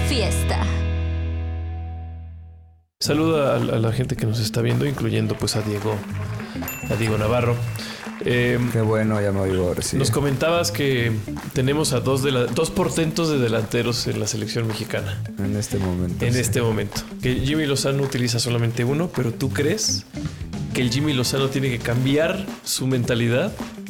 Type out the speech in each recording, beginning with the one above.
fiesta. Saludo a la gente que nos está viendo, incluyendo pues a Diego Navarro. Qué bueno, ya me oigo ahora sí. Nos comentabas que tenemos a dos portentos de delanteros en la selección mexicana. En este momento. Este momento. Que Jimmy Lozano utiliza solamente uno, pero ¿tú crees que el Jimmy Lozano tiene que cambiar su mentalidad,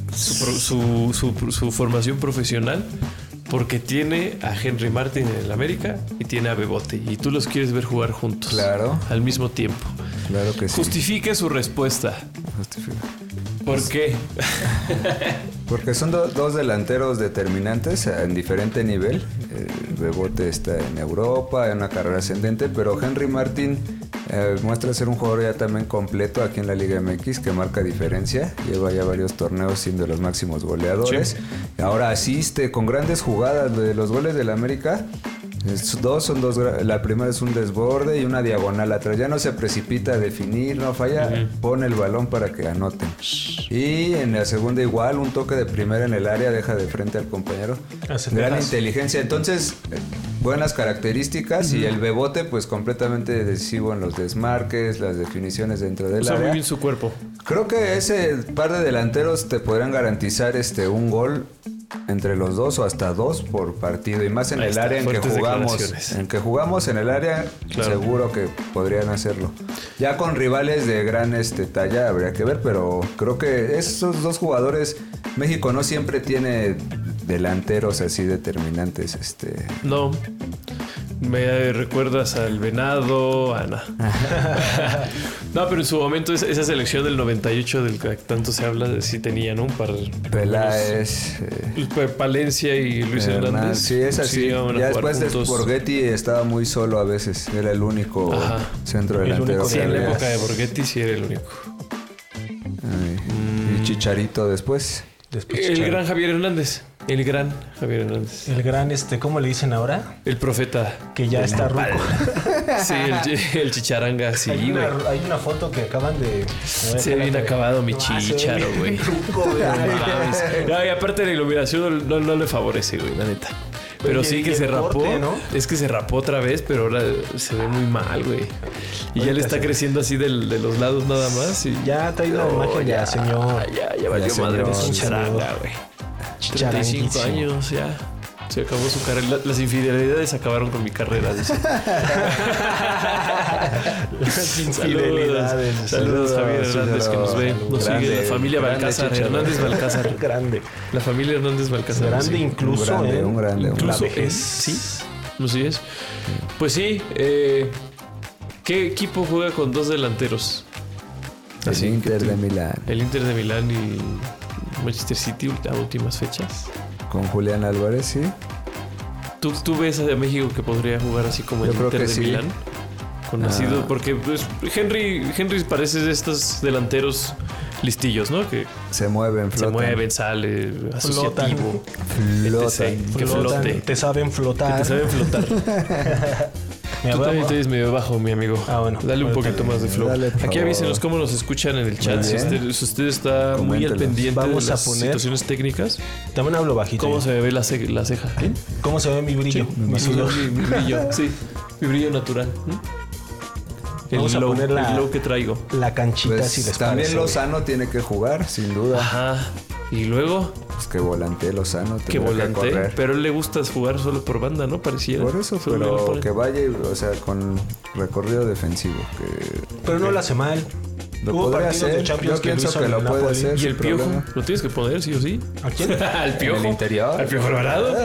su formación profesional? Porque tiene a Henry Martin en el América y tiene a Bebote. Y tú los quieres ver jugar juntos. Claro. Al mismo tiempo. Claro que sí. Justifique su respuesta. Justifica. ¿Por qué? Porque son dos delanteros determinantes en diferente nivel. Bebote está en Europa, en una carrera ascendente, pero Henry Martin muestra ser un jugador ya también completo aquí en la Liga MX, que marca diferencia. Lleva ya varios torneos siendo de los máximos goleadores. Sí. Ahora asiste con grandes jugadas de los goles del América. Son dos. La primera es un desborde y una diagonal atrás. Ya no se precipita a definir, no falla, pone el balón para que anoten. Y en la segunda igual, un toque de primera en el área, deja de frente al compañero. Gran inteligencia. Entonces, buenas características. Y el Bebote, pues completamente decisivo en los desmarques, las definiciones dentro del área. Muy bien su cuerpo. Creo que ese par de delanteros te podrán garantizar un gol entre los dos o hasta dos por partido, y más en el área en que jugamos en el área, claro. Seguro que podrían hacerlo. Ya con rivales de gran talla habría que ver, pero creo que esos dos jugadores, México no siempre tiene delanteros así determinantes. No. Me recuerdas al Venado, Ana. No, pero en su momento esa selección del 98 del que tanto se habla, sí tenían un par. Peláez, Palencia y Luis Hernández. Sí, es así. Ya después de Borghetti estaba muy solo a veces. Era el único centro delantero. Sí, en la época de Borghetti sí era el único. Y Chicharito después. El gran Javier Hernández. El gran, ¿cómo le dicen ahora? El profeta. Que ya está ruco. Sí, el chicharanga, sí, hay una foto que acaban de... Se ve bien acabado mi chicharo, güey. No, y aparte la iluminación no le favorece, güey, la neta. Pero sí que se rapó, ¿no? Es que se rapó otra vez, pero ahora se ve muy mal, güey. Y ya le está creciendo así de los lados nada más. Y... Ya trae una imagen ya, señor. Ya valió madre mi chicharanga, güey. 35 años, ya. Se acabó su carrera. Las infidelidades acabaron con mi carrera, dice. Las infidelidades. Saludos Javier Hernández, que nos ve. Nos sigue la familia Balcázar. Hernández Balcázar. Grande. La familia Hernández Balcázar. Grande incluso. Un grande. Incluso sí. ¿No sigues? Pues sí. ¿Qué equipo juega con dos delanteros? El Inter de Milán. El Inter de Milán y Manchester City a últimas fechas. Con Julián Álvarez, sí. ¿Tú ves a México que podría jugar así como el Inter de Milán? Conocido, porque pues, Henry parece de estos delanteros listillos, ¿no? Que se mueven, sale, asociativo. Flotan. Te saben flotar. Tú también te ves medio bajo, mi amigo. Bueno. Dale un poquito más de flow. Aquí avísenos cómo nos escuchan en el chat. Si usted está muy al pendiente de las situaciones técnicas. También hablo bajito. ¿Cómo se ve la ceja? ¿Eh? ¿Cómo se ve mi brillo? Sí, mi brillo, sí. Mi brillo natural. Vamos a poner el glow que traigo. La canchita, pues si les también parece. Lozano tiene que jugar, sin duda. Ajá. Y luego... Pues que volante Lozano. Que volante, pero él le gusta jugar solo por banda, ¿no? Pareciera. Por eso, pero que vaya, con recorrido defensivo. Pero no lo hace mal. Lo podría hacer. Yo pienso que lo puede hacer. ¿Y el Piojo? ¿Lo tienes que poner, sí o sí? ¿A quién? ¿Al Piojo? ¿En el interior? ¿Al Piojo Alvarado?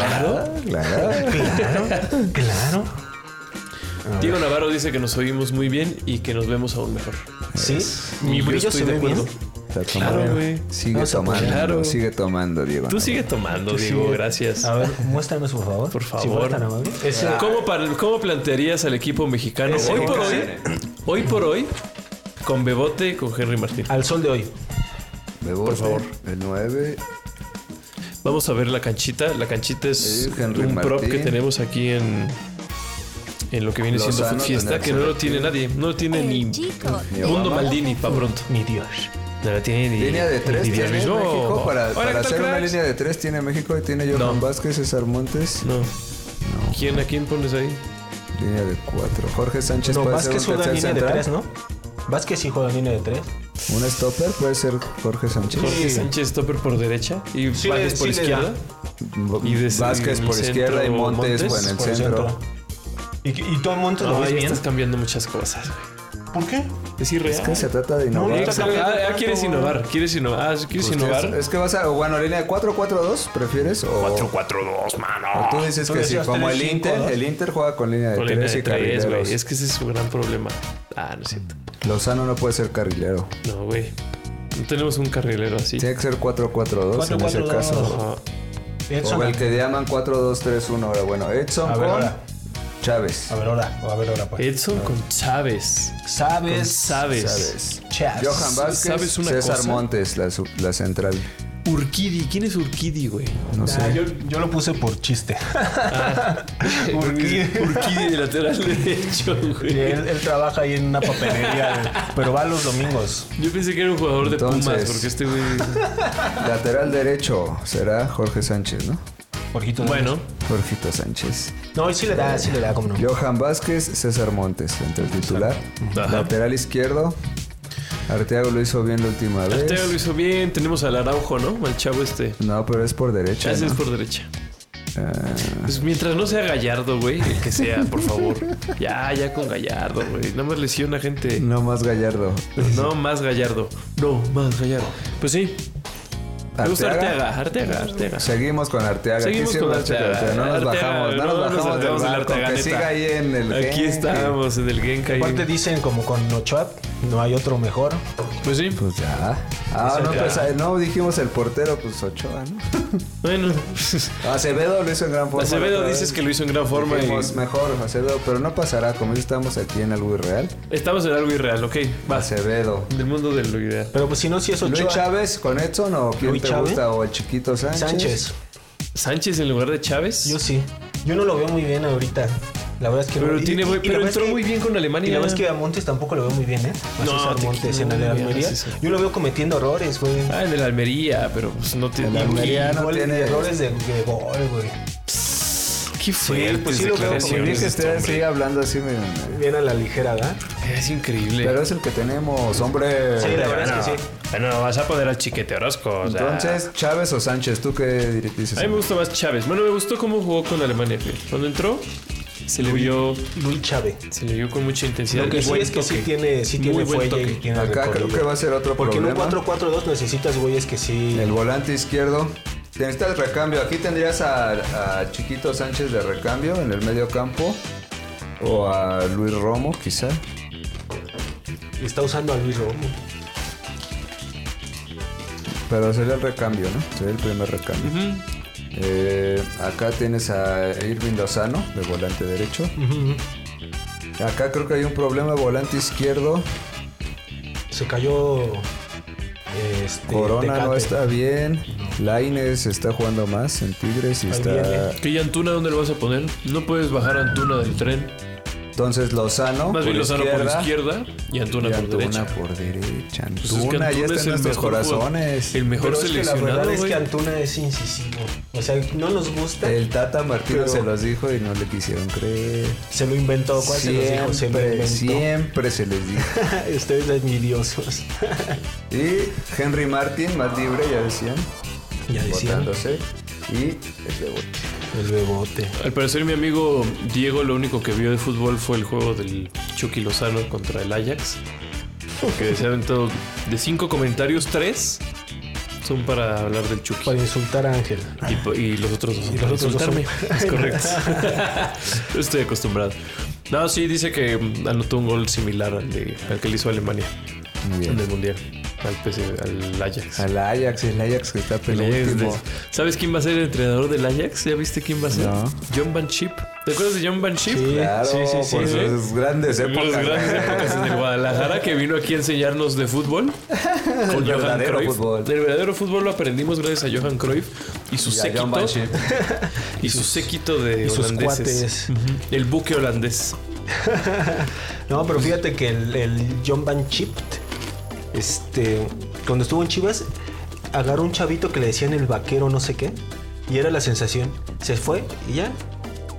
Claro. Diego Navarro dice que nos oímos muy bien y que nos vemos aún mejor. ¿Sí? ¿Mi brillo se ve bien? Claro, güey. Sigue tomando, Diego. Tú sigue tomando, Diego. Gracias. A ver, muéstranos, por favor. Por favor. Si fuera tan amable. ¿Cómo plantearías al equipo mexicano hoy por hoy con Bebote y con Henry Martín? Al sol de hoy. Bebote, por favor. El 9. Vamos a ver la canchita. La canchita es un prop que tenemos aquí en lo que viene siendo Food Fiesta, que no lo tiene nadie. No lo tiene ni Mundo Maldini para pronto. Ni Dios. No lo tiene ni línea de 3 tiene México. Para Hola, hacer una línea de 3 tiene México y tiene Johan Vázquez, César Montes. No. ¿A quién pones ahí? Línea de 4. Jorge Sánchez No, puede Vázquez ser un juega en tercer línea de central. 3, ¿no? Vázquez sí juega en línea de 3. Un stopper puede ser Jorge Sánchez. Jorge Sánchez, stopper por derecha y Sí, Vázquez por sí le izquierda. Y Vázquez en por el izquierda y centro, Montes en el Por el centro. ¿Y tú a Montes lo No, ves ya bien? estás cambiando muchas cosas, güey. ¿Por qué? Es irreal. Es que se trata de innovar. No, Exacto. ¿Quieres innovar? ¿Quieres innovar? ¿Quieres innovar? Es que vas a... Bueno, línea de 4-4-2, ¿prefieres? O 4-4-2, mano. o tú dices Tú que sí, decías como 3-5-2. el Inter juega con línea de Con línea 3 de y 3, carrileros. güey. Es que ese es su gran problema. No es cierto. Lozano no puede ser carrilero. No, güey. No tenemos un carrilero así. Tiene que ser 4-4-2 en ese 4-4-2. caso. Ajá. Edson, O el que llaman 4-2-3-1 ahora. Bueno, Edson A ver, con ahora. Chávez. A ver ahora, pues. Edson con Chávez. ¿Sabes? Chávez. Chávez. Johan Vázquez, ¿Sabes una César cosa? Montes, la central. Urquidi. ¿Quién es Urquidi, güey? No sé. Yo lo puse por chiste. Urquidi de lateral derecho, Y güey. él trabaja ahí en una papelería, güey, pero va los domingos. Yo pensé que era un jugador de Entonces- Pumas, porque este güey... Lateral derecho será Jorge Sánchez, ¿no? Jorgito. Bueno, Jorgito Sánchez. No, y sí le da, cómo no. Johan Vázquez, César Montes, entre el titular. Ajá. Lateral izquierdo. Arteaga lo hizo bien la última vez. Arteaga lo hizo bien. Tenemos al Araujo, ¿no? Al chavo este. No, pero es por derecha. Ese ¿no? es por derecha. Ah, Pues mientras no sea Gallardo, güey, el que sea, por favor. Ya con Gallardo, güey. Nada más lesiona gente. no más Gallardo. No más Gallardo. No más Gallardo. Pues sí. Me gusta Arteaga. Seguimos con Arteaga. Seguimos Aquí sí, con Arteaga. Arteaga. No nos Arteaga, bajamos, no nos bajamos del del barco. Arteaga, Que neta. siga ahí en el Aquí Genk. estamos, en el Genk. ahí. Aparte dicen como con Ochoa, no hay otro mejor. Pues sí. Pues ya. Ah, no, ya. pues no dijimos el portero, pues Ochoa, ¿no? Bueno. Acevedo lo hizo en gran forma. Acevedo la otra dices vez. que lo hizo en gran forma Dijimos y mejor Acevedo, pero no pasará. Como ya estamos aquí en algo irreal. estamos en algo irreal, ok. Va. Acevedo. Del mundo de lo ideal. Pero pues si no, si es Ochoa. Luis Chávez con Edson o quién Luis te Chávez. gusta o el chiquito Sánchez. Sánchez en lugar de Chávez. Yo sí. Yo no lo veo muy bien ahorita. La verdad es que Pero no. tiene buen- la pero verdad entró es que- muy bien con Alemania. Y la verdad es que a Montes tampoco lo veo muy bien, ¿eh? A No, César te- Montes no, en el no, Almería. sí, sí. Yo lo veo cometiendo errores, güey. Ah, en el Almería, pero pues no tiene. El Almería no Gol- tiene- errores de gol, güey. Qué fuerte. pues sí lo veo como Si vi que usted sigue hablando así, Bien a la ligera, ¿verdad? Es increíble. pero es el que tenemos, hombre. Sí, la verdad es que sí. Bueno, vas a poner al Chiquete Orozco. O sea. Entonces, Chávez o Sánchez, ¿tú qué dices? A mí me gusta más Chávez. Bueno, me gustó cómo jugó con Alemania. Fíjate. Cuando entró, se le vio con mucha intensidad. Lo que Y sí buen es que sí toque. tiene Muy buen fuelle toque. y tiene Acá creo recorrido. que va a ser otro Porque problema. en un 4-4-2 necesitas güeyes que sí. El volante izquierdo. Necesitas recambio. Aquí tendrías a Chiquito Sánchez de recambio en el medio campo. O a Luis Romo, quizá. Está usando a Luis Romo. Pero sería el recambio, ¿no? Sería el primer recambio. Acá tienes a Irving Lozano, de volante derecho. Acá creo que hay un problema, volante izquierdo. Se cayó. Corona no Tecate. está bien. Lainez está jugando más en Tigres y Ahí está... viene. ¿Que y Antuna dónde lo vas a poner? No puedes bajar a Antuna del tren. Entonces Lozano Más bien por Lozano por izquierda izquierda y Antuna y por Antuna derecha. por derecha. Pues es que Antuna ya Antuna está es en el nuestros mejor corazones. El mejor Pero es que la seleccionado, verdad es güey. que Antuna es incisivo. O sea, no nos gusta. El Tata Martino Pero- se los dijo y no le quisieron creer. Se lo inventó. ¿Cuál se los dijo? Se lo inventó. Siempre se les dijo. Ustedes envidiosos. Y Henry Martin, más libre, ya decían. Ya decían. Botándose. Y el rebote. El bebote. Al parecer mi amigo Diego lo único que vio de fútbol fue el juego del Chucky Lozano contra el Ajax. Porque se ha aventado de 5 comentarios, 3 son para hablar del Chucky. Para insultar a Ángel. Y los otros dos son Y para los otros dos insultarme. son- Es correcto. Yo estoy acostumbrado. No, sí, dice que anotó un gol similar al que le hizo Alemania Muy en bien. el Mundial. Al Ajax. Al Ajax, el Ajax que está El Ajax penúltimo. ¿Sabes quién va a ser el entrenador del Ajax? ¿Ya viste quién va a ser? No. John Van Schip. ¿Te acuerdas de John Van Schip? Sí. Claro, por sí. sus grandes épocas. Las grandes épocas en el Guadalajara que vino aquí a enseñarnos de fútbol. Con El Johan verdadero Cruyff. fútbol. El verdadero fútbol lo aprendimos gracias a Johan Cruyff y su Y a John séquito. Van Schip. Y su séquito de y sus holandeses. cuates. Ujú. El buque holandés. No, pero fíjate que el John Van Chip, cuando estuvo en Chivas, agarró un chavito que le decían el vaquero no sé qué, y era la sensación. Se fue y ya.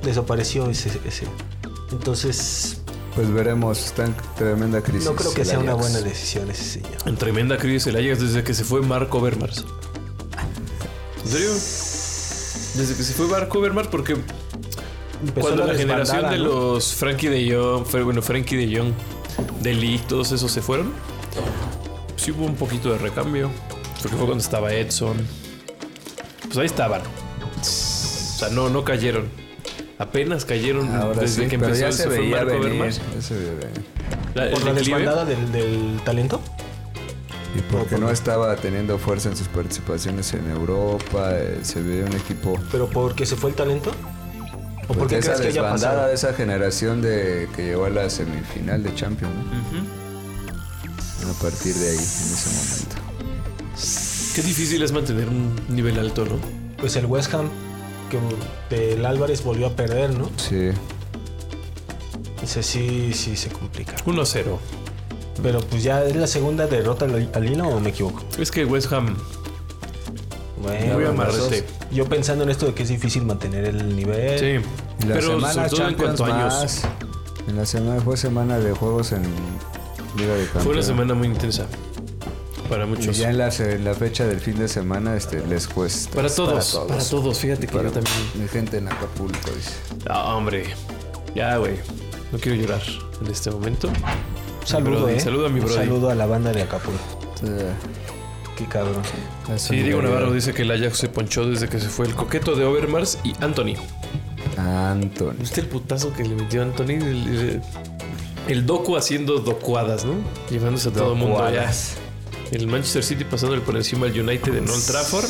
desapareció ese. Entonces... Pues veremos, está en tremenda crisis. No creo que sea una buena decisión ese señor. En tremenda crisis el Ajax desde que se fue Marco Overmars. ¿En serio? Desde que se fue Marco Overmars, porque cuando la generación de los Frankie de Jong, de Ligt, todos esos se fueron, sí hubo un poquito de recambio. Porque fue cuando estaba Edson. Pues ahí estaban. O sea, no cayeron. Apenas cayeron. Ahora desde sí, que pero empezó. ya se veía Marco venir. Overmars. ¿Por la desbandada del talento? Y porque no estaba teniendo fuerza en sus participaciones en Europa, se ve un equipo... ¿Pero porque se fue el talento? ¿O porque esa crees que haya pasado? desbandada de esa generación que llegó a la semifinal de Champions, ¿no? A partir de ahí, en ese momento. Qué difícil es mantener un nivel alto, ¿no? Pues el West Ham, que el Álvarez volvió a perder, ¿no? Sí. Ese sí se complica. 1-0. Pero pues ya es la segunda derrota al hilo, ¿o me equivoco? Es que West Ham... Bueno, muy amarrete. Yo pensando en esto de que es difícil mantener el nivel. Sí. Y la Pero semana sobre todo en cuanto a años. En la semana fue semana de juegos en Liga de Campeones. Fue una semana muy intensa. Para Y muchos. ya en la fecha del fin de semana les cuesta. Para todos. Fíjate que yo también. Mi gente en Acapulco dice. Ah, hombre. Ya, güey. No quiero llorar en este momento. Saludo, Saludo a mi brother. Saludo a la banda de Acapulco. Entonces, Qué cabrón. Sí, Diego Navarro dice que el Ajax se ponchó desde que se fue el coqueto de Overmars y Anthony. Anthony. ¿Viste el putazo que le metió a Anthony? El Doku haciendo docuadas, ¿no? Llevándose a todo el mundo allá. El Manchester City pasándole por encima al United en Old Trafford.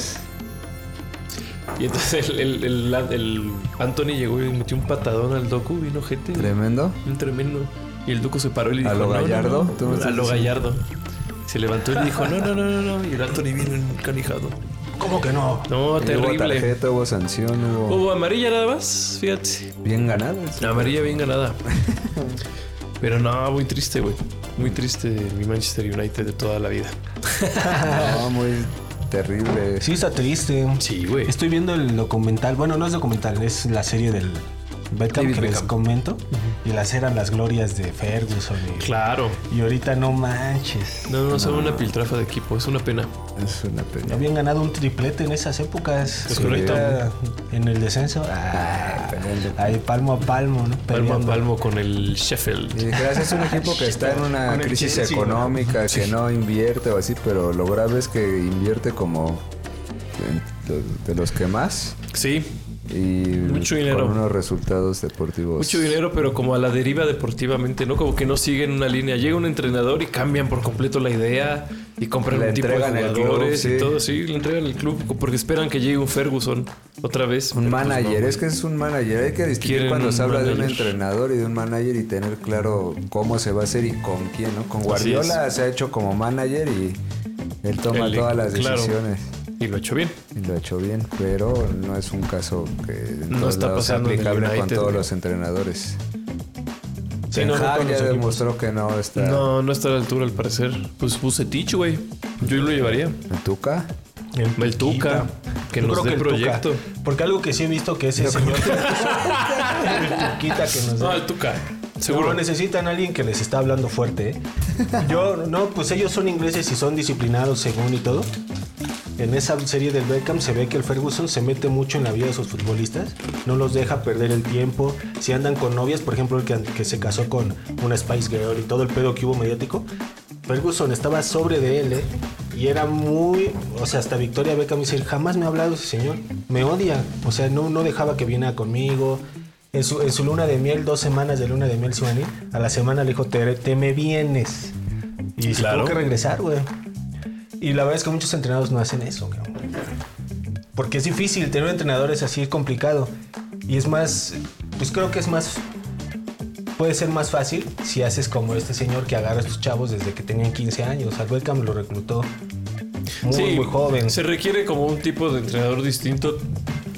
Y entonces el Anthony llegó y metió un patadón al Doku, vino gente. Tremendo. Un tremendo. Y el Doku se paró y le dijo... ¿A lo Gallardo? A lo Gallardo. Se levantó y le dijo, no. Y el Anthony vino encanijado. ¿Cómo que no? No, terrible. Hubo tarjeta, hubo sanción, Hubo amarilla nada más, fíjate. Bien ganada. Amarilla bien ganada. Pero no, muy triste, güey. Muy triste mi Manchester United de toda la vida. No, muy terrible. Sí, está triste. Sí, güey. Estoy viendo el documental. Bueno, no es documental, es la serie del Beckham David que les Beckham. comento. Y las eran las glorias de Ferguson. Claro. Y ahorita no manches. No, son una piltrafa de equipo. Es una pena. Es una pena. Habían ganado un triplete en esas épocas. Es correcto. Ahorita, en el descenso. Ahí palmo a palmo, ¿no? Palmo a Peleando. palmo con el Sheffield. Y gracias, es un equipo que está en una Con el crisis Chelsea, económica, que no invierte o así, pero lo grave es que invierte como de los que más. Sí, Y mucho dinero. con unos resultados deportivos. mucho dinero, pero como a la deriva deportivamente, ¿no? Como que no siguen una línea. Llega un entrenador y cambian por completo la idea y compran Le un tipo de entregan el club, jugadores sí. y todo. Sí, le entregan el club porque esperan que llegue un Ferguson otra vez. Un Pero, pues, manager, no. es que es un manager. Hay que distinguir Quieren cuando un se habla de un manager. entrenador y de un manager y tener claro cómo se va a hacer y con quién, ¿no? Con Así Guardiola se ha hecho como manager y él toma todas las claro. decisiones. Y lo ha hecho bien. Y lo ha hecho bien, pero no es un caso que en No todos está lados sea pasando en el aplicable con United, todos güey. los entrenadores. Sí, Ten no, Hag todos ya los equipos. demostró que no está. No está a la altura al parecer. Pues Bucetich, güey. Yo lo llevaría. ¿El Tuca? El Tuca, que Yo nos creo dé el proyecto. Tuca, porque algo que sí he visto que ese señor el Tuquita que nos No, da. el Tuca. Seguro. No, necesitan a alguien que les está hablando fuerte, ¿eh? Pues ellos son ingleses y son disciplinados según y todo. En esa serie del Beckham se ve que el Ferguson se mete mucho en la vida de sus futbolistas, no los deja perder el tiempo. Si andan con novias, por ejemplo, el que se casó con una Spice Girl y todo el pedo que hubo mediático, Ferguson estaba sobre de él, ¿eh? Y era muy... O sea, hasta Victoria Beckham dice, jamás me ha hablado ese señor, me odia. O sea, no dejaba que viniera conmigo. En su luna de miel, 2 semanas de luna de miel, Suani, a la semana le dijo, te me vienes. Y se tuvo que regresar, güey. Y la verdad es que muchos entrenadores no hacen eso, güey. Porque es difícil, tener entrenadores así es complicado. Y es más, pues creo que es más... Puede ser más fácil si haces como este señor que agarra a estos chavos desde que tenían 15 años. Al Beckham lo reclutó muy joven. Se requiere como un tipo de entrenador distinto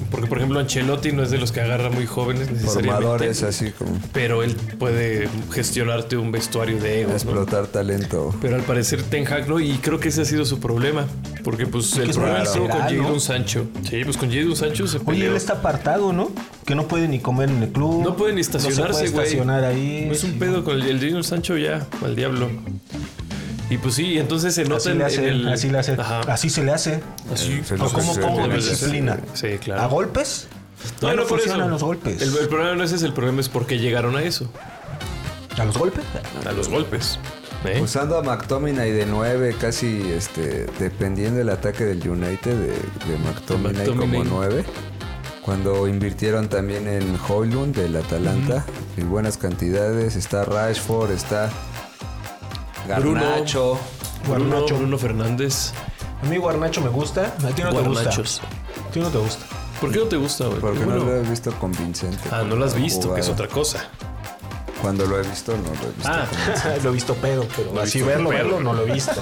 Porque, por ejemplo, Ancelotti no es de los que agarra muy jóvenes necesariamente. Formadores así como... Pero él puede gestionarte un vestuario de egos, explotar, ¿no? Talento. Pero al parecer Ten Hag no, y creo que ese ha sido su problema. Porque pues el problema estuvo con Jadon Sancho. Sí, pues con Jadon Sancho se peleó. Oye, él está apartado, ¿no? Que no puede ni comer en el club. No puede ni estacionarse, güey. No se puede estacionar ahí. Es un pedo con el Jadon Sancho ya, al diablo. Y pues sí, entonces se nota así le hace. Ajá. Así se le hace. Así. ¿Cómo disciplina? Sí, claro. ¿A golpes? No funcionan los golpes. El problema no es ese, el problema es por qué llegaron a eso. ¿A los golpes? A los golpes. Usando a McTominay de 9, casi dependiendo del ataque del United de McTominay como 9. Cuando invirtieron también en Højlund del Atalanta, en buenas cantidades. Está Rashford, está Garnacho. Bruno Fernández. A mí Garnacho me gusta. A ti no te gusta. A ti no te gusta. ¿Por qué no te gusta, güey? Porque no lo he visto convincente. No lo has visto, que es otra cosa. Cuando lo he visto, no lo he visto. Lo he visto pedo, pero así verlo no lo he visto.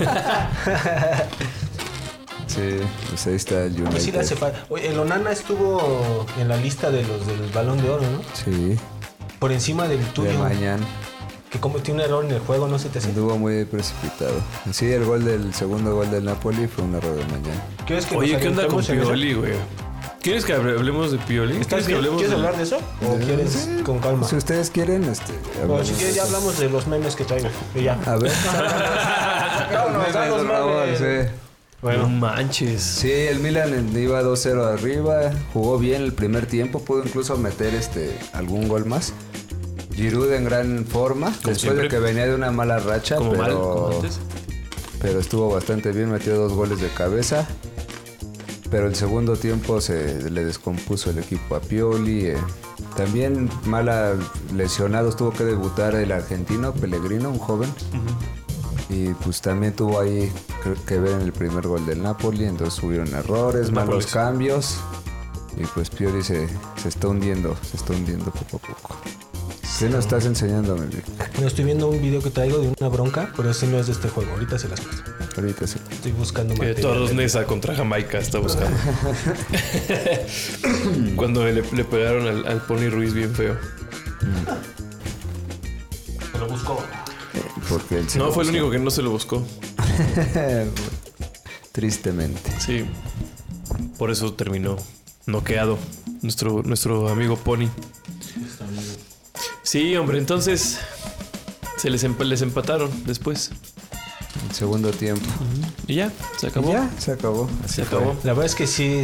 Sí, pues ahí está el United. Pues sí le hace falta. Oye, el Onana estuvo en la lista de los del Balón de Oro, ¿no? Sí. Por encima del tuyo. De mañana. Que cometió un error en el juego, no se te hace. Estuvo muy precipitado. Sí, el segundo gol del Napoli fue un error de mañana. Oye, ¿qué onda con Pioli, güey? ¿Quieres que hablemos de Pioli? ¿Quieres hablar de eso? ¿O quieres con calma? Si ustedes quieren, o si quieres ya hablamos de los memes que traigo. Y ya. A ver. los memes. Sí. Bueno, no manches. Sí, el Milan iba 2-0 arriba, jugó bien el primer tiempo, pudo incluso meter algún gol más. Giroud en gran forma, después siempre, de que venía de una mala racha, pero estuvo bastante bien, metió 2 goles de cabeza. Pero el segundo tiempo se le descompuso el equipo a Pioli. También lesionados, tuvo que debutar el argentino Pellegrino, un joven. Y pues también tuvo ahí que ver en el primer gol del Napoli. Entonces hubieron errores, malos cambios. Y pues Pioli se está hundiendo poco a poco. ¿Qué nos estás enseñando, Meli? Bueno, estoy viendo un video que traigo de una bronca, pero ese no es de este juego. Ahorita se las muestro. Ahorita sí. Estoy buscando material. Torros Neza contra Jamaica está buscando. Cuando le pegaron al Pony Ruiz bien feo. Se lo buscó. Porque él no, fue el único que no se lo buscó. Tristemente. Sí. Por eso terminó noqueado nuestro amigo Pony. Sí, hombre, entonces les empataron después. El segundo tiempo. Y ya, se acabó. Se acabó. Se acabó. La verdad es que sí,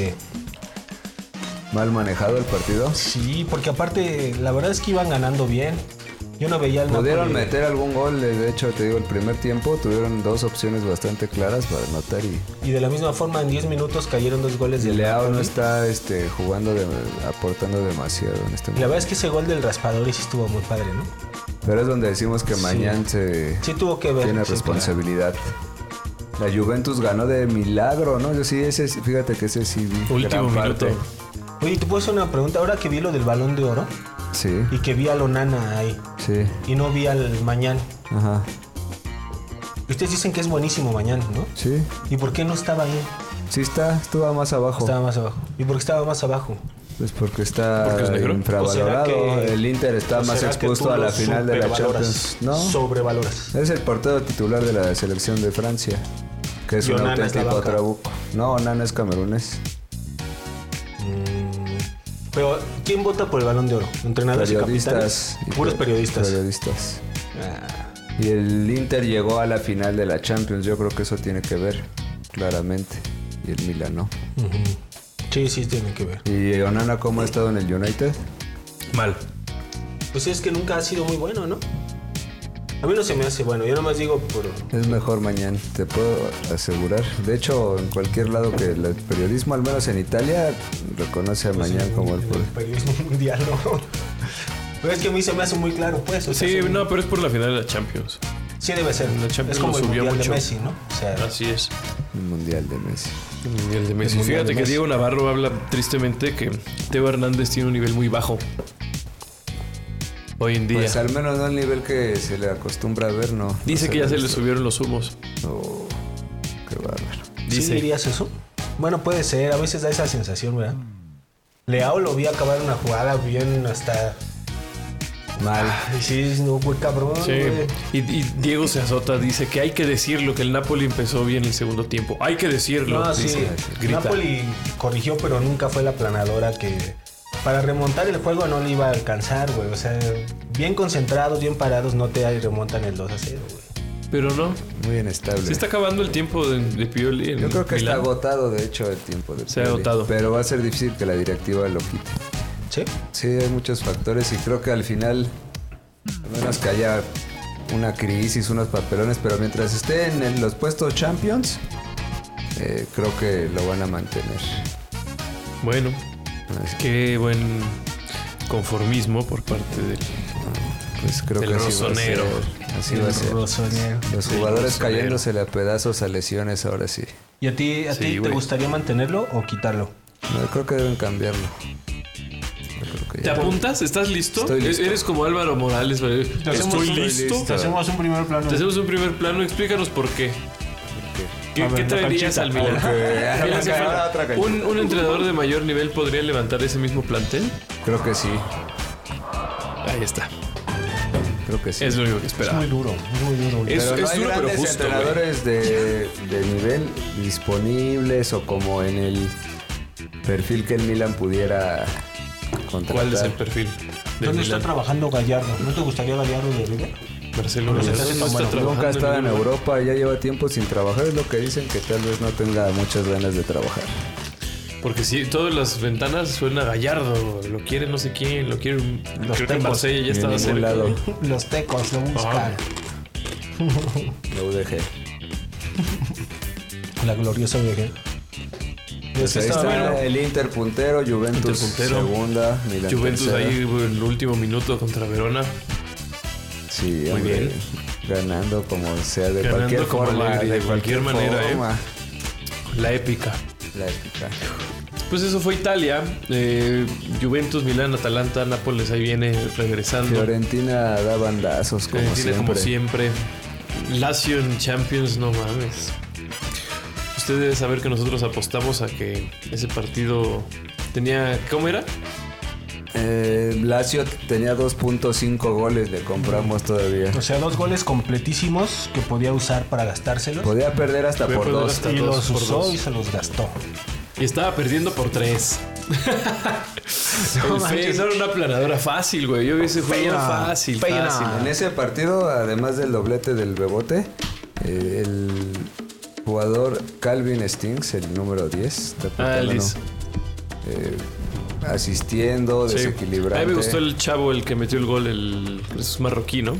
mal manejado el partido. Sí, porque aparte, la verdad es que iban ganando bien. Yo no veía al Pudieron meter algún gol, de hecho, te digo, el primer tiempo tuvieron 2 opciones bastante claras para anotar y de la misma forma en 10 minutos cayeron 2 goles de Leao. No está jugando, aportando demasiado en este momento. La verdad es que ese gol del Raspadori sí estuvo muy padre, ¿no? Pero es donde decimos que mañana sí tuvo que ver, tiene responsabilidad. Claro. La Juventus ganó de milagro, ¿no? Yo sí, fíjate que ese sí vi. Último minuto. Oye, ¿te puedo hacer una pregunta? Ahora que vi lo del Balón de Oro. Sí. Y que vi a Onana ahí. Sí. Y no vi al Mañán. Ajá. Ustedes dicen que es buenísimo Mañán, ¿no? Sí. ¿Y por qué no estaba ahí? Sí estaba más abajo. Estaba más abajo. ¿Y por qué estaba más abajo? Pues porque está infravalorado. El Inter está más expuesto a la final de la Champions. ¿No? Sobrevaloras. Es el portero titular de la selección de Francia, que es un auténtico trabuco. No, Onana es camerunés. Pero, ¿quién vota por el Balón de Oro? ¿Entrenadores periodistas, y puros periodistas. Y el Inter llegó a la final de la Champions. Yo creo que eso tiene que ver, claramente. Y el Milan, ¿no? Sí, tiene que ver. ¿Y Onana cómo ha estado en el United? Mal. Pues es que nunca ha sido muy bueno, ¿no? A mí no se me hace bueno, yo nomás digo por... Es mejor mañana, te puedo asegurar. De hecho, en cualquier lado que el periodismo, al menos en Italia, reconoce a mañana como el periodismo mundial, ¿no? Pero es que a mí se me hace muy claro, pues. O sea, sí, no, pero es por la final de la Champions. Sí, debe ser. La Champions es como el Mundial mucho. De Messi, ¿no? O sea, así es. El Mundial de Messi. El Mundial de Messi. Fíjate que Diego Navarro habla tristemente que Teo Hernández tiene un nivel muy bajo. Hoy en día. Pues al menos no al nivel que se le acostumbra a ver, ¿no? Dice que ya se le subieron los humos. Oh, qué bárbaro. ¿Sí dirías eso? Bueno, puede ser. A veces da esa sensación, ¿verdad? Leao lo vi acabar una jugada bien hasta... Mal. Ay, sí, no, güey, cabrón. Sí. Güey. Y Diego Seazota dice que hay que decirlo, que el Napoli empezó bien el segundo tiempo. Hay que decirlo. No, dice, sí. grita. Napoli corrigió, pero nunca fue la planadora que... Para remontar el juego no le iba a alcanzar, güey. O sea, bien concentrados, bien parados, no te remontan el 2-0, güey. Pero no. Muy inestable. Se está acabando el tiempo de Pioli. Yo creo que Milán. está agotado, de hecho, el tiempo de Se ha Pioli. agotado. Pero va a ser difícil que la directiva lo quite. ¿Sí? Sí, hay muchos factores y creo que al final, a menos que haya una crisis, unos papelones, pero mientras estén en los puestos Champions, creo que lo van a mantener. Bueno, qué buen conformismo por parte del... Pues creo El que así va a ser. rosonero. Así va a ser. Rosonero. Los Sí, jugadores rosonero. cayéndosele a pedazos a lesiones ahora sí. ¿Y a ti Sí, te güey. gustaría mantenerlo o quitarlo? No, creo que deben cambiarlo. Yo creo que ¿Te ya. apuntas? ¿Estás listo? Estoy listo. Eres como Álvaro Morales. ¿Verdad? hacemos Estoy un- listo. Te hacemos un primer plano. Te hacemos un primer plano. Explícanos por qué. ¿Qué, A ver, qué la traerías canchita. al Milan? Porque- ¿Qué le hace falta? Otra canchita. ¿Un entrenador de mayor nivel podría levantar ese mismo plantel? Creo que sí. Ahí está. Creo que sí. Es lo único que Es esperaba. muy duro, muy duro. Es- Pero no hay duro, pero grandes justo, entrenadores de nivel disponibles o como en el perfil que el Milan pudiera contratar. ¿Cuál es el perfil del ¿Dónde está Milan? trabajando Gallardo? ¿No te gustaría Gallardo de River? Barcelona. No se te ¿Dónde hace está tan bueno. trabajando Nunca ha estado en Milan? Europa, ya lleva tiempo sin trabajar. Es lo que dicen, que tal vez no tenga muchas ganas de trabajar. Porque si todas las ventanas suena Gallardo, lo quiere no sé quién, lo quiere... Los creo que en tecos. Marsella ya Ni en estaba ningún cerca. lado. Los tecos lo buscan. La UDG. La gloriosa VG. Pues ahí está el Inter puntero, Juventus Inter puntero. segunda, Milan Juventus tercera. ahí en el último minuto contra Verona. Sí, Muy hombre, bien. Ganando como sea, de Ganando cualquier como forma. alegre, de cualquier manera, forma. La épica. La épica. Pues eso fue Italia. Juventus, Milán, Atalanta, Nápoles ahí viene regresando. Fiorentina da bandazos como Fiorentina siempre. como siempre. Lazio en Champions, no mames. Usted debe saber que nosotros apostamos a que ese partido tenía... ¿Cómo era? Lazio tenía 2.5 goles, le compramos todavía. O sea, 2 goles completísimos que podía usar para gastárselos. Podía perder hasta Podía por perder 2. hasta Y dos los por usó dos. y se los gastó. Y estaba perdiendo por 3. No El manches. Feyenoord era una planadora fácil, güey. Yo vi ese juego Feyenoord. fácil, Feyenoord. fácil. En ese partido, además del doblete del Bebote, el jugador Calvin Stings, el número 10, Liz. asistiendo, Sí. desequilibrante. A mí me gustó el chavo, el que metió el gol, es marroquino.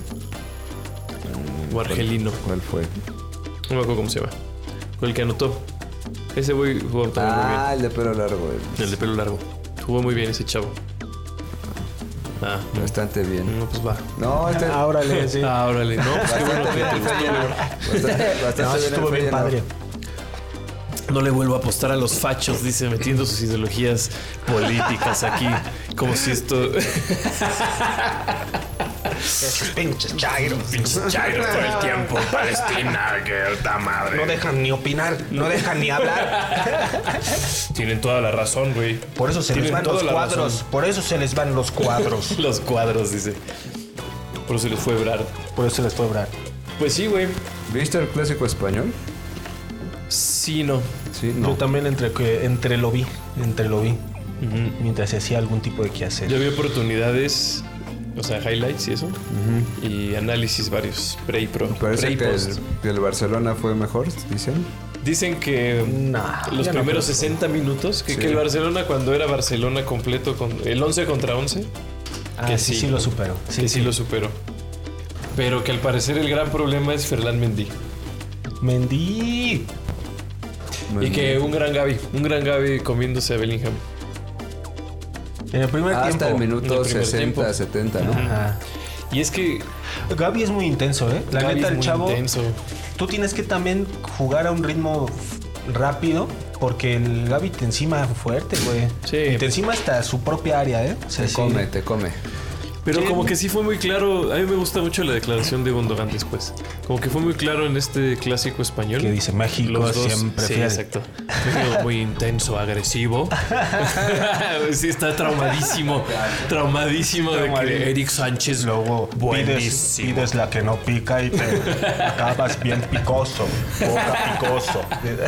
O argelino. ¿Cuál fue? No me acuerdo cómo se llama. Fue el que anotó. Ese güey jugó también muy bien. El de pelo largo. El de pelo largo. Jugó muy bien ese chavo. Bastante bien. No, pues va. No, Órale, sí. Órale. No, pues qué bueno que te gustó. bastante No, sí bien estuvo el bien Feyenoord. padre. No le vuelvo a apostar a los fachos, dice, metiendo sus ideologías políticas aquí. Como si esto... Pinches chairos. Pinches chairos todo el tiempo. Palestina, que puta madre. No dejan ni opinar, no dejan ni hablar. Tienen toda la razón, güey. Por eso se les Tienen van toda los la cuadros. razón. Por eso se les van los cuadros. Los cuadros, dice. Por eso se les fue Brad. Por eso se les fue Brad. Pues sí, güey. ¿Viste el clásico español? Sí, no. Sí, Yo también entre lo vi. Mientras se hacía algún tipo de quehacer. Yo vi oportunidades, o sea, highlights y eso. Y análisis varios, pre y pro. Me parece pre y que post. el Barcelona fue mejor, dicen. Dicen que Nah, los yo no primeros creo. 60 minutos, que Sí. el Barcelona cuando era Barcelona completo, con el 11 contra 11, que sí lo superó. que sí lo superó. Pero que al parecer el gran problema es Ferland Mendy. Mendy. Y que un gran Gavi comiéndose a Bellingham. En el primer tiempo. Hasta el En minuto el primer 60, tiempo. 70, ¿no? Ajá. Y es que Gavi es muy intenso, ¿eh? La Gavi neta, es el muy chavo. intenso. Tú tienes que también jugar a un ritmo rápido. Porque el Gavi te encima fuerte, güey. Sí. Y te encima hasta su propia área, ¿eh? O sea, Te come. Pero como que sí fue muy claro. A mí me gusta mucho la declaración de Gundogan después. Como que fue muy claro en este clásico español. Que dice México Los dos, siempre sí, fiel. Exacto. México muy intenso, agresivo. Sí, está traumadísimo. Traumadísimo de que Eric Sánchez Luego buenísimo. pides la que no pica y te acabas bien picoso. Boca picoso.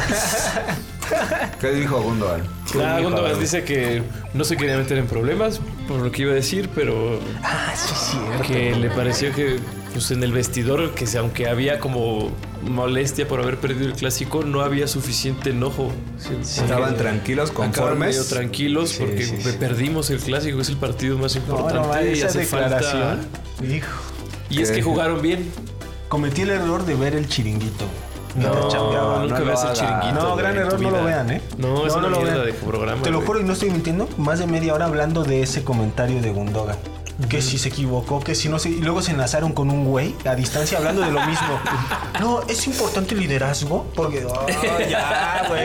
¿Qué dijo Gundogan? Gundogan dice que no se quería meter en problemas por lo que iba a decir, pero Sí, cierto. que le pareció que pues en el vestidor, que aunque había como molestia por haber perdido el clásico, no había suficiente enojo. Estaban tranquilos, Acabaron conformes. medio tranquilos porque perdimos el clásico, es el partido más importante y esa hace falta. declaración. Hijo. Y es que jugaron bien. Cometí el error de ver el chiringuito. No, chambeaba. nunca no veas lo el haga. chiringuito. No, gran güey, en error, tu no lo vida. vean, ¿eh? No, es No, una no lo mierda vean. de programa. Te lo güey. juro y no estoy mintiendo. Más de media hora hablando de ese comentario de Gundogan. Que si se equivocó, que si no se... Y luego se enlazaron con un güey a distancia hablando de lo mismo. No, es importante el liderazgo. Porque... ya, güey.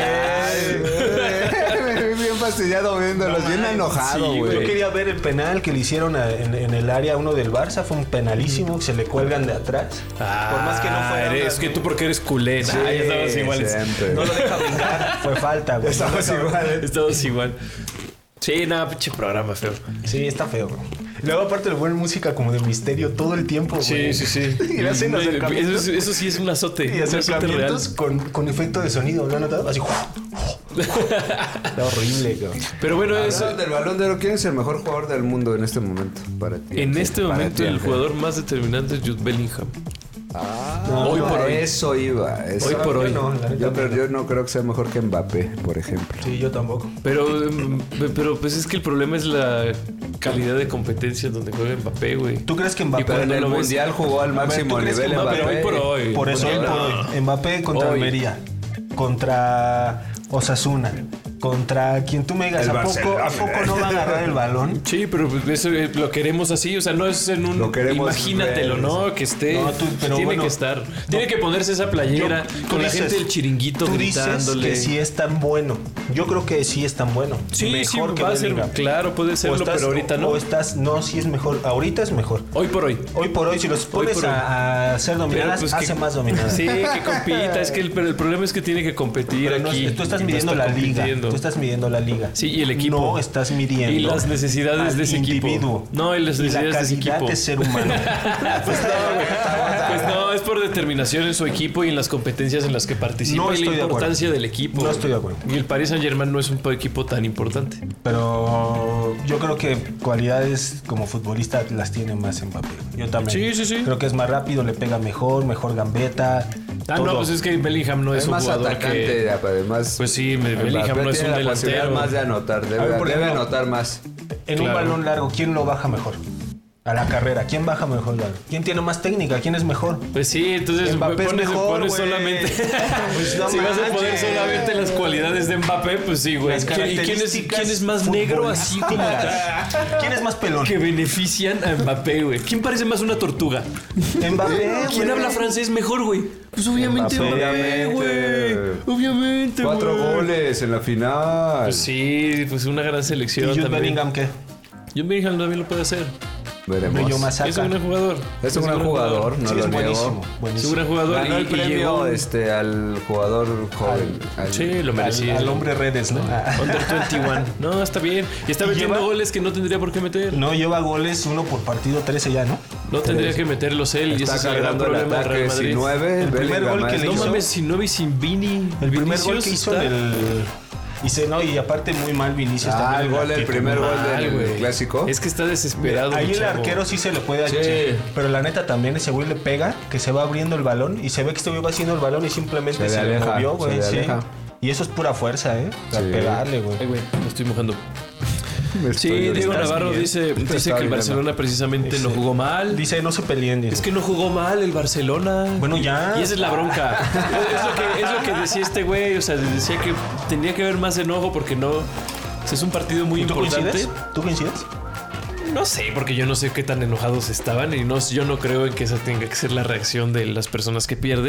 Bien fastidiado viéndolos, bien enojado, sí, güey. Yo quería ver el penal que le hicieron en el área 1 del Barça. Fue un penalísimo que se le cuelgan de atrás. Por más que no fuera... Es que tú porque eres culé. Sí, ya estabas igual. siempre. No lo deja vengar. Fue falta, güey. Estamos igual. Estamos igual. Sí, nada, pinche programa feo. Sí, está feo, bro. Luego aparte le ponen música como de misterio todo el tiempo, güey. Sí. Y le hacen acercamientos. Eso sí es un azote. Y un azote real. acercamientos con efecto de sonido, ¿lo han notado? Así. Está horrible, güey. Pero bueno, eso, Hablando del Balón de Oro, ¿quién es el mejor jugador del mundo en este momento para ti? en este Para momento ti, el Ángel. jugador más determinante es Jude Bellingham. Hoy por hoy. Eso iba. Hoy por hoy. No, la neta Yo no creo que sea mejor que Mbappé, por ejemplo. Sí, yo tampoco. Pero pues es que el problema es la calidad de competencia donde juega Mbappé, güey. ¿Tú crees que Y Mbappé... Pero en cuando el lo ves- Mundial jugó al máximo ¿tú crees nivel que Mbappé, Mbappé. hoy por hoy? Por eso, Porque hoy por hoy. Mbappé contra Hoy. Almería, contra Osasuna, contra quien tú me digas, El ¿a poco no va a agarrar el balón? Sí, pero pues eso lo queremos así, o sea, no es en un... Lo queremos Imagínatelo, ver. ¿no? Que esté... No, pero tiene bueno, que estar. Tiene que ponerse esa playera Tú con la dices- gente del chiringuito Tú dices gritándole. que sí es tan bueno. Yo creo que sí es tan bueno. Sí, mejor que va a ser... Bellingham. Claro, puede O serlo, estás- pero ahorita no. O estás... No, sí es mejor. Ahorita es mejor. Hoy por hoy. Hoy por hoy, si los pones por hoy. a hacer dominadas, pues hace más dominadas. Sí, que compita. Es que pero el problema es que tiene que competir Pero no, aquí. tú estás y no midiendo está la liga. compitiendo. Tú estás midiendo la liga. Sí, y el equipo. No estás midiendo. Y las necesidades al de ese equipo. individuo. No, y las Y la necesidades de ese calidad equipo. de ser humano. Pues no, güey. Pues no, es por determinación en su equipo y en las competencias en las que participa No y estoy la de acuerdo. importancia del equipo. No estoy de acuerdo. Y el Paris Saint-Germain no es un equipo tan importante. Pero yo creo que cualidades como futbolista las tiene más Mbappé. Yo también. Sí. Creo que es más rápido, le pega mejor gambeta. Ah, no, pues es que Bellingham no es, Es un más jugador atacante, que... además. Pues sí, Bellingham Mbappé no es un tiene la posibilidad delantero. más de anotar. A ver, por Debe ejemplo, anotar más. En un Claro. balón largo, ¿quién lo baja mejor? A la carrera. ¿Quién baja mejor? ¿Quién tiene más técnica? ¿Quién es mejor? Pues sí, entonces Mbappé es pones mejor, güey. solamente... Pues no si vas a poner manches. solamente las cualidades de Mbappé, pues sí, güey. Las ¿Y quién es características más negro así como acá? ¿Quién es más pelón? Que benefician a Mbappé, güey. ¿Quién parece más una tortuga? Mbappé. ¿Quién güey. habla francés mejor, güey? Pues obviamente Mbappé, güey. Obviamente, güey. 4 goles en la final. Pues sí, pues una gran ¿Y selección Jude también. Bellingham qué? Jude Bellingham también lo puede hacer. Veremos. Brillo más Es un gran jugador. Es un gran jugador, no Sí, lo es niego. buenísimo. Es un Buenísimo. gran jugador. Ganó el y llegó... premio al jugador joven. Sí, lo merecía. Al hombre redes, ¿no? Under 21. No, está bien. Y está ¿Y metiendo lleva? goles que no tendría por qué meter. No lleva goles, uno por partido, 13 ya, ¿no? No tendría que meterlos él. Y ese Está es el gran cargando el problema del Real ataque Madrid. sin 9. El primer gol que le No hizo- mames, sin 9 y sin Vini. El primer gol Vinicius que hizo está- en el... Y aparte muy mal Vinicius Ah, el también. gol, el primer gol del güey. clásico. Es que está desesperado. Ahí mi el chavo. arquero sí se le puede Sí. Pero la neta también ese güey le pega, que se va abriendo el balón y se ve que este güey va haciendo el balón y simplemente Se se, le le aleja, movió, se güey. le Sí. aleja. Y eso es pura fuerza, ¿eh? A Sí. pegarle, güey. Ay, güey, me estoy mojando. Me Sí, estoy- Diego estás Navarro bien. dice que el bien, Barcelona precisamente no jugó mal. Dice, no se peleen. dice. Es que no jugó mal el Barcelona. Bueno, ya. Y esa es la bronca. es lo que decía este güey. O sea, decía que tenía que haber más enojo porque no... O sea, es un partido muy ¿Tú importante. coincides? ¿Tú coincides? No sé, porque yo no sé qué tan enojados estaban y yo no creo en que esa tenga que ser la reacción de las personas que pierden.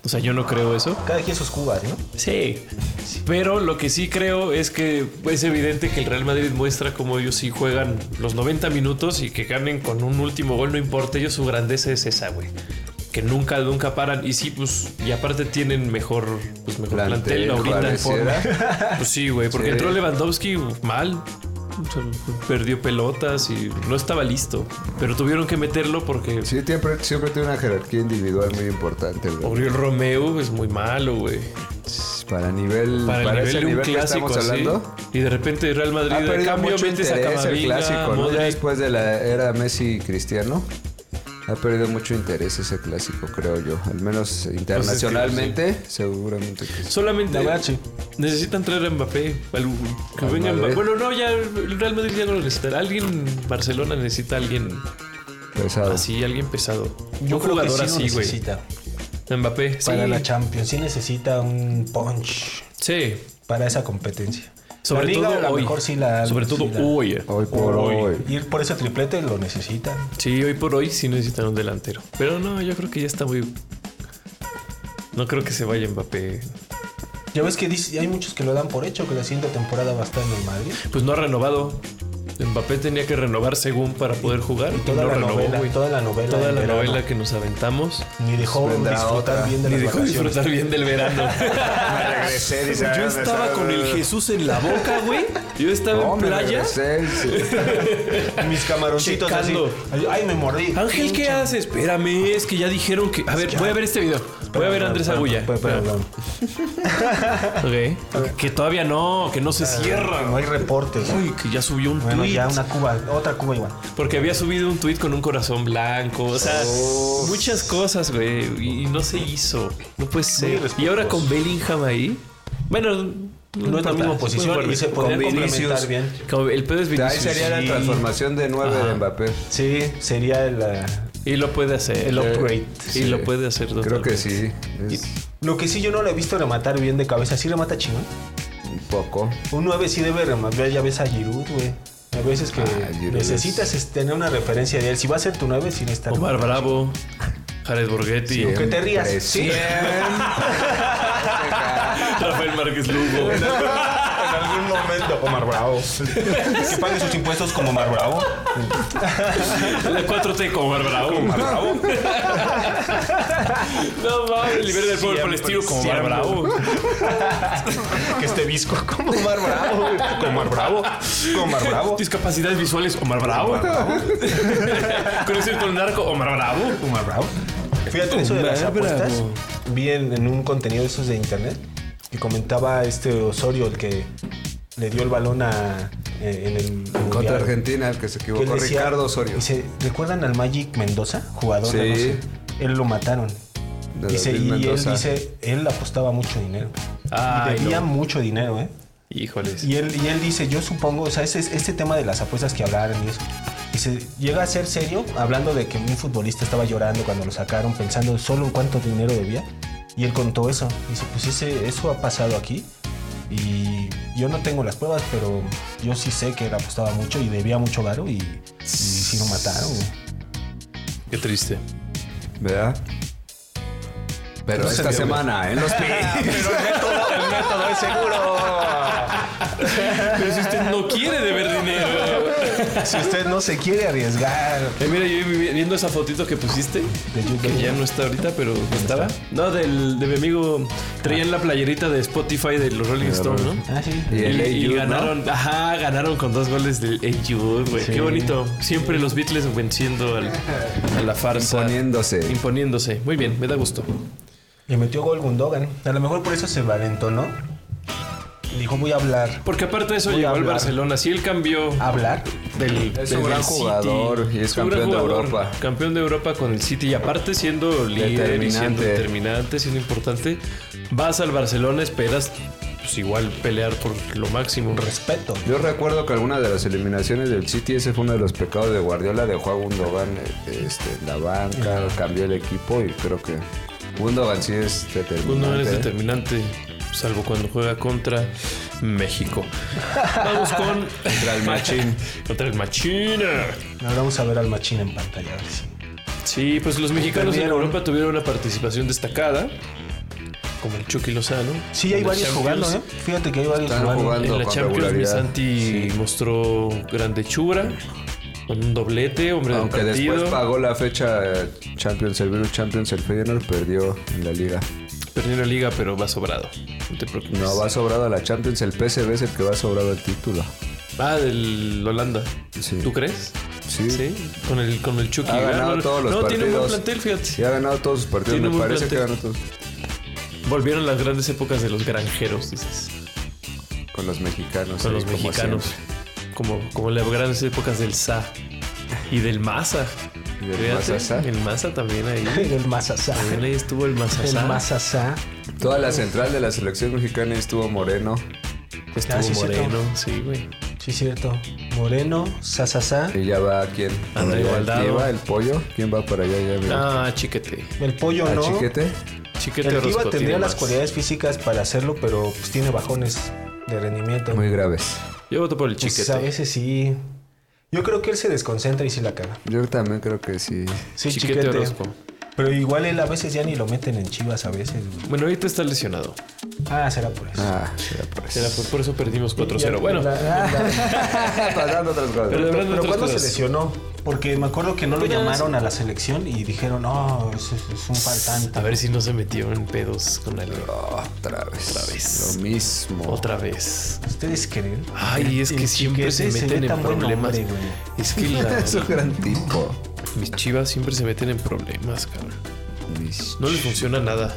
O sea, yo no creo eso. Cada quien sus cubas, ¿no? Sí. Pero lo que sí creo es que es evidente que el Real Madrid muestra cómo ellos sí juegan los 90 minutos y que ganen con un último gol, no importa. Ellos su grandeza es esa, güey. Que nunca paran. Y sí, pues, y aparte tienen mejor plantel ahorita. Pues sí, güey, porque entró Lewandowski mal. O sea, perdió pelotas y no estaba listo. Pero tuvieron que meterlo porque... Sí, siempre tiene una jerarquía individual muy importante, güey. Oriol Romeu es muy malo, güey. Para ese de un nivel clásico, que estamos hablando. Y de repente Real Madrid de cambio metes a Camavinga, clásico, ¿no? Ya después de la era Messi y Cristiano. Ha perdido mucho interés ese clásico, creo yo. Al menos internacionalmente, pues es que, seguramente que sí. Solamente necesitan traer a Mbappé. Que venga Mbappé. Bueno, no, ya el Real Madrid ya no lo necesita. Barcelona necesita a alguien pesado. Así, alguien pesado. Yo creo que sí así, güey. Necesita. Mbappé, para la Champions, sí necesita un punch. Sí. Para esa competencia. Sobre todo a lo hoy. Mejor sí la, sobre todo hoy. Hoy por hoy. Y por ese triplete lo necesitan. Sí, hoy por hoy sí necesitan un delantero. Pero no, yo creo que ya está muy... No creo que se vaya Mbappé. Ya ves que hay muchos que lo dan por hecho, que la siguiente temporada va a estar en el Madrid. Pues no ha renovado. Mbappé tenía que renovar según para poder jugar. Y toda, la novela que nos aventamos. Ni dejó disfrutar bien de las vacaciones. Disfrutar bien del verano. Me regresé, dice, yo estaba con el Jesús en la boca, güey. Yo estaba en playa. Mis camaroncitos así. Ay, me mordí. Ángel, ¿qué haces? Espérame, es que ya dijeron que... A ver, voy a ver este video. Voy a ver a Andrés Agulla. Ok. Que todavía no, que no se cierra. No hay reportes. Uy, que ya subió un tweet. Ya otra Cuba igual. Porque había subido un tweet con un corazón blanco. O sea, muchas cosas, güey. Y no se hizo. No puede ser. Y ahora con Bellingham ahí. Bueno, no es la misma posición y se podría complementar bien. El pedo es Vinicius. Ahí sería la transformación de 9 de Mbappé. Sí, sería y lo puede hacer. El upgrade. Y lo puede hacer. Creo que sí. Lo que sí yo no lo he visto rematar bien de cabeza. ¿Sí remata chingón? Un poco. Un 9 sí debe rematar. Ya ves a Giroud, güey. A veces que necesitas tener una referencia de él. Si va a ser tu 9, sí necesitas. Omar Bravo, Jared Borghetti. Aunque te rías. Sí. Rafael Márquez Lugo. En algún momento, Omar Bravo. Que pague sus impuestos como Omar Bravo. La 4T como Omar Bravo. Omar Bravo. No mames, libera del pueblo palestino como Omar Bravo. Que esté visco como Omar Bravo. Como Omar Bravo. Como Omar Bravo. Discapacidades visuales, Omar Bravo. Conocer con el narco, Omar Bravo. Omar Bravo. Fíjate, eso de las apuestas. Vi en un contenido de esos de internet que comentaba Osorio, el que le dio el balón en el contra Argentina, el que se equivocó, decía, Ricardo Osorio. Dice, ¿recuerdan al Magic Mendoza? Jugador de no sé. Él lo mataron. Dice, y él dice, él apostaba mucho dinero. Y debía mucho dinero, ¿eh? Híjoles. Y él dice, yo supongo, o sea, este tema de las apuestas que hablaron y eso. Dice, llega a ser serio, hablando de que un futbolista estaba llorando cuando lo sacaron, pensando solo en cuánto dinero debía. Y él contó eso. Dice, pues eso ha pasado aquí. Y yo no tengo las pruebas, pero yo sí sé que él apostaba mucho y debía mucho varo y sí lo mataron. Qué triste. ¿Verdad? Pero esta semana en los Pero el método es seguro. Pero si usted no quiere deber dinero. Si usted no se quiere arriesgar. Mira, yo viendo esa fotito que pusiste, que ya no está ahorita, pero estaba. No, de mi amigo. Traían la playerita de Spotify de los Rolling Stones, ¿no? Ah, sí. Y ganaron, ¿no? Ganaron con 2 goles del Hey Jude, güey. Sí. Qué bonito. Siempre los Beatles venciendo a la farsa. Imponiéndose. Muy bien, me da gusto. Le metió gol Gundogan. A lo mejor por eso se valentó, Dijo, voy a hablar. Porque aparte de eso llegó al Barcelona. Si él cambió... ¿Hablar? Es un gran jugador y es campeón de Europa. Campeón de Europa con el City. Y aparte siendo líder y siendo determinante, siendo importante. Vas al Barcelona, esperas pues igual pelear por lo máximo. Un respeto. Yo recuerdo que alguna de las eliminaciones del City, ese fue uno de los pecados de Guardiola. Dejó a Gundogan en la banca, cambió el equipo y creo que Gundogan sí es determinante. Gundogan es determinante. Salvo cuando juega contra México. Vamos contra el Machín. Contra el Machín. Ahora vamos a ver al Machín en pantalla. Sí, pues los mexicanos en Europa tuvieron una participación destacada. como el Chucky Lozano. Sí, hay varios jugando, ¿eh? Fíjate que hay varios jugando. En la Champions, mi Santi mostró grande chura, con un doblete, hombre aunque del partido. Después pagó la fecha Champions, el virus Champions, el Feyenoord perdió en la liga. Perdió en la liga, pero va sobrado. No te preocupes. No, va sobrado a la Champions, el PSV es el que va sobrado el título. Del Holanda. Sí. ¿Tú crees? Sí. Con el Chucky. Ha ganado todos los partidos. Tiene un buen plantel, fíjate. Sí, ha ganado todos sus partidos. Me parece que ganó todos. Volvieron las grandes épocas de los granjeros, dices. Con los mexicanos. Con los mexicanos. Como las grandes épocas del SA y del Maza. ¿Y del Mazazá? El Maza también ahí. El Mazazá. También ahí estuvo el Mazazá. El Mazazá. Toda la central de la selección mexicana estuvo Moreno. Estuvo Moreno, sí, güey. Sí, cierto. Moreno, Sasasá. Y ya va quién. Anda Igualdado. El pollo. ¿Quién va para allá? Chiquete. El pollo no. Chiquete. El Tiva tendría las cualidades físicas para hacerlo, pero pues tiene bajones de rendimiento. Muy graves. Yo voto por el Chiquete. Pues a veces sí. Yo creo que él se desconcentra y sí la caga. Yo también creo que sí. Sí, Chiquete Orozco. Pero igual él a veces ya ni lo meten en Chivas a veces. Bueno, ahorita está lesionado. Será por eso. Por eso perdimos 4-0. Bueno. Pasando otras cosas. Pero ¿cuándo se lesionó? Porque me acuerdo que no lo llamaron a la selección y dijeron, no, es un faltante. A ver si no se metió en pedos con alguien. Otra vez. Lo mismo. Otra vez. ¿Ustedes creen? Ay, es que siempre se meten en problemas. Es que es un gran tipo. Mis Chivas siempre se meten en problemas, cabrón. No les funciona nada.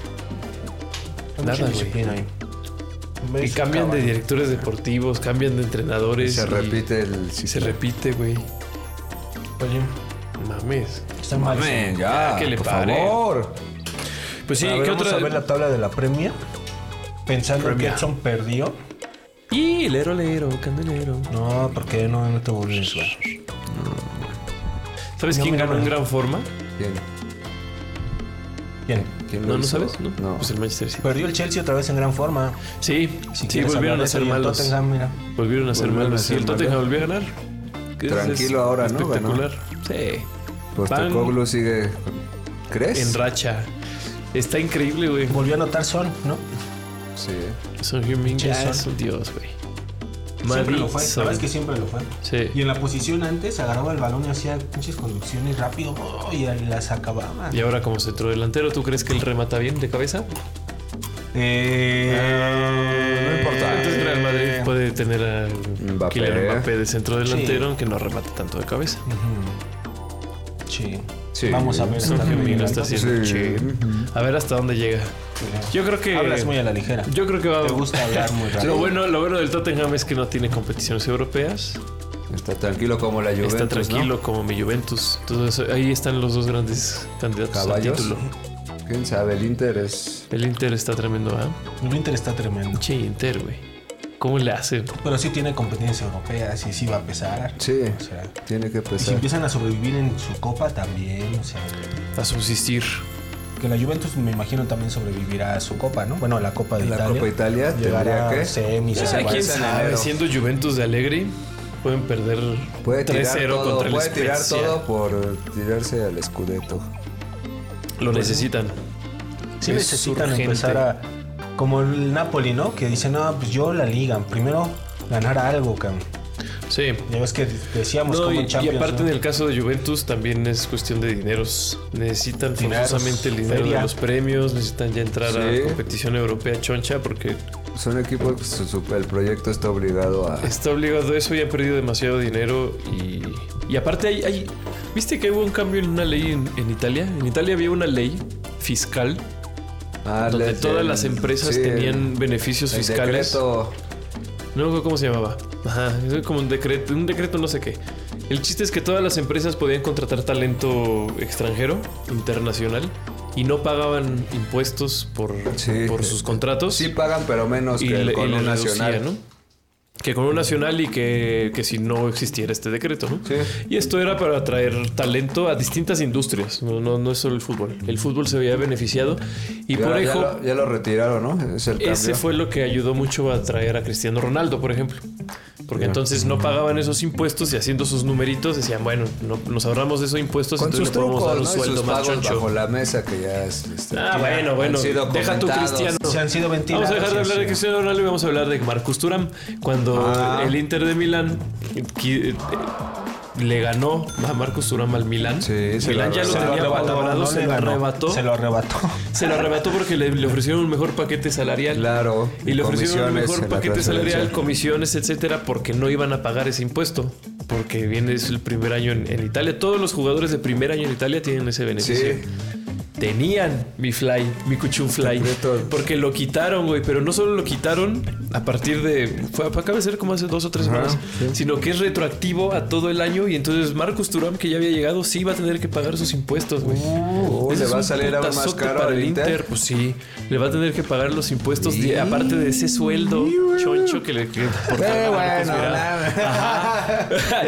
Nada, güey. Y cambian de directores deportivos, cambian de entrenadores. Se repite el ciclo. Se repite, güey. Oye, mames. Está mal. Mames, ya, que le por pare. favor. Pues sí, ¿qué otra? Vamos a ver la tabla de la Premier. Pensando que Edson perdió. Y lero, candelero. No, ¿por qué no te volvés? ¿Sabes quién ganó en gran forma? ¿Quién? ¿No sabes? No. Pues el Manchester City. Perdió el Chelsea otra vez en gran forma. Sí, volvieron a ser malos. Volvieron a ser malos. Y el Tottenham volvió a ganar. Tranquilo ahora, ¿no? Espectacular. Sí. Postecoglou sigue. ¿Crees? En racha. Está increíble, güey. Volvió a anotar Son, ¿no? Sí. Son Heung-min ya es un dios, güey. Siempre lo fue, sabes que siempre lo fue. Sí. Y en la posición antes agarraba el balón y hacía pinches conducciones rápido y las acababa. Y ahora como centrodelantero, ¿tú crees que él remata bien de cabeza? No importa. Entonces Real Madrid puede tener a Kylian Mbappé de centrodelantero, aunque no remate tanto de cabeza. Sí. Vamos a ver. Está haciendo A ver hasta dónde llega. Yo creo que hablas muy a la ligera. Yo creo que va. Te gusta hablar muy rápido. Lo bueno del Tottenham es que no tiene competiciones europeas. Está tranquilo como la Juventus. Está tranquilo como mi Juventus. Entonces ahí están los dos grandes candidatos al título. ¿Quién sabe? El Inter está tremendo, ¿ah? El Inter está tremendo. Che, Inter, güey. ¿Cómo le hace? Pero sí tiene competencias europeas y sí va a pesar. Sí, o sea, tiene que pesar. Y si empiezan a sobrevivir en su copa también, o sea... A subsistir. Que la Juventus me imagino también sobrevivirá a su copa, ¿no? Bueno, a la Copa de Italia. La Copa Italia llegará a semis. ¿Quién sabe? Siendo Juventus de Allegri, pueden perder 3-0 contra el Spezia. Puede tirar todo por tirarse al Scudetto. Lo necesitan. Sí, necesitan empezar a... Como el Napoli, ¿no? Que dice, no, pues yo la liga. Primero ganar algo, cabrón. Sí. Ya ves que decíamos como en Champions. Y aparte, ¿no? En el caso de Juventus también es cuestión de dineros. Necesitan forzosamente el dinero de los premios. Necesitan ya entrar a competición europea choncha porque... Son equipos que el proyecto está obligado a... Está obligado a eso y han perdido demasiado dinero. Y aparte hay... ¿Viste que hubo un cambio en una ley en Italia? En Italia había una ley fiscal donde todas las empresas tenían beneficios fiscales. Decreto. No me acuerdo cómo se llamaba. Ajá, es como un decreto no sé qué. El chiste es que todas las empresas podían contratar talento extranjero, internacional, y no pagaban impuestos por sus contratos. Sí pagan, pero menos que con un nacional, ¿no? Que con un nacional y que si no existiera este decreto, ¿no? Sí. Y esto era para atraer talento a distintas industrias. No es solo el fútbol. El fútbol se veía beneficiado. Y ya lo retiraron, ¿no? Ese fue lo que ayudó mucho a atraer a Cristiano Ronaldo, por ejemplo. Porque entonces no pagaban esos impuestos y haciendo sus numeritos decían, bueno, nos ahorramos de esos impuestos, con entonces sus le podemos dar un trucos, sueldo más choncho. Bajo la mesa que ya bueno. Deja tu Cristiano. Se han sido ventilados. Vamos a dejar de hablar de Cristiano Ronaldo y vamos a hablar de Marcus Thuram. Cuando el Inter de Milán le ganó a Marcus Thuram al Milán. Milán ya lo tenía valorado, se lo arrebató. Se lo arrebató porque le ofrecieron un mejor paquete salarial. Claro. Y le ofrecieron un mejor paquete salarial, comisiones, etcétera, porque no iban a pagar ese impuesto. Porque viene es el primer año en Italia. Todos los jugadores de primer año en Italia tienen ese beneficio. Sí. Tenían mi Kuchun Fly. Porque lo quitaron, güey. Pero no solo lo quitaron a partir de... acaba de ser como hace 2 o 3 semanas. Sino que es retroactivo a todo el año. Y entonces Marcus Thuram, que ya había llegado, sí va a tener que pagar sus impuestos, güey. ¿Le va a salir aún más caro para el Inter? Pues sí. Le va a tener que pagar los impuestos aparte de ese sueldo choncho que le... bueno, nada.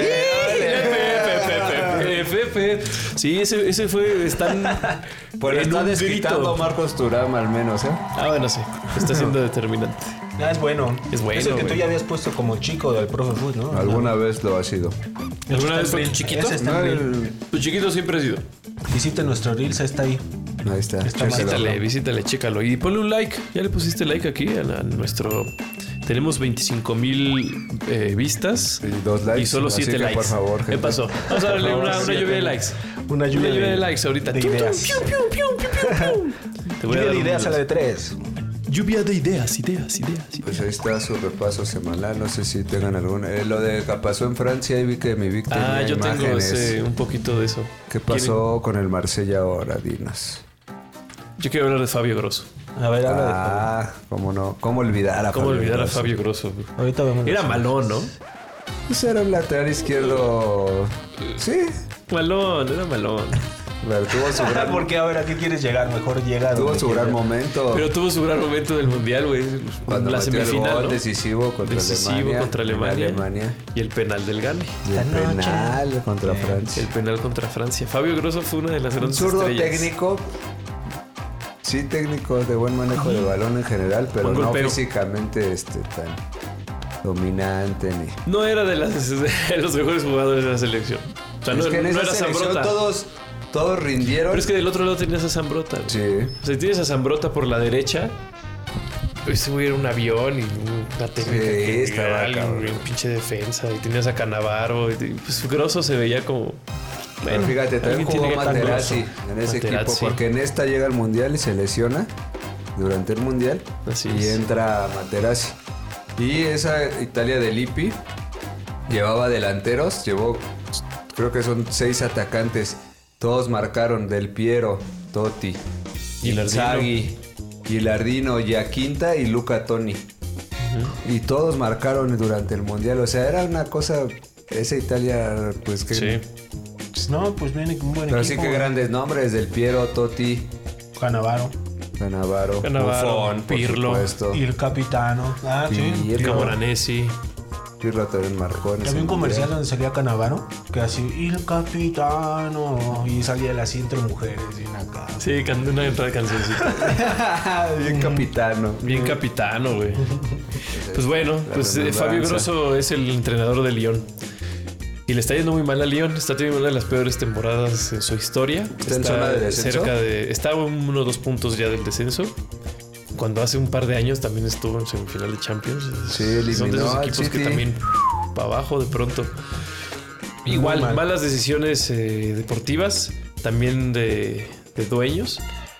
Sí, ese fue... Están... Pues está desquitando Marcus Thuram al menos, ¿eh? Bueno, sí. Está siendo determinante. Es bueno. Es el que tú ya habías puesto como chico del profe Food, ¿no? Alguna vez lo ha sido. ¿Alguna vez fue tu chiquito? Tu chiquito siempre ha sido. Visite nuestro Reels, está ahí. Ahí está. Visítale, chécalo. Y ponle un like. Ya le pusiste like aquí a nuestro... Tenemos 25,000 vistas. Y 2 likes. Y solo 7 likes. Por favor, gente. ¿Qué pasó? Vamos a darle una lluvia de likes. Una lluvia de likes ahorita. De ideas. Te voy a dar ideas a la de 3. Lluvia de ideas. Pues ahí está su repaso semanal. No sé si tengan alguna. Lo de que pasó en Francia, ahí vi que mi Víctor. Yo tengo un poquito de eso. ¿Qué pasó con el Marsella ahora? Dinos. Yo quiero hablar de Fabio Grosso. A ver, habla de Fabio. Cómo no. ¿Cómo olvidar a Fabio Grosso? Ahorita vemos. Era malón, ¿no? Pues era un lateral izquierdo. Sí. Era malón. Pero tuvo su gran... Porque ahora, ¿qué quieres llegar? Mejor llegar. Tuvo su gran momento. Pero tuvo su gran momento del Mundial, güey. Cuando la metió semifinal, el gol ¿no? decisivo contra Alemania. Y el penal del Gane. Y el penal contra Francia. El penal contra Francia. Fabio Grosso fue una de las grandes estrellas. Un zurdo técnico. Sí, técnico de buen manejo de balón en general, pero no físicamente tan dominante ni... No era de los mejores jugadores de la selección. O sea, no era Zambrota. Todos rindieron. Pero es que del otro lado tenías a Zambrota. Sí. O sea, tienes a Zambrota por la derecha. Ese güey era un avión y una técnica. Sí, estaba un pinche defensa. Y tenías a Cannavaro. Y pues Grosso se veía como... Bueno, fíjate, también jugó Materazzi en ese equipo, porque en esta llega al Mundial y se lesiona durante el Mundial. Y entra Materazzi. Y esa Italia de Lippi llevaba delanteros, creo que son 6 atacantes. Todos marcaron: Del Piero, Totti, Inzaghi, Gilardino, Giaquinta y Luca Toni. Y todos marcaron durante el Mundial. O sea, era una cosa, esa Italia, pues que... Sí. No, pues viene un buen Pero equipo. sí que grandes nombres: Del Piero, Totti, Cannavaro, Buffon, Pirlo, y el Capitano. Camoranesi. Pirlo también marcó en ese Había un comercial donde salía Cannavaro, que así, y el Capitano, y salía él así entre mujeres y una casa. Sí, una cancioncita. Bien capitano. Bien capitano, güey. Pues bueno, Fabio Grosso es el entrenador de Lyon. Y le está yendo muy mal a Lyon. Está teniendo una de las peores temporadas en su historia. ¿Está en zona de descenso? Está a 1 o 2 puntos ya del descenso. Cuando hace un par de años también estuvo en semifinal de Champions. Sí, eliminó. Son de esos equipos que también para abajo de pronto. Igual, malas decisiones deportivas, también de dueños.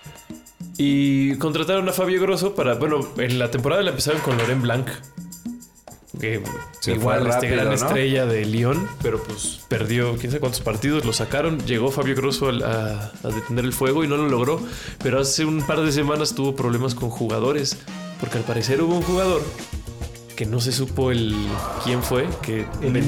Y contrataron a Fabio Grosso para... Bueno, en la temporada la empezaron con Laurent Blanc, que igual rápido, gran estrella de Lyon, pero pues perdió quién sabe cuántos partidos, lo sacaron. Llegó Fabio Grosso a detener el fuego y no lo logró. Pero hace un par de semanas tuvo problemas con jugadores, porque al parecer hubo un jugador que no se supo quién fue, que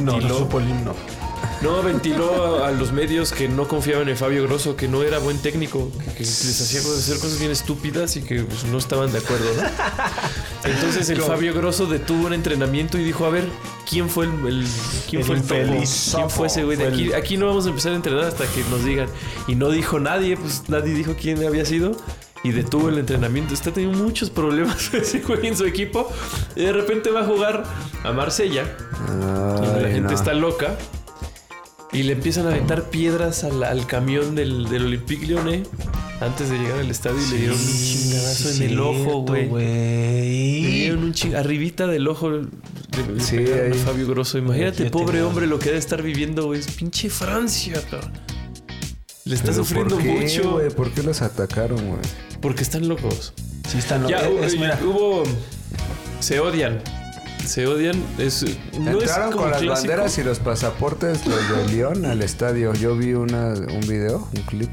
ventiló a los medios que no confiaban en Fabio Grosso, que no era buen técnico, que les hacía hacer cosas bien estúpidas y que pues, no estaban de acuerdo, ¿no? Entonces Fabio Grosso detuvo un entrenamiento y dijo: a ver, ¿quién fue quién fue el topo? ¿Quién fue ese güey? Aquí no vamos a empezar a entrenar hasta que nos digan. Y no dijo nadie, pues nadie dijo quién había sido. y detuvo el entrenamiento. Está teniendo muchos problemas ese güey en su equipo. Y de repente va a jugar a Marsella. Y la gente está loca. Y le empiezan a aventar piedras al camión del Olympique Lyonnais antes de llegar al estadio y le dieron un chingadazo en el ojo, güey. Le dieron un arribita del ojo. Le pegaron a Fabio Grosso. Imagínate, pobre hombre, lo que ha de estar viviendo, güey. Es pinche Francia, cabrón. Le está sufriendo mucho. Güey? ¿Por qué los atacaron, güey? Porque están locos. Sí, están locos. Ya, se odian. Entraron con las banderas y los pasaportes, los de Lyon, al estadio. Yo vi un video, un clip,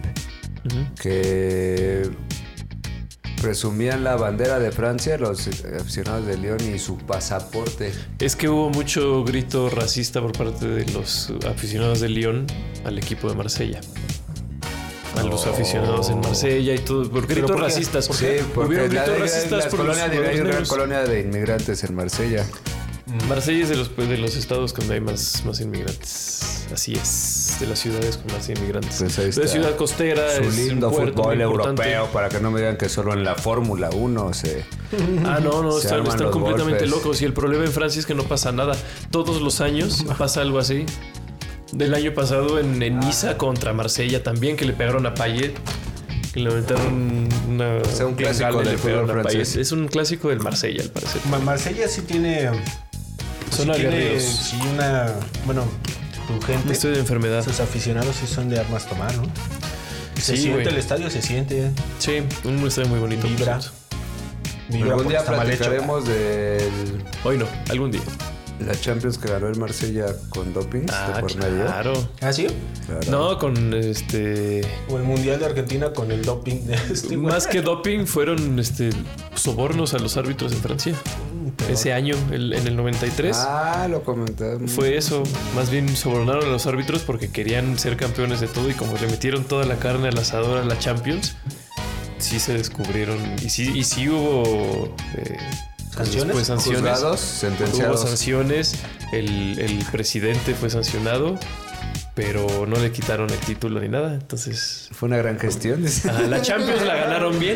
que presumían la bandera de Francia, los aficionados de Lyon, y su pasaporte. Es que hubo mucho grito racista por parte de los aficionados de Lyon al equipo de Marsella. A los aficionados en Marsella y todo, por gritos racistas. Sí, porque hay una colonia de inmigrantes en Marsella. Marsella es de los estados donde hay más inmigrantes. Así es, de las ciudades con más inmigrantes. Pues ahí está. Es ciudad costera, su es lindo un puerto fútbol europeo, para que no me digan que solo en la Fórmula 1 se... No, están completamente golpes. locos. Y el problema en Francia es que no pasa nada. Todos los años pasa algo así. Del año pasado en Niza contra Marsella también, que le pegaron a Payet. Que le aventaron un clásico del fútbol francés. Es un clásico del Marsella, al parecer. Marsella sí tiene... Son aguerridos. Sí, tu gente... Estoy de enfermedad. Sus aficionados sí son de armas tomar, ¿no? Se Sí, siente güey. el estadio, se siente. Sí, un estadio muy bonito. Vibra. Algún día platicaremos del... Hoy no, algún día. La Champions que ganó el Marsella con doping por medio. Claro. ¿Ah, sí? Claro. No, con O el Mundial de Argentina con el doping de más que doping fueron sobornos a los árbitros en Francia. Ese año, en el 93. Lo comentaron. Fue eso. Más bien sobornaron a los árbitros porque querían ser campeones de todo y como le metieron toda la carne al asador a la Champions, sí se descubrieron. Y sí hubo... ¿Sanciones? Pues sanciones. Juzgados, sentenciados. Hubo sanciones. El presidente fue sancionado, pero no le quitaron el título ni nada. Entonces... Fue una gran gestión. La Champions la ganaron bien.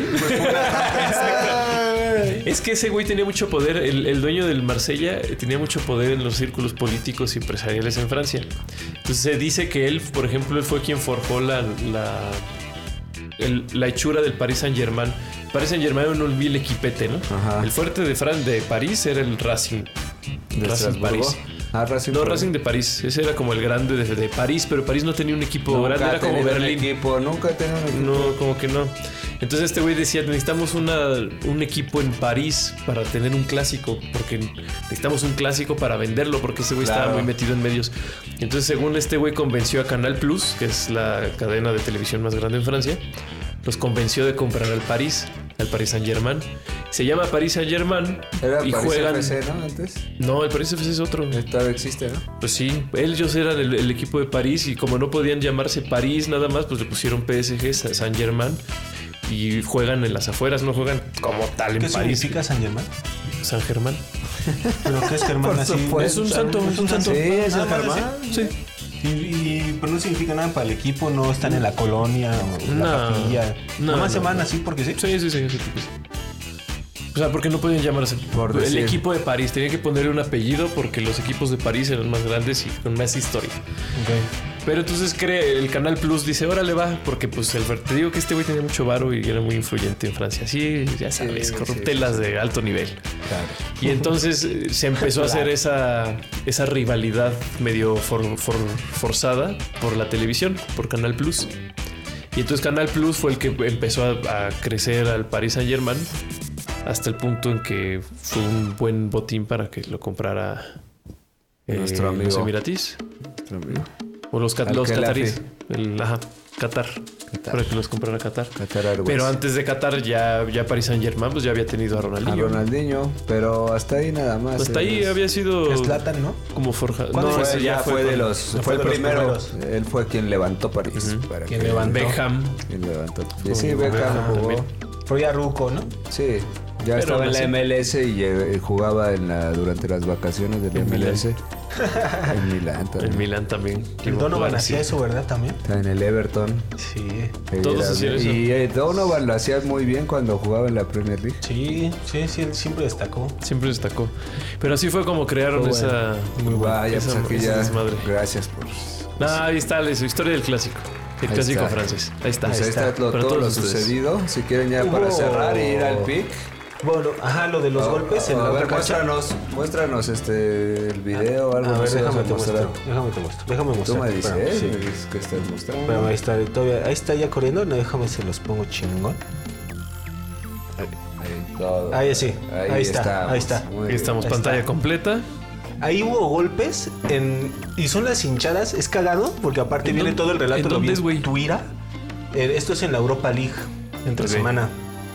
Es que ese güey tenía mucho poder. El dueño del Marsella tenía mucho poder en los círculos políticos y empresariales en Francia. Entonces se dice que él, por ejemplo, él fue quien forjó la hechura del Paris Saint-Germain. Paris Saint-Germain era un vil equipete, ¿no? Ajá. El fuerte de París era el Racing. Racing París. Racing. No, Racing de París. Ese era como el grande de París, pero París no tenía un equipo grande, era como Berlín. Nunca tenía un equipo. No, como que no. Entonces este güey decía, necesitamos un equipo en París para tener un clásico, porque necesitamos un clásico para venderlo, porque este güey estaba muy metido en medios. Entonces según este güey convenció a Canal Plus, que es la cadena de televisión más grande en Francia, los convenció de comprar al Paris Saint-Germain. Se llama Paris Saint-Germain y París juegan... FC, ¿no? Antes. No, el Paris FC es otro. Todavía existe, ¿no? Pues sí, ellos eran el equipo de París y como no podían llamarse París nada más, pues le pusieron PSG, Saint-Germain, y juegan en las afueras, no juegan como tal en ¿Qué París. significa Saint-Germain? San-Germán. ¿Pero qué es Germán así? Es un santo, es un santo. Sí, es Nada el más Germán. Sí. Pero no significa nada para el equipo, no están en la colonia o No, la capilla. Nada más se van no. así porque sí. Sí. O sea, porque no podían llamarse Por el decir. equipo de París. Tenían que ponerle un apellido porque los equipos de París eran más grandes y con más historia. Okay. Pero entonces el Canal Plus dice, órale va, porque pues te digo que este güey tenía mucho varo y era muy influyente en Francia. Sí, ya sabes, corruptelas de alto nivel. Claro. Y entonces se empezó a hacer esa rivalidad medio forzada por la televisión, por Canal Plus. Y entonces Canal Plus fue el que empezó a crecer al Paris Saint-Germain hasta el punto en que fue un buen botín para que lo comprara Nuestro amigo. los emiratíes. Nuestro amigo. O los cataríes. Qatar. Para que los comprara Qatar. Qatar Airways. Pero antes de Qatar ya Paris Saint-Germain pues ya había tenido a Ronaldinho. Pero hasta ahí nada más. Hasta ahí había sido Es Zlatan, ¿no? como forjado. No, No, ese ya fue de los... fue Fue el de los primero. primeros. Él fue quien levantó París. Para Quien que- levantó. Beckham. Quien levantó. Jugó Sí, Beckham Beckham jugó. también. Fue ya Ruco, ¿no? Sí. Ya estaba en la MLS y jugaba durante las vacaciones del MLS. En Milán también. En Milán también. El Donovan hacía eso, ¿verdad? También. En el Everton. Sí. Todos hacían eso. Y Donovan lo hacía muy bien cuando jugaba en la Premier League. Sí, él siempre destacó. Siempre destacó. Pero así fue como crearon esa... Muy vaya, esa, pues aquí esa ya. desmadre. Gracias por... Ahí está su historia del clásico. El clásico francés. Ahí está. Pues ahí está todo lo sucedido. Si quieren ya para cerrar y ir al pick. Bueno, lo de los golpes en la otra cancha. Muéstranos el video o algo. A ver, déjame te mostrar. Déjame Tú me dices, sí. me dices que estás mostrando. Pero ahí está ya corriendo. No, déjame se los pongo chingón. Ahí sí. Ahí está. Ahí estamos, pantalla completa. Ahí hubo golpes y son las hinchadas. Es cagado porque aparte viene todo el relato. ¿En dónde es, güey? Tuira. Esto es en la Europa League entre semana.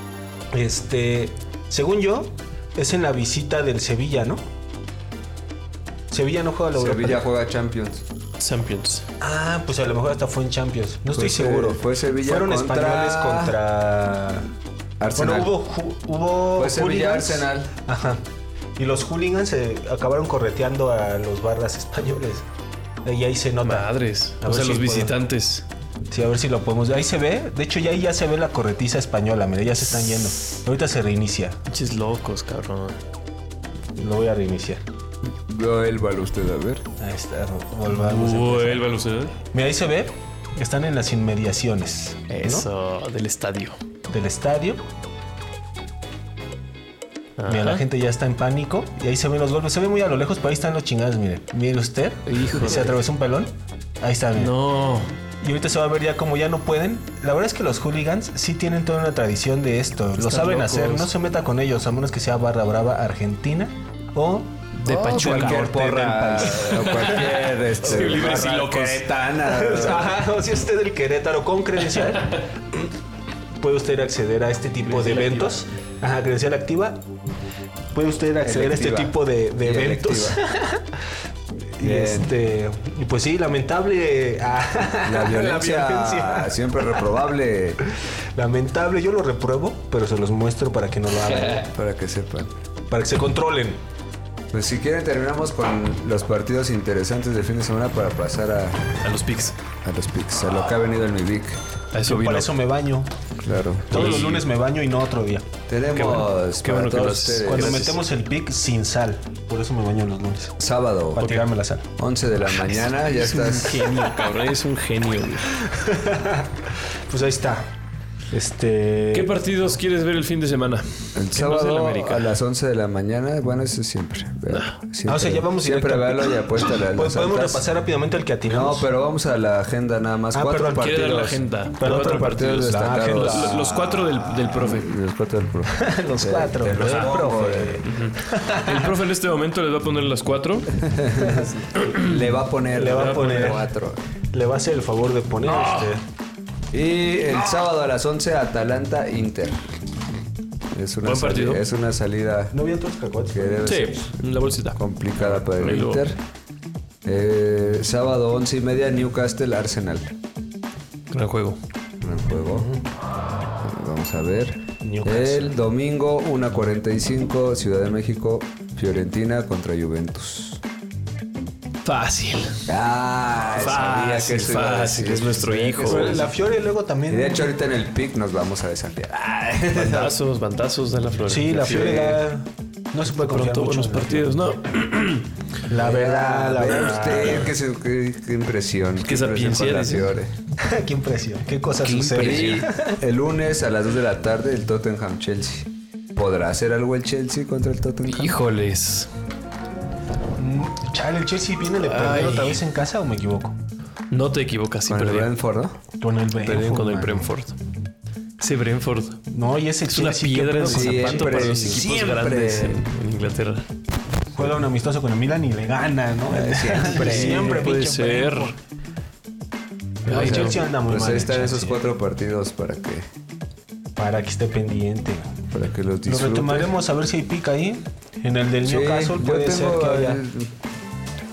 Según yo, es en la visita del Sevilla, ¿no? Sevilla no juega la Europa. Sevilla juega Champions. Pues a lo mejor hasta fue en Champions. No estoy seguro. Fue Sevilla. Fueron españoles contra Arsenal. Bueno, hubo fue Sevilla Arsenal. Ajá. Y los hooligans se acabaron correteando a los barras españoles. Y ahí se nota. Madres. O sea, los visitantes. Sí, a ver si lo podemos ver. Ahí se ve. De hecho, ya se ve la corretiza española. Mira, ya se están yendo. Ahorita se reinicia. Pinches locos, cabrón. Lo voy a reiniciar. Vuélvalo usted a ver. Ahí está. Volvamos. Vuélvalo usted. Mira, ahí se ve. Están en las inmediaciones. Eso, ¿no? Del estadio. Mira, la gente ya está en pánico. Y ahí se ven los golpes. Se ve muy a lo lejos, pero ahí están los chingados. Mire usted. Híjole. Se atravesó un pelón. Ahí está, mire. No. Y ahorita se va a ver ya como ya no pueden. La verdad es que los hooligans sí tienen toda una tradición de esto. Lo saben hacer. No se meta con ellos, a menos que sea barra brava argentina o de Pachuca. Cualquier porra o cualquier libres y locos. O si usted del Querétaro con credencial, puede usted acceder a este tipo de eventos. Credencial activa. Puede usted acceder a este tipo de eventos. Y pues sí, lamentable. La violencia siempre reprobable. Lamentable, yo lo repruebo, pero se los muestro para que no lo hagan. Para que sepan. Para que se controlen. Pues si quieren terminamos con los partidos interesantes del fin de semana para pasar a los picks. A lo que ha venido en mi Vic. Para eso me baño. Claro. Todos los lunes me baño y no otro día. Tenemos qué bueno que cuando metemos el pick sin sal. Por eso me baño los lunes. Sábado. Para tirarme la sal. 11 de la mañana, ya estás. Es un genio, cabrón. Es un genio, güey. Pues ahí está. ¿Qué partidos quieres ver el fin de semana? El sábado a las 11 de la mañana. Bueno, eso siempre. O sea, ya vamos siempre verlo y apuéstale. Pues podemos repasar rápidamente el que atinamos. No, pero vamos a la agenda nada más. 4 partidos. Quiere dar la agenda. 4 partidos destacados. Los 4 del profe. Los 4 del profe. Los 4 del profe. El profe en este momento les va a poner las 4. Le va a poner 4. Le va a hacer el favor de poner Y el sábado a las 11, Atalanta Inter. Es una partido. Es una salida. ¿No había otros cacahuates? Que debe ser la bolsita. Complicada para el Inter. Sábado 11:30, Newcastle Arsenal. Gran juego. Vamos a ver. Newcastle. El domingo 1:45, Ciudad de México, Fiorentina contra Juventus. Fácil. Sabía que eso iba a decir. Es nuestro hijo. La Fiore luego también. Y de hecho ahorita en el pick nos vamos a desafiar. Bandazos de la Fiore. Sí, la Fiore no se puede confiar todos los partidos, ¿no? La verdad. Usted, qué impresión. Qué sapiencia de Fiore. Qué impresión. Qué cosa sucede. Y el lunes a las 2 de la tarde, el Tottenham Chelsea. ¿Podrá hacer algo el Chelsea contra el Tottenham? Híjoles. Chale, ¿el Chelsea viene de perder otra vez en casa o me equivoco? No te equivocas, sí, con el Brentford, ¿no? Con el Brentford. Con el Brentford. Ese Brentford. No, y ese es una piedra en el zapato para los equipos grandes en Inglaterra. Juega un amistoso con el Milan y le gana, ¿no? Siempre puede ser. El Chelsea anda muy mal. Pues ahí están esos 4 partidos para que esté pendiente. Para que los disfrute. Lo retomaremos a ver si hay pica ahí. En el del Newcastle puede ser que haya.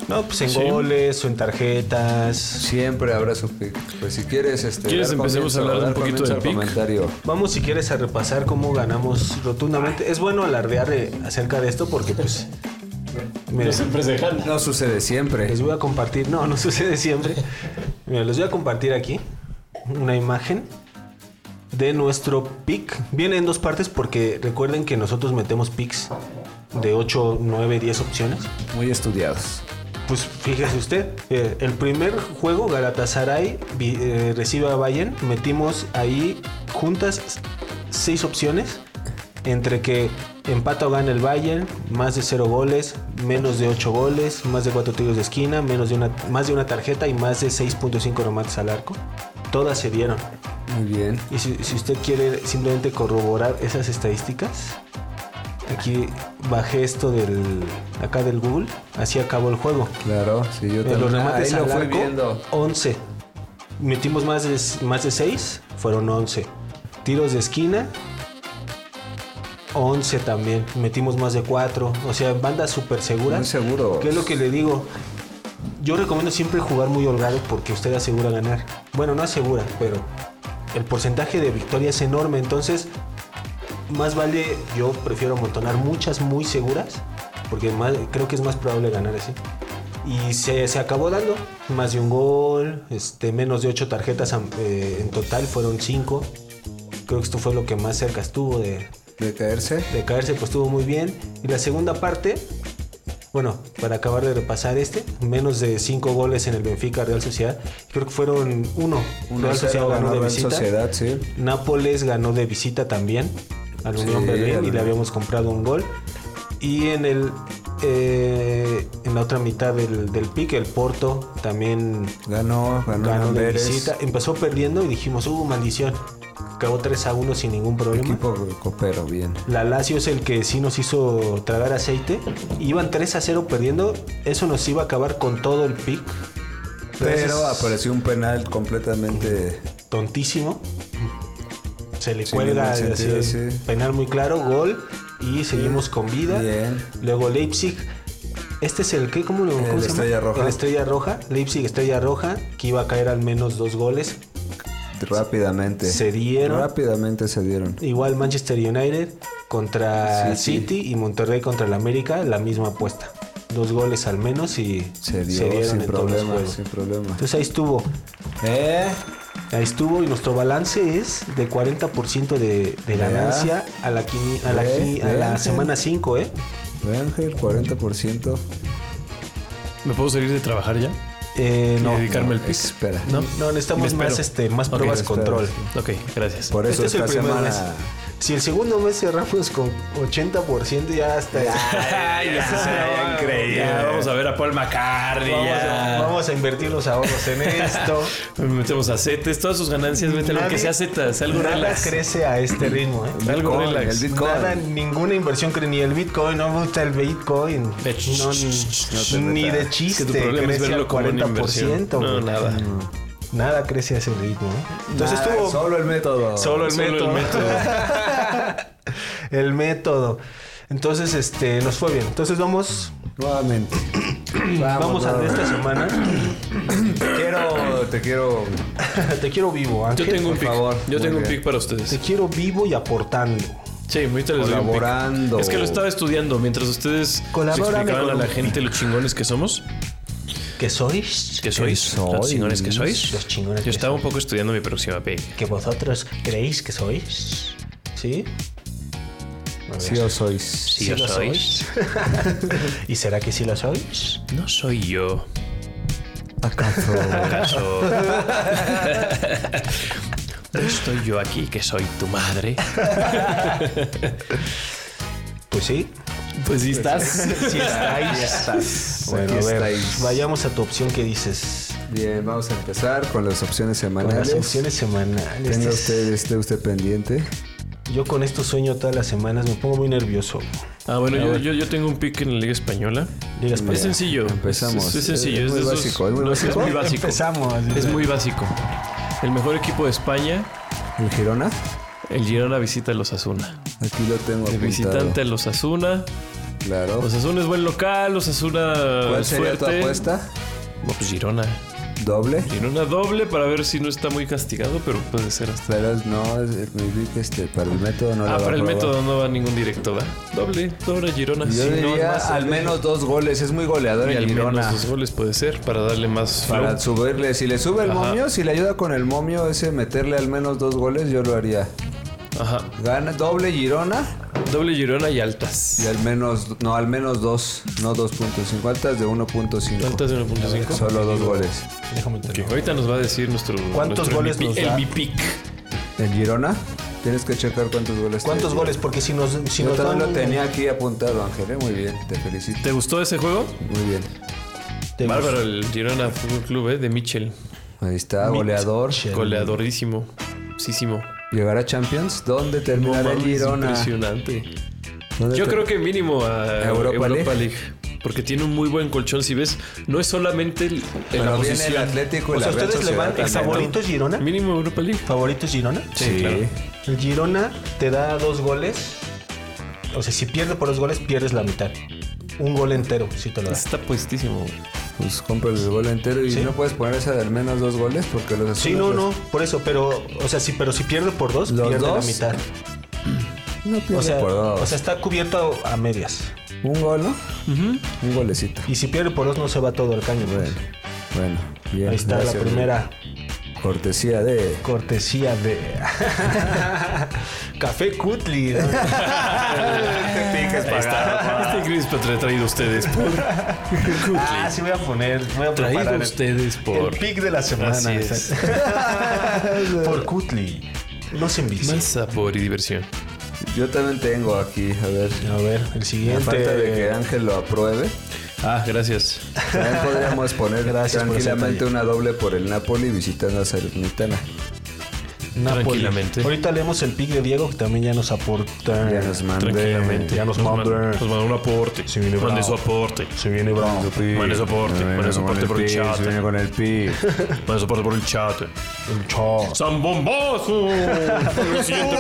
No, pues en goles o en tarjetas. Siempre habrá su pick. Pues si quieres, ¿quieres empecemos a hablar un poquito del pick? Vamos, si quieres, a repasar cómo ganamos rotundamente. Es bueno alardear acerca de esto porque, pues... No siempre se gana. No sucede siempre. Les voy a compartir... No sucede siempre. Mira, les voy a compartir aquí una imagen de nuestro pick. Viene en 2 partes porque recuerden que nosotros metemos picks de 8, 9, 10 opciones. Muy estudiados. Pues fíjese usted, el primer juego, Galatasaray recibe a Bayern. Metimos ahí juntas 6 opciones. Entre que empata o gana el Bayern, más de 0 goles, menos de 8 goles, más de 4 tiros de esquina, más de una tarjeta y más de 6.5 remates al arco. Todas se dieron. Muy bien. Y si usted quiere simplemente corroborar esas estadísticas, aquí bajé esto del Google, así acabó el juego. Claro, sí, yo también. Los remates al arco, 11. Metimos más de 6, fueron 11. Tiros de esquina, 11 también. Metimos más de 4. O sea, bandas súper seguras. Muy seguro. ¿Qué es lo que le digo? Yo recomiendo siempre jugar muy holgado porque usted asegura ganar. Bueno, no asegura, pero el porcentaje de victoria es enorme. Entonces, más vale, yo prefiero amontonar muchas muy seguras porque creo que es más probable ganar así. Y se acabó dando más de un gol, menos de 8 tarjetas en total, fueron 5. Creo que esto fue lo que más cerca estuvo de caerse. De caerse, pues estuvo muy bien. Y la segunda parte, bueno, para acabar de repasar menos de 5 goles en el Benfica Real Sociedad. Creo que fueron 1. Real Sociedad ganó de visita. Sociedad, sí. Nápoles ganó de visita también al Unión Berlín y le habíamos comprado un gol. Y en la otra mitad del pick, el Porto también ganó de visita. Empezó perdiendo y dijimos, maldición. Acabó 3-1 sin ningún problema. Equipo copero, bien. La Lazio es el que sí nos hizo tragar aceite. Iban 3-0 perdiendo. Eso nos iba a acabar con todo el pick. Pero apareció un penal completamente... tontísimo. Se le cuelga sentido, sí. Penal muy claro, gol. Y seguimos con vida. Bien. Luego Leipzig. Este es el que, ¿cómo se llama? Estrella Roja. El Estrella Roja. Leipzig, Estrella Roja. Que iba a caer al menos 2 goles. Rápidamente se dieron. Igual Manchester United contra City y Monterrey contra el América, la misma apuesta. 2 goles al menos y se dieron sin problema. Entonces ahí estuvo. Ahí estuvo y nuestro balance es de 40% de ganancia a la semana 5, Ángel, 40%. ¿Me puedo salir de trabajar ya? No, dedicarme al pick. Espera. No, necesitamos más pruebas control. Ok, gracias. Por eso esta semana. Si el segundo mes cerramos con 80%, ya está. Increíble. Vamos a ver a Paul McCartney. Vamos a invertir los ahorros en esto. Metemos a CETES, todas sus ganancias, mételo, aunque sea zetas, algo relax. Nada crece a este ritmo, algo relax. El Bitcoin. Ninguna inversión ni el Bitcoin, no me gusta el Bitcoin. Ni de chiste. Es que tu problema es verlo como una inversión. No, nada. Nada crece a ese ritmo. Entonces estuvo... Solo el método. El método. Entonces, nos fue bien. Entonces vamos... Nuevamente. Vamos a esta semana. Te quiero... Te quiero vivo, Ángel. Yo tengo un pick. Yo tengo un pick para ustedes. Te quiero vivo y aportando. Sí, ahorita les doy un pick. Es que lo estaba estudiando mientras ustedes explicaban a la gente lo chingones que somos. ¿Qué sois? Los chingones que sois. Los chingones. Yo estaba un poco estudiando mi próxima pick. ¿Que vosotros creéis que sois? ¿Sí? Sí o sois. Sí o sois. ¿Y será que sí lo sois? No soy yo. ¿Acaso? No estoy yo aquí, que soy tu madre. Pues sí. Pues sí estás. Sí estás. Bueno, a ver, vayamos a tu opción que dices. Bien, vamos a empezar con las opciones semanales. Tenga usted pendiente. Yo con esto sueño todas las semanas, me pongo muy nervioso. Bueno, yo tengo un pick en la Liga Española. Es sencillo. Empezamos. Es sencillo. Es muy básico. Es muy básico. Empezamos. Es muy básico. El mejor equipo de España. ¿El Girona? El Girona visita a los Osasuna. Aquí lo tengo apuntado. El visitante a los Osasuna. Claro. Osasuna es buen local, Osasuna ¿Cuál es sería fuerte. tu apuesta? No, pues Girona. ¿Doble? Girona doble para ver si no está muy castigado, pero puede ser hasta. Pero no, me vi que para el método no lo va a Para el probar. método no va ningún directo, ¿va? Doble Girona. Yo Sí, diría no, más al menos 2 goles. Es muy goleador y el al Girona. menos 2 goles puede ser para darle más Para flow. subirle, si le sube el momio, si le ayuda con el momio ese, meterle al menos 2 goles, yo lo haría. Ajá. Gana doble Girona Doble Girona y altas. y al menos 2, no 2.5, altas de 1.5. Altas de 1.5. Solo 2 goles. Déjame te digo. Ahorita nos va a decir nuestro. ¿Cuántos nuestro goles nos da? El Mipic. ¿El Girona? Tienes que checar cuántos goles. ¿Cuántos tiene. goles? Porque si nos Yo también dan- lo tenía aquí apuntado, Ángel. Muy bien, te felicito. ¿Te gustó ese juego? Muy bien. Bárbaro el Girona Fútbol Club, de Michel. Ahí está, goleador. Goleadorísimo. Sísimo. ¿Llegará a Champions? ¿Dónde terminará el mames, Girona? Impresionante. ¿Dónde Yo ter- creo que mínimo a Europa League. Porque tiene un muy buen colchón. Si ves, no es solamente en la Pero viene el posición. Atlético y O sea, la Real ¿ustedes le van Sociedad el también. favorito es Girona? Mínimo Europa League. ¿Favorito es Girona? Sí, claro. El Girona te da 2 goles. O sea, si pierde por 2 goles, pierdes la mitad. Un gol entero, si te lo da. Está puestísimo. Pues compras el gol entero y Sí. no puedes poner esa de al menos 2 goles porque los Sí, no, por eso, pero, o sea, sí, pero si pierde por 2, ¿Los pierde la dos? mitad. No pierde O sea, por 2. o sea, está cubierto a medias. Un gol, ¿no? Un golecito. Y si pierde por 2, no se va todo el caño. pues. Bueno, bien. Ahí está gracias. la primera Cortesía de... cortesía de Café Cutli. ¿no? Ahí está. Este gris traído a ustedes por Ah, sí voy a poner. Voy a Traído preparar a ustedes por el pick de la semana. Así es. Por Cutli. No se envicie. Más sabor y diversión. Yo también tengo aquí, a ver. A ver, el A siguiente. falta de que Ángel lo apruebe, Ah, gracias. también podríamos poner Gracias por ese tranquilamente detalle. una doble por el Napoli visitando a Salernitana. Napoli. Tranquilamente. Ahorita leemos el pick de Diego, que también ya nos aporta. Ya nos mandé. Tranquilamente. Ya nos manda. Nos manda un aporte. Se viene Mande bravo. su aporte. Se viene bravo. Mande soporte. Mande soporte por el chat. Se viene con el pi. Mande soporte por el chat. El chao. ¡San Bombazo! El siguiente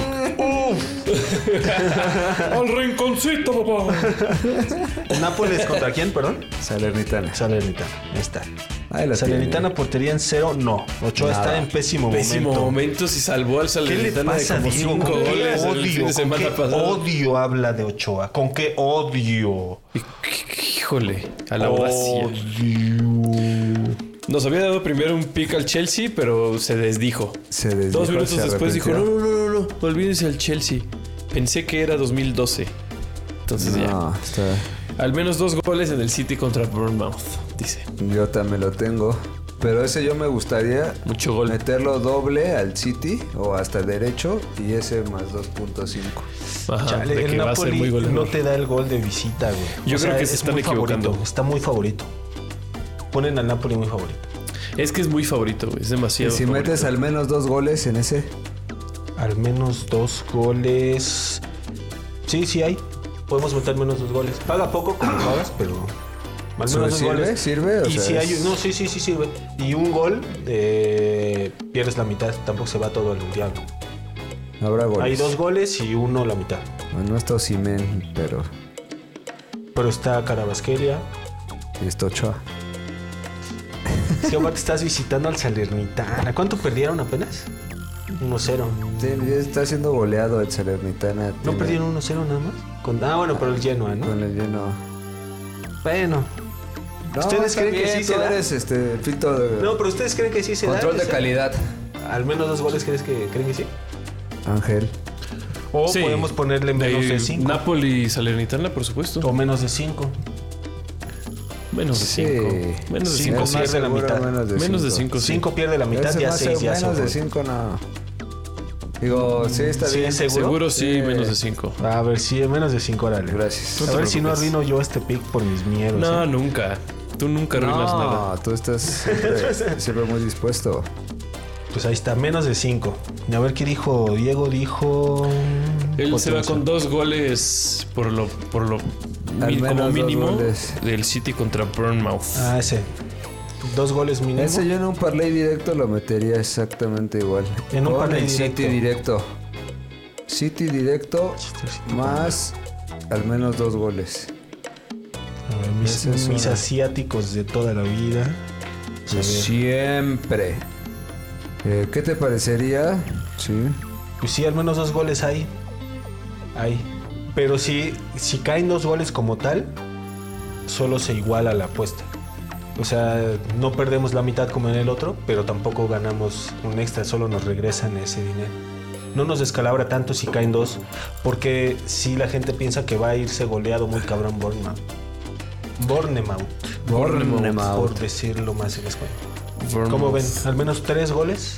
pick. ¡Al rinconcito, papá! ¿Nápoles contra quién, perdón? Salernitana. Salernitana. Ahí está. Ahí la Salernitana portería en 0, no. Ochoa Nada. está en pésimo Pésimo momento. momento si salvó al ¿Qué le Salernitana de pasa, como Diego? 5 ¿Con qué goles el fin odio? de semana ¿Con qué pasado. odio habla de Ochoa? ¿Con qué odio? Híjole, a la audacia. Odio. Nos había dado primero un pick al Chelsea, pero se desdijo. Se desdijo, 2 minutos se después dijo, arrepintió. no, olvídense al Chelsea. Pensé que era 2012. Entonces No, está... ya. Al menos 2 goles en el City contra Bournemouth, dice. Yo también lo tengo. Pero ese yo me gustaría Mucho gol. meterlo doble al City o hasta derecho y ese más 2.5. Ajá, Chale, de el que va a ser Napoli muy no goleador. te da el gol de visita, güey. Yo creo que se es están muy equivocando. favorito, está muy favorito. Ponen al Napoli muy favorito. Es que es muy favorito, güey. Es Y demasiado si favorito. metes al menos 2 goles en ese, Al menos 2 goles. Sí hay. Podemos meter menos 2 goles. Paga poco como lo hagas, pero. Al menos 2 ¿sirve? goles. ¿Sirve? O Y sea, si hay. es- No, sí sirve. Y un gol, pierdes la mitad. Tampoco se va todo al mundial. habrá goles. Hay 2 goles y uno la mitad. No está Osimhen, pero Pero está Carabasquelia. está Ochoa. Es que aparte estás visitando al Salernitana. ¿Cuánto perdieron apenas? 1-0. Sí, está siendo goleado el Salernitana. ¿No Tiene- perdieron 1-0 nada más? Bueno, pero el Genoa, ¿no? Con el lleno. Bueno. No, ¿Ustedes está creen que bien, sí se tú da? eres filtro de No, pero ¿ustedes creen que sí se da? control de ¿Ese? calidad. Al menos 2 goles, creen que sí? Ángel. O Sí. podemos ponerle menos de 5. Napoli y Salernitana, por supuesto. O menos de 5. Menos de Sí. 5. Menos de 5. Cinco pierde la mitad. Menos de 5, sí. 5 pierde la mitad, Ese ya más 6 ya menos se de fue. 5 no. Digo, sí, está Sí, bien. ¿seguro? Seguro sí, Sí. menos de 5. A ver, sí, menos de 5, órale. Gracias. No A te ver si no preocupes. arruino yo este pick por mis miedos. No, ¿eh? nunca. Tú nunca arruinas nada. No, tú estás siempre muy dispuesto. Pues ahí está, menos de 5. Y a ver qué dijo Diego. Dijo. Él se va con 2 goles por lo Al menos como 2 mínimo goles. del City contra Bournemouth. Ah, ese. 2 goles mínimo. Ese yo en un parlay directo lo metería exactamente igual. En un Con parlay el City directo. City directo más al menos 2 goles. A ver, mis asiáticos de toda la vida. Siempre. ¿Qué te parecería? Sí. Pues sí, al menos 2 goles hay. Pero si caen 2 goles como tal, solo se iguala la apuesta. O sea, no perdemos la mitad como en el otro, pero tampoco ganamos un extra, solo nos regresan ese dinero. No nos descalabra tanto si caen 2, porque si la gente piensa que va a irse goleado muy cabrón Bournemouth, por decirlo más en español. ¿Cómo ven? ¿Al menos 3 goles?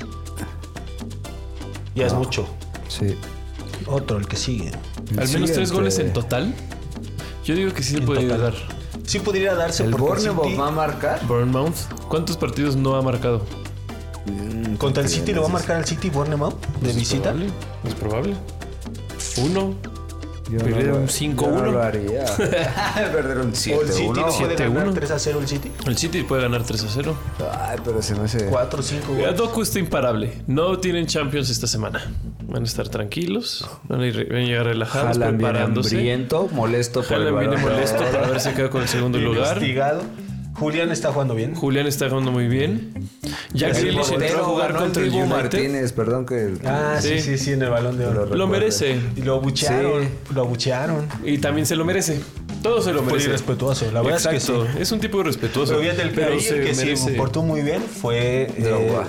Ya es mucho. Sí. Otro, el que sigue. ¿Al menos 3 goles en total? Yo digo que sí se puede dar. Sí podría darse. ¿El Bournemouth va a marcar? Bournemouth. ¿Cuántos partidos no ha marcado? ¿Contra el City lo va a marcar el City Bournemouth de visita? Es probable. 1. Perder un 5-1. No lo haría. Perder un 7-1. ¿O el City puede ganar 3-0 el City? El City puede ganar 3-0. Ay, pero se me hace... 4-5. Doku está imparable. No tienen Champions esta semana. Van a estar tranquilos. Van a llegar relajados, Haaland preparándose. Viene hambriento, molesto por el Haaland viene balón. molesto para ver si queda con el segundo lugar. Investigado. Julián está jugando bien. Julián está jugando muy bien. Jack Grealish entró a jugar contra el United. Martínez, perdón que... Sí, en el Balón de Oro. Lo merece. Y lo abuchearon. Sí. Lo abuchearon. Y también se lo merece. Todo se lo Fue merece. irrespetuoso. La verdad es que sí. Es un tipo respetuoso. Pero fíjate, el que se portó muy bien fue... Drogba.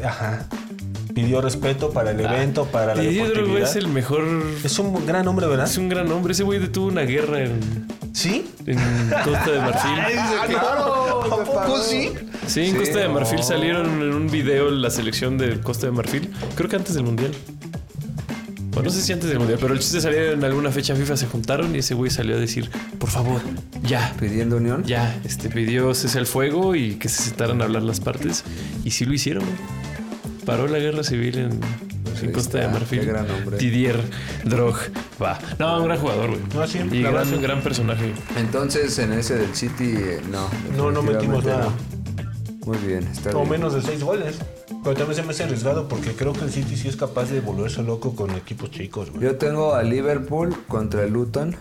Pidió respeto para el evento, para la Didier Drogba deportividad. es el mejor... Es un gran hombre, ¿verdad? Es un gran hombre. Ese güey detuvo una guerra en ¿Sí? Costa de Marfil. ¡Claro! ¿A poco sí? Sí, en Costa de Marfil salieron en un video la selección de Costa de Marfil. Creo que antes del Mundial. Bueno, no sé si antes del Mundial, pero el chiste salía en alguna fecha FIFA, se juntaron y ese güey salió a decir, por favor, ya. Pidiendo unión. Ya, pidió cese al fuego y que se sentaran a hablar las partes. Y sí lo hicieron, güey. Paró la guerra civil en Costa de Marfil. Qué gran hombre. Didier Drogba. No, un gran jugador, güey. No, sí, y gran personaje. Entonces, en ese del City, no metimos nada. Muy bien, está O bien. menos de 6 goles. Pero también se me hace arriesgado porque creo que el City sí es capaz de volverse loco con equipos chicos, güey. Yo tengo a Liverpool contra el Luton.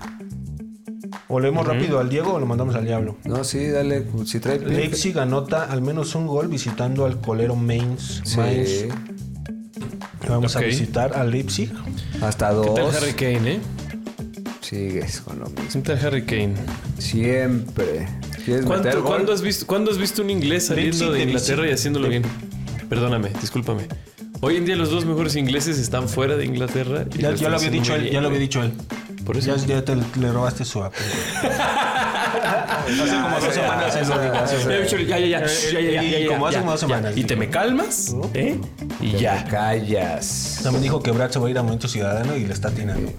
O leemos rápido al Diego o lo mandamos al diablo. No, sí, dale. Si trae pick. Leipzig anota al menos un gol visitando al colero Mainz. Sí. Vamos a visitar a Leipzig. Hasta 2. ¿Qué tal Harry Kane, Sigues con lo mismo. ¿Qué tal Harry Kane? Siempre. ¿Quieres meter gol? ¿Cuándo has visto un inglés saliendo de Inglaterra y haciéndolo bien? Perdóname, discúlpame. Hoy en día los 2 mejores ingleses están fuera de Inglaterra. Y Ya lo había dicho él. Ya lo había dicho él. Por eso. Ya le robaste su app. Hace como 2 semanas eso. Ya. Como hace como 2 semanas. Y te me calmas, Y ya. Callas. También dijo que Brad se va a ir a Movimiento Ciudadano y le está atinando.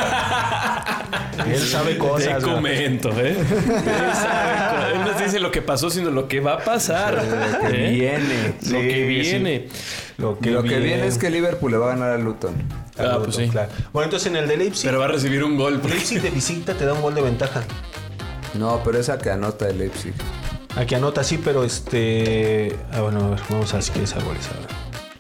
Él sabe cosas. Te comento, Él no dice lo que pasó, sino lo que va a pasar. Lo que viene. Lo que viene. Lo que viene es que Liverpool le va a ganar al Luton. Pues sí. Claro. Bueno, entonces en el de Leipzig. Pero va a recibir un gol. Leipzig de visita te da un gol de ventaja. No, pero esa que anota el Leipzig. Aquí anota, sí, pero bueno, a ver, vamos a ver si quieres a goles ahora.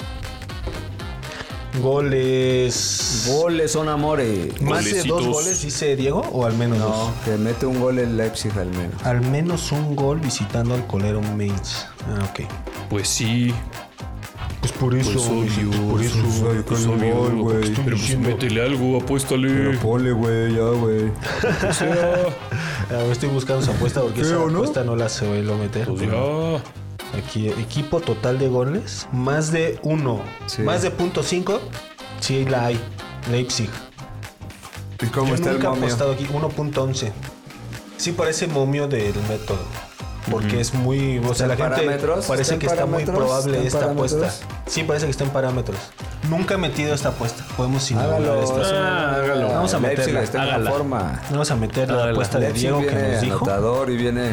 Goles son amores. ¿Más de 2 goles, dice Diego? ¿O al menos 2? No, que mete un gol el Leipzig al menos. Al menos un gol visitando al colero Mainz. Ok. Pues sí. Pues por eso. Por eso. Pues obvio, pero pues métele algo, apuéstale. Ponle, güey, ya, güey. Estoy buscando esa apuesta porque esa apuesta no la suelo meter. Pues ya. Aquí, equipo total de goles. Más de 1. Sí. Más de .5. Sí, la hay. Leipzig. ¿Y cómo Yo está el nunca he momio? apostado aquí. 1.11. Sí parece momio del método. Porque es muy... O sea, la gente parámetros? parece que está muy probable esta apuesta. Sí, parece que está en parámetros. Nunca he metido esta apuesta. Podemos Hágalo. Hágalo. Vamos a Leipzig meterla. está en Hágala. la forma. Vamos a meter la apuesta de Leipzig Diego que viene nos dijo. anotador y viene...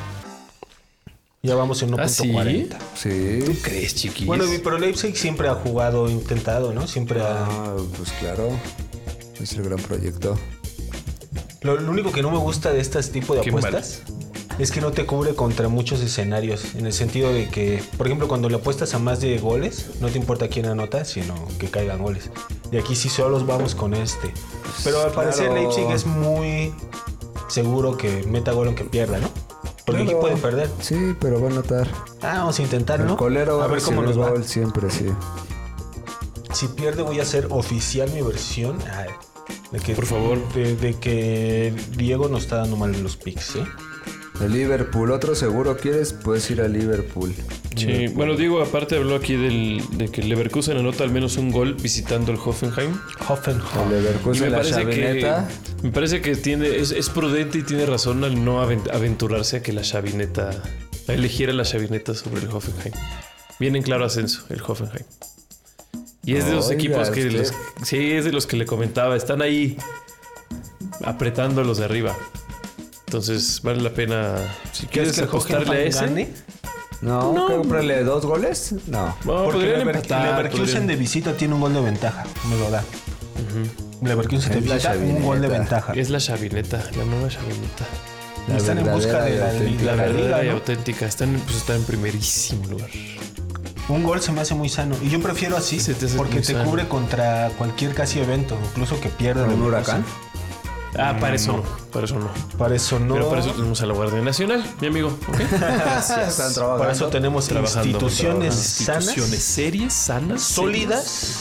Ya vamos en 1.40. Sí. ¿Tú crees, chiquillos? Bueno, pero Leipzig siempre ha jugado, intentado, ¿no? Siempre ha... Pues claro. Es el gran proyecto. Lo único que no me gusta de este tipo de Qué apuestas es que no te cubre contra muchos escenarios. En el sentido de que, por ejemplo, cuando le apuestas a más de goles, no te importa quién anota, sino que caigan goles. Y aquí sí solos vamos con este. Pero al parecer Leipzig es muy seguro que meta gol aunque pierda, ¿no? Porque aquí puede perder. Sí, pero va a anotar. Vamos a intentarlo, ¿no? El colero va a ver cómo nos va. Gol siempre, sí. Si pierde voy a hacer oficial mi versión. Ay, de que, por favor. De que Diego nos está dando mal en los picks, ¿eh? El Liverpool, otro seguro quieres, puedes ir a Liverpool. Sí, bueno, Diego aparte habló aquí de que Leverkusen anota al menos un gol visitando el Hoffenheim. El Leverkusen, la chavineta. Me parece que es prudente y tiene razón al no aventurarse a que la chavineta, a elegir a la chavineta sobre el Hoffenheim. Viene en claro ascenso el Hoffenheim. Y es de los equipos que es de los que le comentaba, están ahí apretando a los de arriba. Entonces vale la pena, si quieres apostarle a ese. Gane? No, comprarle 2 goles. No. Porque Leverkusen de visita tiene un gol de ventaja. Me lo da. Leverkusen de visita un gol de ventaja. Es la chavineta, la nueva chavineta. Están en busca de la verdadera y auténtica. Están en primerísimo lugar. Un gol se me hace muy sano. Y yo prefiero así porque te cubre contra cualquier casi evento, incluso que pierda. ¿Un huracán? Para eso no. Para eso no. Pero para eso tenemos a la Guardia Nacional, mi amigo. ¿Okay? Están trabajando. Para eso tenemos instituciones sanas. Instituciones serias, sanas. Sólidas.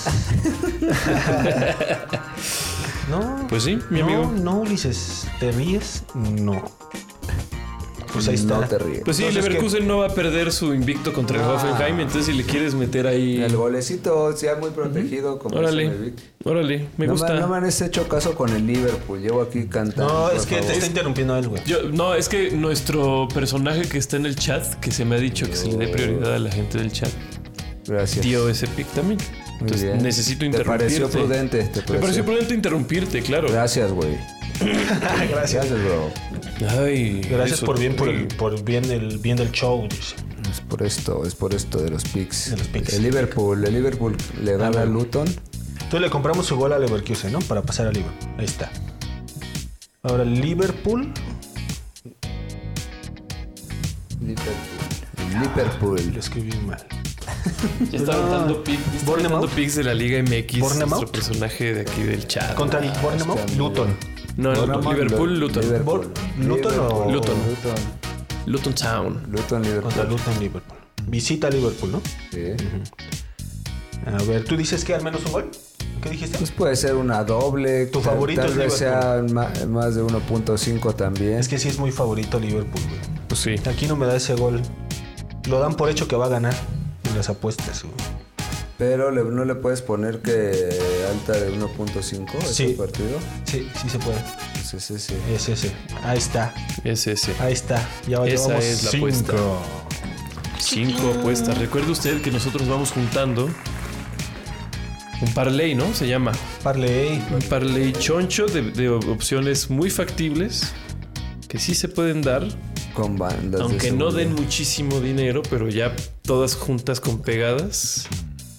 No. Pues sí, mi amigo. No, Ulises. ¿Te ríes? No. Pues ahí está. No te ríes. Pues sí, entonces Leverkusen no va a perder su invicto contra el Hoffenheim. Entonces, si le quieres meter ahí el golecito, sea muy protegido. Como Órale, me gusta. No me han hecho caso con el Liverpool. Llevo aquí cantando. No, es que te está interrumpiendo a él, güey. No, es que nuestro personaje que está en el chat, que se me ha dicho que se le dé prioridad a la gente del chat, gracias, dio ese pick también. Entonces necesito interrumpirte. ¿Te pareció prudente? Me pareció prudente interrumpirte, claro. Gracias, güey. Gracias, bro. Ay, gracias por el bien del show. Es por esto de los picks. El Liverpool le gana a Luton. Entonces le compramos su gol a Leverkusen, ¿no? Para pasar a Liverpool. Ahí está. Ahora Liverpool. Lo escribí mal. Ya está dando picks de la Liga MX. Nuestro personaje de aquí del chat. ¿Contra el Bournemouth? Luton. No, Liverpool, Luton. ¿Luton o...? Luton Town. Luton, Liverpool. Contra Luton, Liverpool. Visita a Liverpool, ¿no? Sí. A ver, ¿tú dices que al menos un gol? ¿Qué dijiste? Pues puede ser una doble. Tu favorito tal es vez Liverpool. sea más de 1.5 también. Es que sí es muy favorito Liverpool, güey. Pues sí. Aquí no me da ese gol. Lo dan por hecho que va a ganar en las apuestas, güey. Pero no le puedes poner que alta de 1.5 ese partido. Sí se puede. Es ese. Es ese. Ahí está. Es ese. Ahí está. Ya esa es la 5. apuesta. 5 apuestas. Recuerde usted que nosotros vamos juntando un parlay, ¿no? Se llama. Parlay. Un parlay choncho de opciones muy factibles que sí se pueden dar. Con bandas. Aunque no den muchísimo dinero, pero ya todas juntas con pegadas.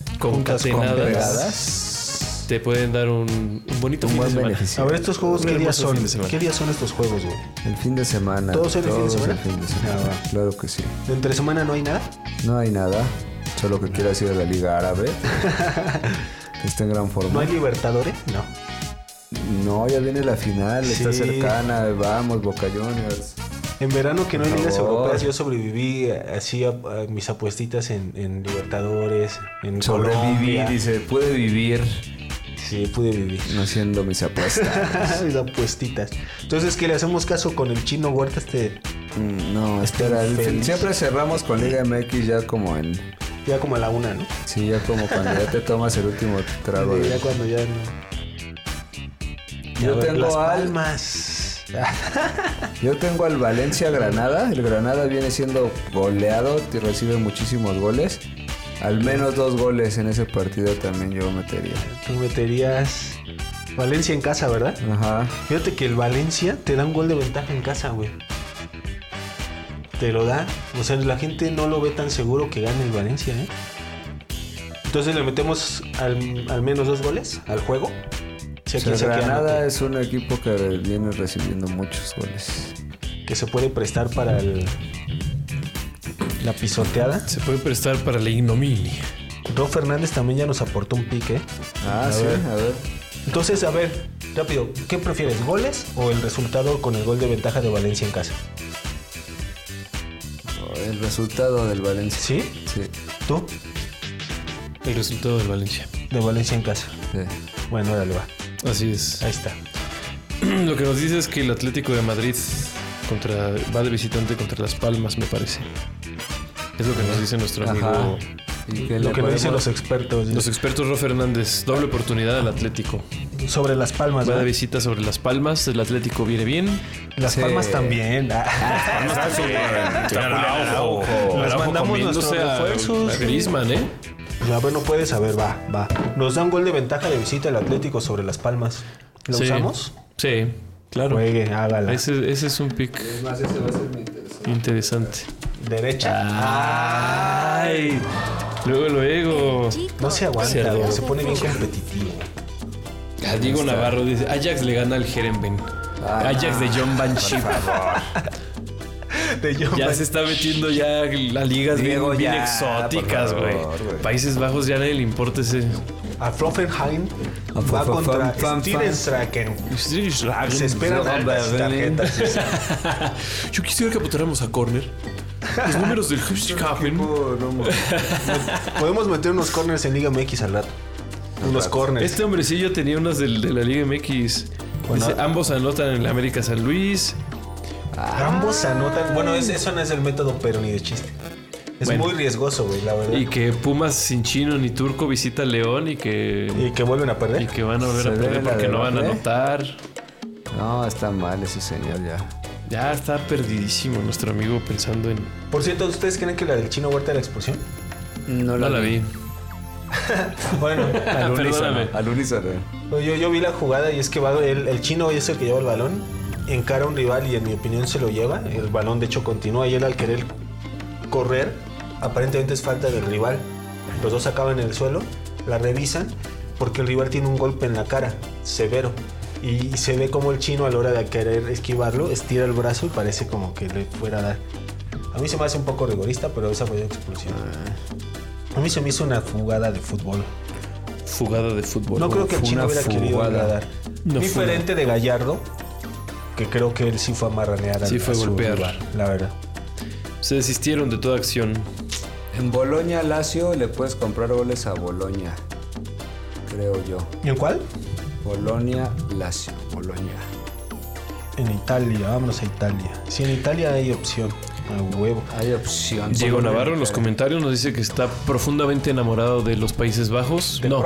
Concatenadas, te pueden dar un bonito fin de semana. Beneficio. A ver, estos juegos, ¿qué días son? ¿Qué días son estos juegos, güey? El fin de semana. ¿Todos son el fin de semana? El fin de semana. Claro que sí. ¿De entre semana no hay nada? No hay nada. Solo que quieras ir a la Liga Árabe. Que está en gran forma. ¿No hay Libertadores? No, ya viene la final. Sí. Está cercana. Vamos, Boca Juniors. En verano que no hay ligas europeas, yo sobreviví así a mis apuestitas en Libertadores, en Colombia. Dice, pude vivir. Sí, pude vivir. Haciendo mis apuestas. Mis apuestitas. Entonces, ¿qué le hacemos caso con el Chino Huerta No, espera. Siempre cerramos con Liga MX ya como a la 1, ¿no? Sí, ya como cuando ya te tomas el último trago. Sí, ya cuando ya no. Yo tengo Las Palmas. Yo tengo al Valencia Granada. El Granada viene siendo goleado y recibe muchísimos goles. Al menos 2 goles en ese partido también yo metería. Tú meterías Valencia en casa, ¿verdad? Ajá. Fíjate que el Valencia te da un gol de ventaja en casa, güey. Te lo da. O sea, la gente no lo ve tan seguro que gane el Valencia, ¿eh? Entonces le metemos al menos 2 goles al juego. Si Granada es un equipo que viene recibiendo muchos goles. Que se puede prestar para la pisoteada. Se puede prestar para la ignominia. Ro Fernández también ya nos aportó un pique. A ver. Entonces, a ver, rápido, ¿qué prefieres, goles o el resultado con el gol de ventaja de Valencia en casa? El resultado del Valencia. ¿Sí? Sí. ¿Tú? El resultado del Valencia. De Valencia en casa. Sí. Bueno, órale, va. Así es. Ahí está. Lo que nos dice es que el Atlético de Madrid va de visitante contra Las Palmas, me parece. Es lo que nos dice nuestro amigo. Ajá. ¿Y qué Lo que nos dicen podemos- los expertos. Los expertos Ro Fernández, doble oportunidad al Atlético. Sobre Las Palmas, Va de ¿verdad? visita sobre Las Palmas, el Atlético viene bien. Las Sí. Palmas también. Les mandamos nuestros refuerzos. A Griezmann, ¿eh? Ya, bueno, puedes saber, va. Nos da un gol de ventaja de visita el Atlético sobre Las Palmas. ¿Lo Sí. usamos? Sí, claro. Juegue, hágala. Ese es un pick Además, ese va a ser muy interesante. interesante. Derecha. Ay, luego. No se aguanta, Cerdo. güey, se pone bien competitivo. Diego Navarro dice, Ajax le gana al Herenveen. Ajax de John Van Schip. Ya se está metiendo ya a ligas Diego, bien ya, exóticas, por güey. favor, güey. Países Bajos ya nadie le importa ese. A Floffenheim va contra Steven Straken. Se esperan altas tarjetas. Yo quisiera que apuntáramos a corner. Los números del Hübschafen. Podemos meter unos corners en Liga MX al rato. Unos corners. Este hombrecillo tenía unas de la Liga MX. Bueno. Dice, ambos anotan en el América San Luis. Ambos anotan. Bueno, eso no es el método, pero ni de chiste. Es Bueno. muy riesgoso, güey, la verdad. Y que Pumas sin chino ni turco visita a León y que vuelven a y perder. que van a volver Se a ve perder la porque de no van a Barré. anotar. No, está mal ese señor ya. Ya está perdidísimo nuestro amigo pensando en... Por cierto, ¿ustedes creen que la del Chino Huerta de la expulsión? No la vi. Bueno, Al unísono. Perdóname. Al unísono. yo vi la jugada y es que el Chino es el que lleva el balón, encara a un rival y en mi opinión se lo lleva. El balón de hecho continúa y él al querer correr, aparentemente es falta del rival. Los dos acaban en el suelo, la revisan porque el rival tiene un golpe en la cara, severo. Y se ve como el Chino a la hora de querer esquivarlo, estira el brazo y parece como que le fuera a dar. A mí se me hace un poco rigorista, pero esa fue la expulsión. A mí se me hizo una jugada de fútbol. Fugada de fútbol. No creo que el fue Chino una hubiera querido fugada. dar. Una Diferente de Gallardo, que creo que él sí fue a marranear Sí fue a su golpear. rival, la verdad. Se desistieron de toda acción. En Boloña, Lazio, le puedes comprar goles a Boloña. Creo yo. ¿Y en cuál? Bolonia, Lazio. Boloña. En Italia, vámonos a Italia. Sí, en Italia hay opción. A huevo. Hay opción. Diego Navarro en los comentarios nos dice que está profundamente enamorado de los Países Bajos. No.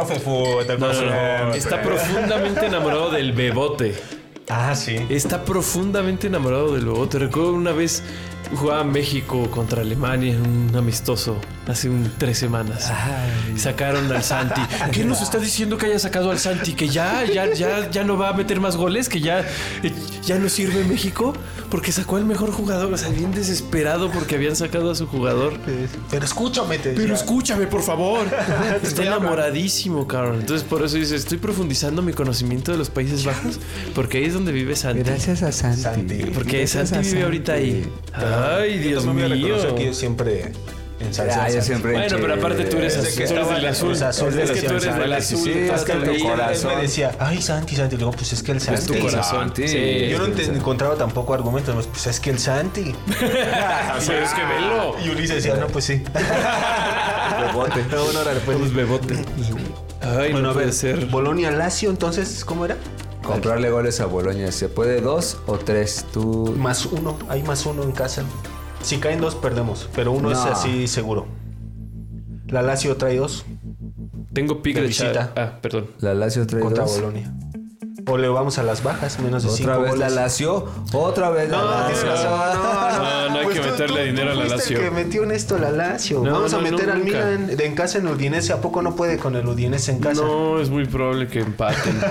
No. Está profundamente enamorado del Bebote. Ah, sí. Está profundamente enamorado del Bebote. Recuerdo una vez jugaba México contra Alemania en un amistoso hace 3 semanas. Sacaron al Santi. ¿Qué nos está diciendo que haya sacado al Santi? Que ya no va a meter más goles, que ya no sirve México porque sacó al mejor jugador. O sea, bien desesperado porque habían sacado a su jugador. Pero escúchame, te decía. Pero escúchame, por favor. Está enamoradísimo, cabrón. Entonces, por eso dice, estoy profundizando mi conocimiento de los Países Bajos porque ahí es donde vive Santi. Gracias a Santi. Santi. Porque Gracias Santi a vive ahorita ahí. Ay, Yo Dios también voy a mío. reconocer que yo siempre ensalcé Ah, al yo Santi. siempre. Bueno, pero aparte tú eres Desde azul, que tú eres estaba del en azul. Cruz Azul, Es que decían tú eres del Santi. azul. Sí, es que Él- tu Él corazón. me decía, ay, Santi. Le digo, pues es que el Santi. Es tu corazón. Santi. Sí. Yo no encontraba tampoco argumentos, pues es que el Santi. Pero es que velo. Y Ulises decía, no, pues sí. Bebote. No, bueno, ahora después. Pues Bebote. Ay, Bueno, no a puede ver, ser. Bolonia Lazio, entonces, ¿cómo era? Comprarle goles a Boloña. ¿Se puede 2 o 3? Tú. +1, hay +1 en casa. Si caen 2, perdemos, pero uno No. es así seguro. La Lazio trae 2 Tengo pick de de visita. perdón. La Lazio trae contra 2. Bolonia. O le vamos a las bajas, menos de 5 Otra vez goles. la Lazio. Otra vez la No, Lazio. tienes razón. No hay que meterle dinero a la fuiste Lazio. el que metió en esto la Lazio. No, Vamos a no, meter al nunca. Milan en casa en Udinese. ¿A poco no puede con el Udinese en casa? No, es muy probable que empaten.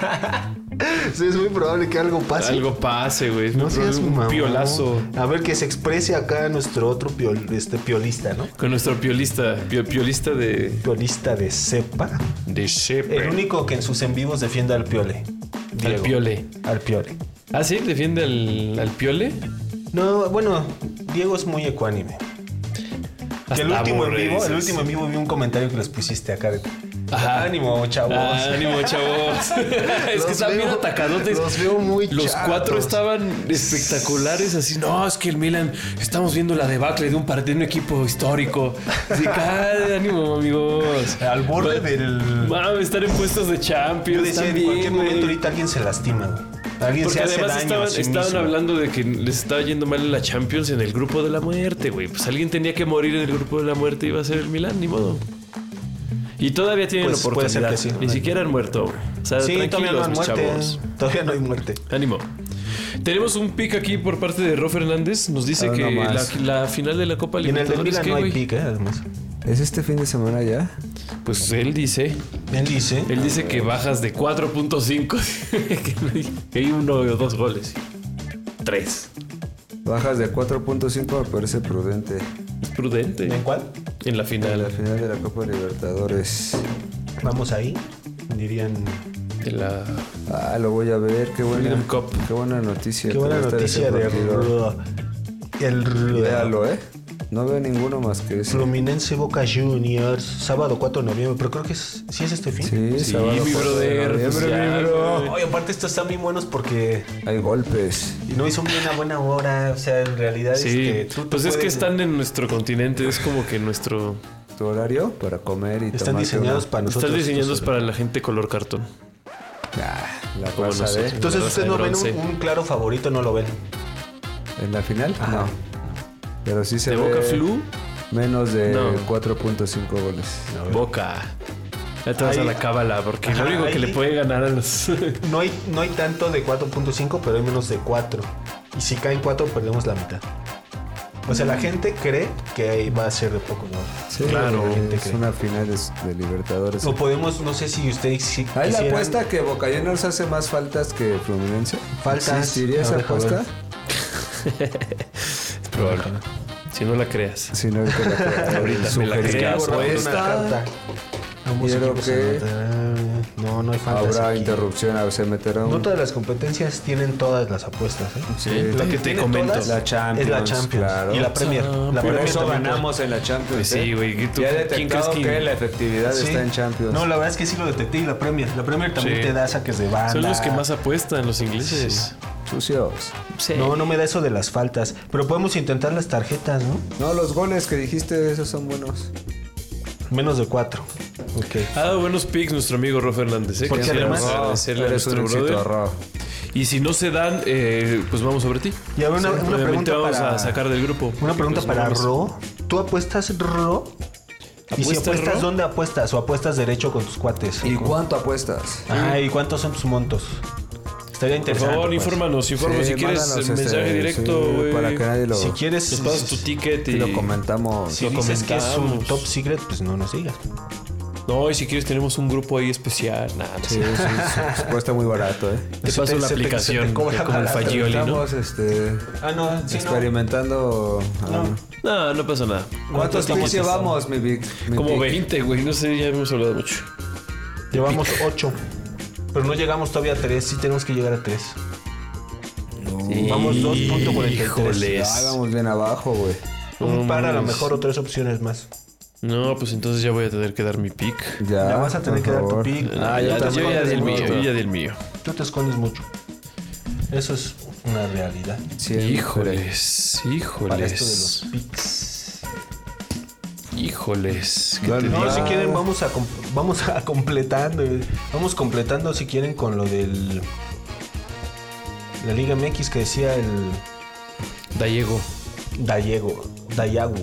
Sí, es muy probable que algo pase. Algo pase, güey. Es No muy seas probable, un mamón. piolazo. A ver, que se exprese acá nuestro otro piolista, ¿no? Con nuestro piolista. Piolista de Piolista de cepa. Shepherd. El único que en sus en vivos defiende al Piole. Al Diego. Piole. Al Piole. ¿Ah, sí? ¿Defiende al Piole? No, bueno, Diego es muy ecuánime. Que el último en vivo vi un comentario que les pusiste acá. Ajá. Ánimo, chavos. Ánimo, chavos. Es que están bien atacadotes. Los veo muy Los chatos. 4 estaban espectaculares, así. No, es que el Milan, estamos viendo la debacle de un partido, de un equipo histórico. Así, ánimo, amigos. Al borde del... Vamos, están en puestos de Champions. Yo decía, en cualquier momento ahorita alguien se lastima, güey. Alguien Porque se hace además daño a sí estaban mismo. hablando de que les estaba yendo mal en la Champions en el grupo de la muerte, güey. Pues alguien tenía que morir en el grupo de la muerte y iba a ser el Milan, ni modo. Y todavía tienen Pues, puede ser oportunidad. que sí. Ni siquiera han muerto, güey. O sea, Sí, todavía no hay tranquilos, mis muerte. chavos. Todavía no hay muerte. Ánimo. Tenemos un pick aquí por parte de Ro Fernández. Nos dice que la final de la Copa Y en el del Libertadores, Milan ¿qué, no hay güey? pick, además. ¿Es este fin de semana ya? Pues él dice Él dice que bajas de 4.5. Que hay 1 o 2 goles. 3. Bajas de 4.5 me parece prudente. Es prudente. ¿En cuál? En la En final. la final de la Copa Libertadores. Vamos ahí. Dirían... De la... Lo voy a ver. Qué buena, Freedom Cup. qué buena noticia. Qué buena que va a estar noticia ese de partido. el Véalo, No veo ninguno más que ese. Fluminense Boca Juniors, sábado 4 de noviembre, pero creo que sí es este fin. Sí, Sí, sábado mi 4 de brother. noviembre, Pues ya, mi bro. güey. Oye, aparte estos están bien buenos porque Hay golpes. y no hizo bien a buena hora, o sea, en realidad Sí, tú pues es que puedes- están en nuestro continente, es como que nuestro... Tu horario para comer y están tomarte diseñados una- para nosotros. Están diseñados para la gente color cartón. La Como raza nosotros. de... Entonces la ustedes raza no de ven bronce. un claro favorito, no lo ven. ¿En la final? Ajá. No. Pero sí se ¿De ve Boca Flu? menos de No. 4.5 goles. Boca. Ya te vas Ahí- a la cábala, porque Ajá, lo único que ahí- le puede ganar a los... No hay tanto de 4.5, pero hay menos de 4. Y si caen 4, perdemos la mitad. O sea, la gente cree que ahí va a ser de pocos goles. Sí, Claro, la gente es cree. una final de Libertadores. O podemos, no sé si ustedes ¿Hay la quisieran- apuesta que Boca Juniors hace más faltas que Fluminense? Faltas. ¿Existiría esa Ahora, apuesta? Es probable. Si no la creas. Si no, ahorita la Ahorita me la sugerir creas, una güey. apuesta. carta. Ambos Quiero equipos que anotarán. No hay faltas Habrá aquí. interrupción, se meterá un... No todas las competencias tienen todas las apuestas, ¿eh? Sí, Sí. la que te tiene comento. todas La Champions, es la Champions. claro. Y la Premier. La Por Premier eso también. ganamos en la Champions. Pues sí, güey. ¿Y tú Ya he quién detectado crees que la efectividad Sí. está en Champions. No, la verdad es que sí lo detecté y la Premier. La Premier también Sí. te da saques de banda. Son los que más apuestan, los ingleses. Sucios. Sí. No me da eso de las faltas. Pero podemos intentar las tarjetas, ¿no? No, los goles que dijiste, esos son buenos. Menos de 4. Ok. Ha dado buenos picks nuestro amigo Ro Fernández. Porque Quisiéramos además- agradecerle a Eres un nuestro éxito, brother. Ro. Y si no se dan, pues vamos sobre ti. Y a ver, una Obviamente pregunta vamos para... a sacar del grupo. Una pregunta Pues, para mames. Ro. ¿Tú apuestas Ro? Y si ¿Apuestas, apuestas, Ro? ¿dónde apuestas? ¿O apuestas derecho con tus cuates? ¿Y cuánto apuestas? Ajá, ¿y cuántos son tus montos? Estaría Por interesante. favor, pues. infórmanos. Sí, Si quieres mándanos mensaje directo, sí, güey. para que nadie lo... Si quieres... Nos pasas tu ticket y... lo comentamos. Si lo dices que es un comentamos. top secret, pues no nos digas. No, y si quieres tenemos un grupo ahí especial. Nada, no Sí, sé. sí, cuesta muy barato, ¿eh? Te Se paso te- la se te- aplicación. se te cobra como el barato. Fagioli, ¿no? Estamos No, sí, experimentando. No pasa nada. ¿Cuántos picks llevamos, mi Vic? Como Pic? 20, güey. No sé, ya hemos hablado mucho. Llevamos 8. Pero no llegamos todavía a 3. Sí tenemos que llegar a 3. Vamos 2.43. Híjoles. Ya vamos bien abajo, güey. Un par a lo mames. mejor o 3 opciones más. No, pues entonces ya voy a tener que dar mi pick. Ya, Ya vas a tener por que dar tu favor. pick. Ah, Tú ya, te yo ya escondes di el mío. mucho. Yo ya di el mío. Tú te escondes mucho. Eso es una realidad. Siempre. Híjoles. Para esto de los Híjoles. picks. Híjoles. ¿Qué Dale. te No, digo? si quieren vamos a completando. Vamos completando si quieren con lo del... La Liga MX que decía el Dayago. Dayagu.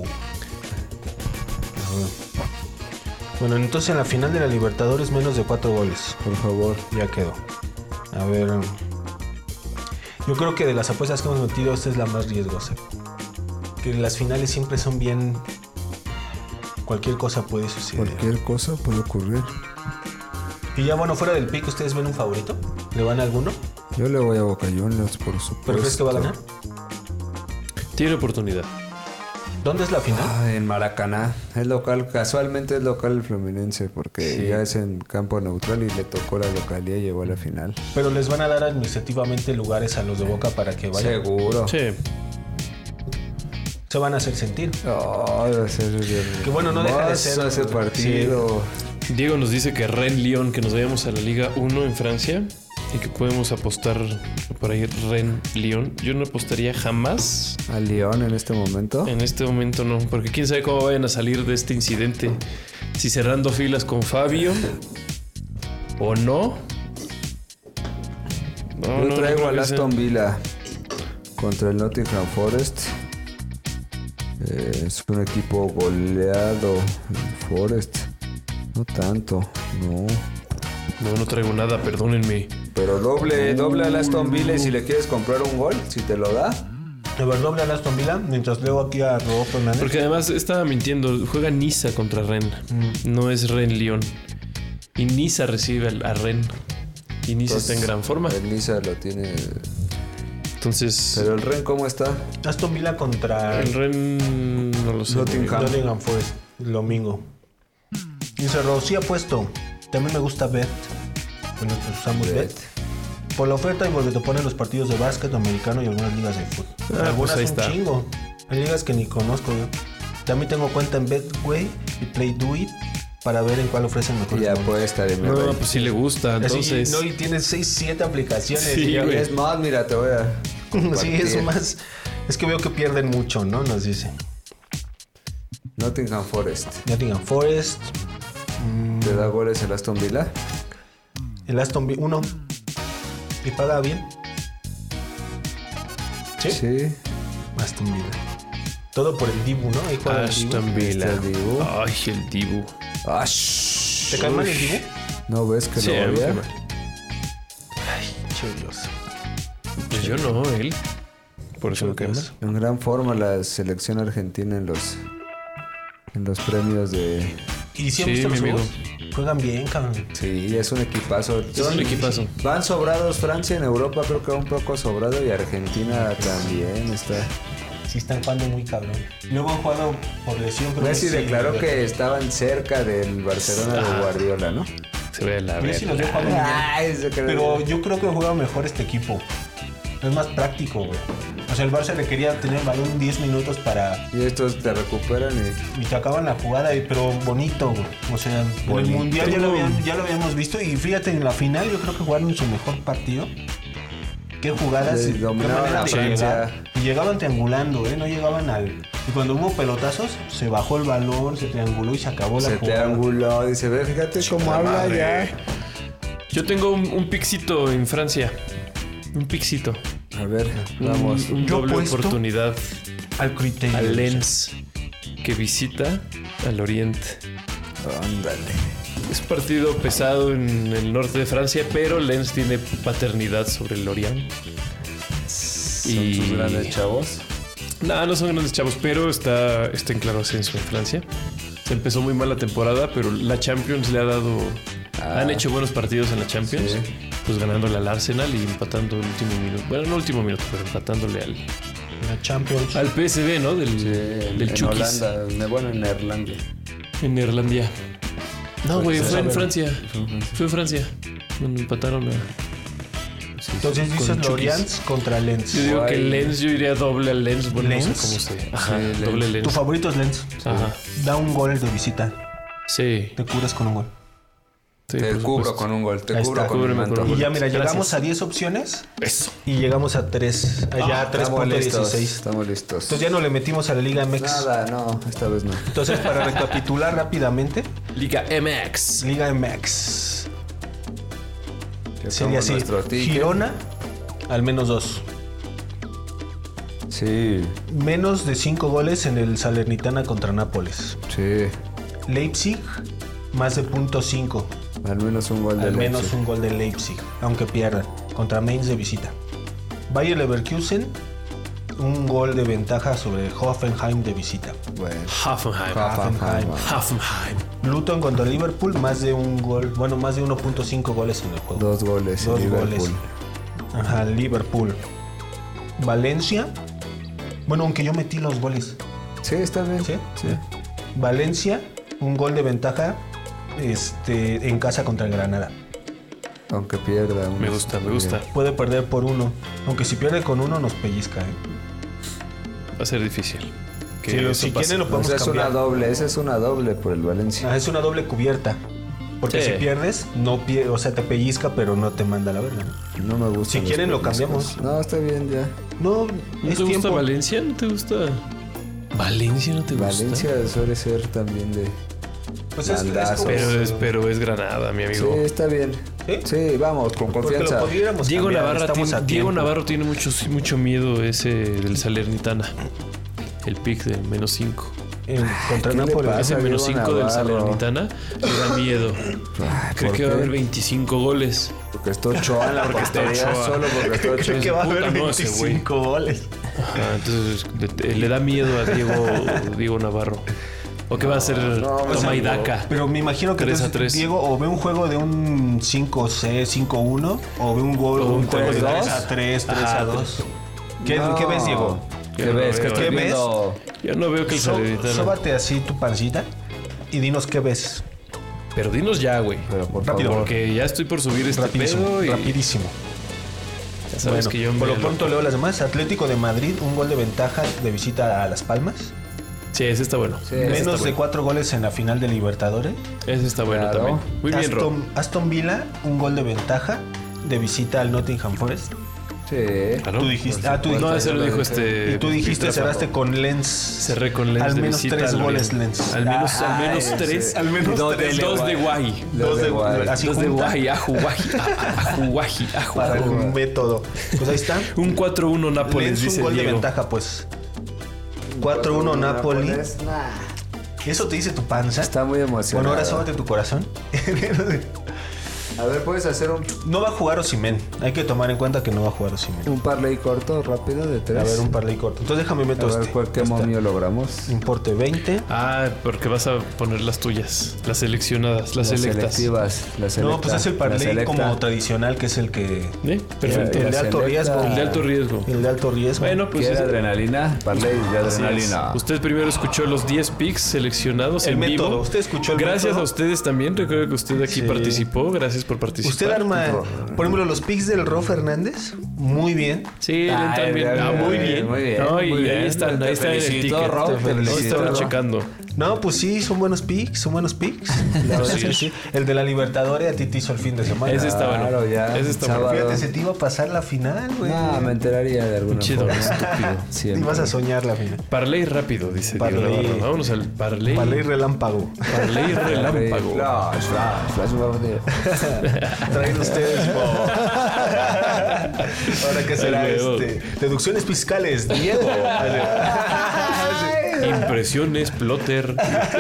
Bueno, entonces en la final de la Libertadores menos de 4 goles. Por favor. Ya quedó. A ver. Yo creo que de las apuestas que hemos metido, esta es la más riesgosa. Que las finales siempre son bien... Cualquier cosa puede suceder. Cualquier cosa puede ocurrir. Y ya bueno, fuera del pick, ¿ustedes ven un favorito? ¿Le van a alguno? Yo le voy a Boca Juniors, por supuesto. ¿Pero crees que va a ganar? Tiene oportunidad. ¿Dónde es la final? En Maracaná. Es local, casualmente es local el Fluminense, porque Sí. ya es en campo neutral y le tocó la localía y llegó a la final. Pero les van a dar administrativamente lugares a los de Boca para que vayan. Seguro. Sí. se van a hacer sentir. Debe ser que bueno, no deja de ser ese partido. Sí. Diego nos dice que Rennes-Lyon, que nos vayamos a la Liga 1 en Francia y que podemos apostar por ahí Rennes-Lyon. Yo no apostaría jamás a Lyon en este momento. En este momento no, porque quién sabe cómo vayan a salir de este incidente. Si cerrando filas con Fabio o no. Yo traigo al Aston Villa contra el Nottingham Forest. Es un equipo goleado. El Forest. No tanto, no. No traigo nada, perdónenme. Pero doble al Aston Villa y si le quieres comprar un gol, si te lo da. A ver, doble al Aston Villa, mientras leo aquí a Rodolfo Fernández. Porque además estaba mintiendo, juega Niza contra Rennes. No es Rennes-Lyon. Y Niza recibe a Rennes. Y Niza está en gran forma. El Niza lo tiene. Entonces. Pero el Rennes, ¿cómo está? Aston Villa contra. El Rennes, no lo sé. Nottingham fue el domingo. Dice Rocío puesto. También me gusta Bet. Bueno, pues usamos Bet. Por la oferta y porque te ponen los partidos de básquet americano y algunas ligas de fútbol. Algunas pues un chingo. Hay ligas que ni conozco yo. También tengo cuenta en Betway y Play Do It para ver en cuál ofrecen mejor. Ya puede estar en No, pues sí le gusta, entonces. No, y tienes 6-7 aplicaciones. Sí, y es más, mira, te voy a sí, es más. Es que veo que pierden mucho, ¿no? Nos dice. Nottingham Forest. ¿Te da goles el Aston Villa? El Aston Villa, 1. ¿Y paga bien? Sí. Aston Villa. Todo por el Dibu, ¿no? Ahí juega Aston Villa. Ay, el Dibu. ¿Te cae mal el Dibu? ¿No ves que sí, lo odia? Ay, chullos. Pues yo no, él. Por eso me cae mal. En gran forma la selección argentina en los premios de... ¿Y si han visto los juegos? Juegan bien, cabrón. Sí, es un equipazo. Es un equipazo. Van sobrados Francia en Europa, creo que va un poco sobrado, y Argentina también está. Sí, están jugando muy cabrón. Luego han jugado por lesión. Messi declaró que estaban cerca del Barcelona de Guardiola, ¿no? Se ve la Messi los dio jugando muy bien. Pero yo creo que juega mejor este equipo. Es más práctico, güey. O sea, el Barça le quería tener el balón 10 minutos para... Y estos te recuperan y te acaban la jugada, pero bonito, güey. O sea, en el Mundial ya lo habíamos visto. Y fíjate, en la final yo creo que jugaron su mejor partido. Qué jugadas. Dominaban a Francia. Y llegaban triangulando, ¿eh? No llegaban al... Y cuando hubo pelotazos, se bajó el balón, se trianguló y se acabó la jugada. Se trianguló, dice, ve, fíjate cómo habla ya. Yo tengo un pixito en Francia. Un pixito. A ver, vamos. Un doble oportunidad al criterio. Al Lens, que visita al Oriente. Ándale. Es un partido pesado en el norte de Francia, pero Lens tiene paternidad sobre el Lorient. ¿Son sus grandes chavos? No son grandes chavos, pero está en claro ascenso en Francia. Se empezó muy mal la temporada, pero la Champions le ha dado... Han hecho buenos partidos en la Champions. Sí. Pues ganándole al Arsenal y empatando el último minuto. Bueno, no el último minuto, pero empatándole la Champions. Al PSV, ¿no? Del Chukis. Holanda, bueno, en Neerlandia. En Neerlandia. No, güey, fue en Francia. Fue en Francia. Bueno, empataron a... Sí, entonces dices Lorient contra Lens. Yo digo que Lens, yo iría doble al Lens. Bueno, ¿Lens? No sé cómo se... Ajá, sí, doble Lens. Tu favorito es Lens. Ajá. Da un gol de visita. Sí. Te curas con un gol. Sí, te cubro con un gol, te cubro con un manto. Y ya mira, llegamos a 10 opciones. Eso. Y llegamos a 3. Allá a 3.16. Estamos listos. Entonces ya no le metimos a la Liga MX. Nada, no, esta vez no. Entonces, para recapitular rápidamente. Liga MX. Sería así. Girona, al menos 2. Sí. Menos de 5 goles en el Salernitana contra Nápoles. Sí. Leipzig, más de 0.5. Al menos un gol de Leipzig. Al menos un gol de Leipzig, aunque pierda. Contra Mainz de visita. Bayer Leverkusen, un gol de ventaja sobre Hoffenheim de visita. Bueno. Hoffenheim. Luton contra Liverpool, más de un gol. Bueno, más de 1.5 goles en el juego. 2 goles. 2 goles. Ajá, Liverpool. Valencia. Bueno, aunque yo metí los goles. Sí, está bien. Sí. Valencia, un gol de ventaja en casa contra el Granada. Aunque pierda. Me gusta. Puede perder por 1. Aunque si pierde con 1 nos pellizca. Va a ser difícil. que si quieren lo podemos cambiar. Esa es una doble por el Valencia. Es una doble cubierta. Porque si pierdes, o sea, te pellizca, pero no te manda a la verga. No me gusta. Si quieren lo cambiamos. No, está bien ya. No, ¿No te gusta Valencia? ¿No te gusta? ¿Valencia no te gusta? Valencia suele ser también de... Pues pero es Granada, mi amigo. Sí, está bien. Sí, vamos, con confianza. Diego Navarro tiene mucho miedo ese del Salernitana. El pick de -5. Contra Nápoles. Ese -5 del Salernitana le da miedo. Creo que va a haber 25 goles. Porque está Ochoa en la portería. Solo porque está Ochoa. Creo que va a haber 25 goles. Entonces le da miedo a Diego Navarro. ¿O qué va a hacer toma y daca? Pero me imagino que 3-3. Diego o ve un juego de un 5-C, 5-1 o ve un juego de 3-3, 3-2. ¿Qué ves, Diego? ¿Qué ves? ¿Qué ves? Yo no veo que el Salernitana. Sóbate así tu pancita y dinos qué ves. Pero dinos ya, güey. Pero por rápido, favor. Porque ya estoy por subir este pedo y... Rapidísimo. Ya sabes que yo por lo pronto leo las demás. Atlético de Madrid, un gol de ventaja de visita a Las Palmas. Sí, ese está bueno. Sí, Menos de 4 goles en la final de Libertadores. Ese está bueno también. Muy bien, Rob. Aston Villa, un gol de ventaja de visita al Nottingham Forest. Sí. Claro. Tú dijiste. No, ese lo dijo Y tú dijiste, cerraste con Lens. Cerré con Lens. Al menos 3 goles Lens. Al menos 3. Al menos 3. 2 de Guay. 2 de Guay. Así 2 de Guay. Ajuguaji. Para el método. Pues ahí está. Un 4-1 Nápoles, Lens, dice un gol Diego. de ventaja, pues. 4-1 Napoli. ¿Eso te dice tu panza? Está muy emocionado. Bueno, ahora sóbate tu corazón. A ver, puedes hacer No va a jugar Osimhen. Hay que tomar en cuenta que no va a jugar Osimhen. un parlay corto, rápido, de 3. A ver, un parlay corto. Entonces déjame meter A ver, ¿qué momio logramos? Importe 20. Porque vas a poner las tuyas. Las seleccionadas, las selectas. Selectivas, No, pues es el parlay como tradicional, que es el que... Perfecto. El de alto riesgo. El de alto riesgo. El de alto riesgo. Bueno, pues... ¿Quiere adrenalina? Parlay de adrenalina. Usted primero escuchó los 10 picks seleccionados en método. vivo. Usted escuchó el Gracias método. a ustedes también. Recuerdo que usted aquí participó. Gracias por participar. Usted arma, por ejemplo, los picks del Ro Fernández. Muy bien. Sí, también. Muy bien. Muy bien. No, y muy bien. ahí están en el ticket. Ro, te felicito, Estaba Ro. checando. No, pues sí, son buenos picks. La verdad es que sí. El de la Libertadores a ti te hizo el fin de semana. Ese está bueno. Claro, ya. Ese está bueno. Fíjate, se te iba a pasar la final, güey. No, me enteraría de alguna Chido, forma. estúpido. Siempre. Ibas a soñar la final. Parlay rápido, dice Diego Parlay. Navarro. Vámonos al parlay. Parlay relámpago. Parlay relámpago. Traen ustedes. Ahora que será Ay, deducciones fiscales, Diego. Impresiones, plotter.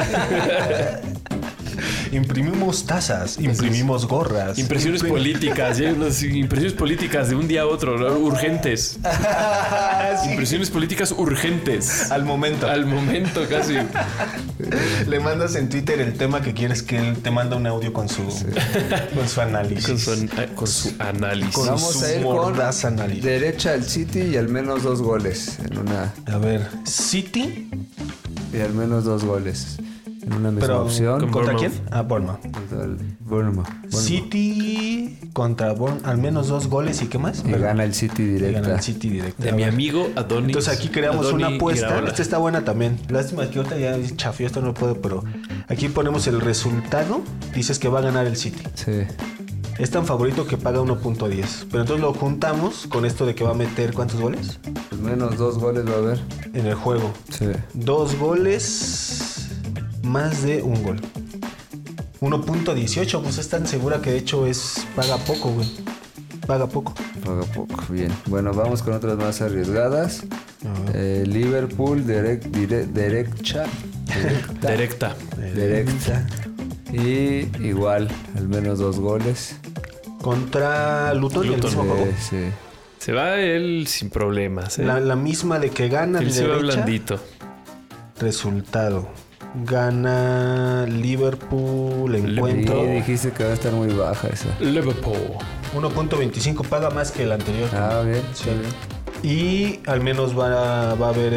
Imprimimos tazas, imprimimos gorras. Impresiones políticas. Ya hay unas impresiones políticas de un día a otro, ¿no? Urgentes. Sí. Impresiones políticas urgentes. Al momento. Al momento casi. Le mandas en Twitter el tema que quieres que él te manda un audio con su análisis. Con su análisis. Vamos a ir mordaz con análisis. derecha al City y al menos 2 goles. En una. A ver, City. Y al menos 2 goles. En una misma Pero, opción. ¿contra Bournemouth. quién? Ah, Bournemouth. Contra el Bournemouth. City contra Bournemouth. Al menos 2 goles y qué más. Y gana el City Y directa. gana el City directa. De mi amigo Adonis. Entonces aquí creamos Adoni una apuesta. Iraola. Esta está buena también. Lástima que ahorita ya chafió, esto no puedo, pero aquí ponemos el resultado. Dices que va a ganar el City. Sí. Es tan favorito que paga 1.10. Pero entonces lo juntamos con esto de que va a meter ¿cuántos goles? Al menos 2 goles va a haber. En el juego. Sí. 2 goles más de un gol. 1.18, pues es tan segura que de hecho paga poco, güey. Paga poco. Paga poco. Bien. Bueno, vamos con otras más arriesgadas. Liverpool, derecha. Directa. Directa. Y igual, al menos 2 goles. Contra Luton, el mismo juego. Sí. Se va él sin problemas. La misma de que gana Él se va derecha. blandito. Resultado. Gana Liverpool, encuentro. Y dijiste que va a estar muy baja esa. Liverpool. 1.25, paga más que el anterior. Ah, bien, Sí. está bien. Y al menos va a haber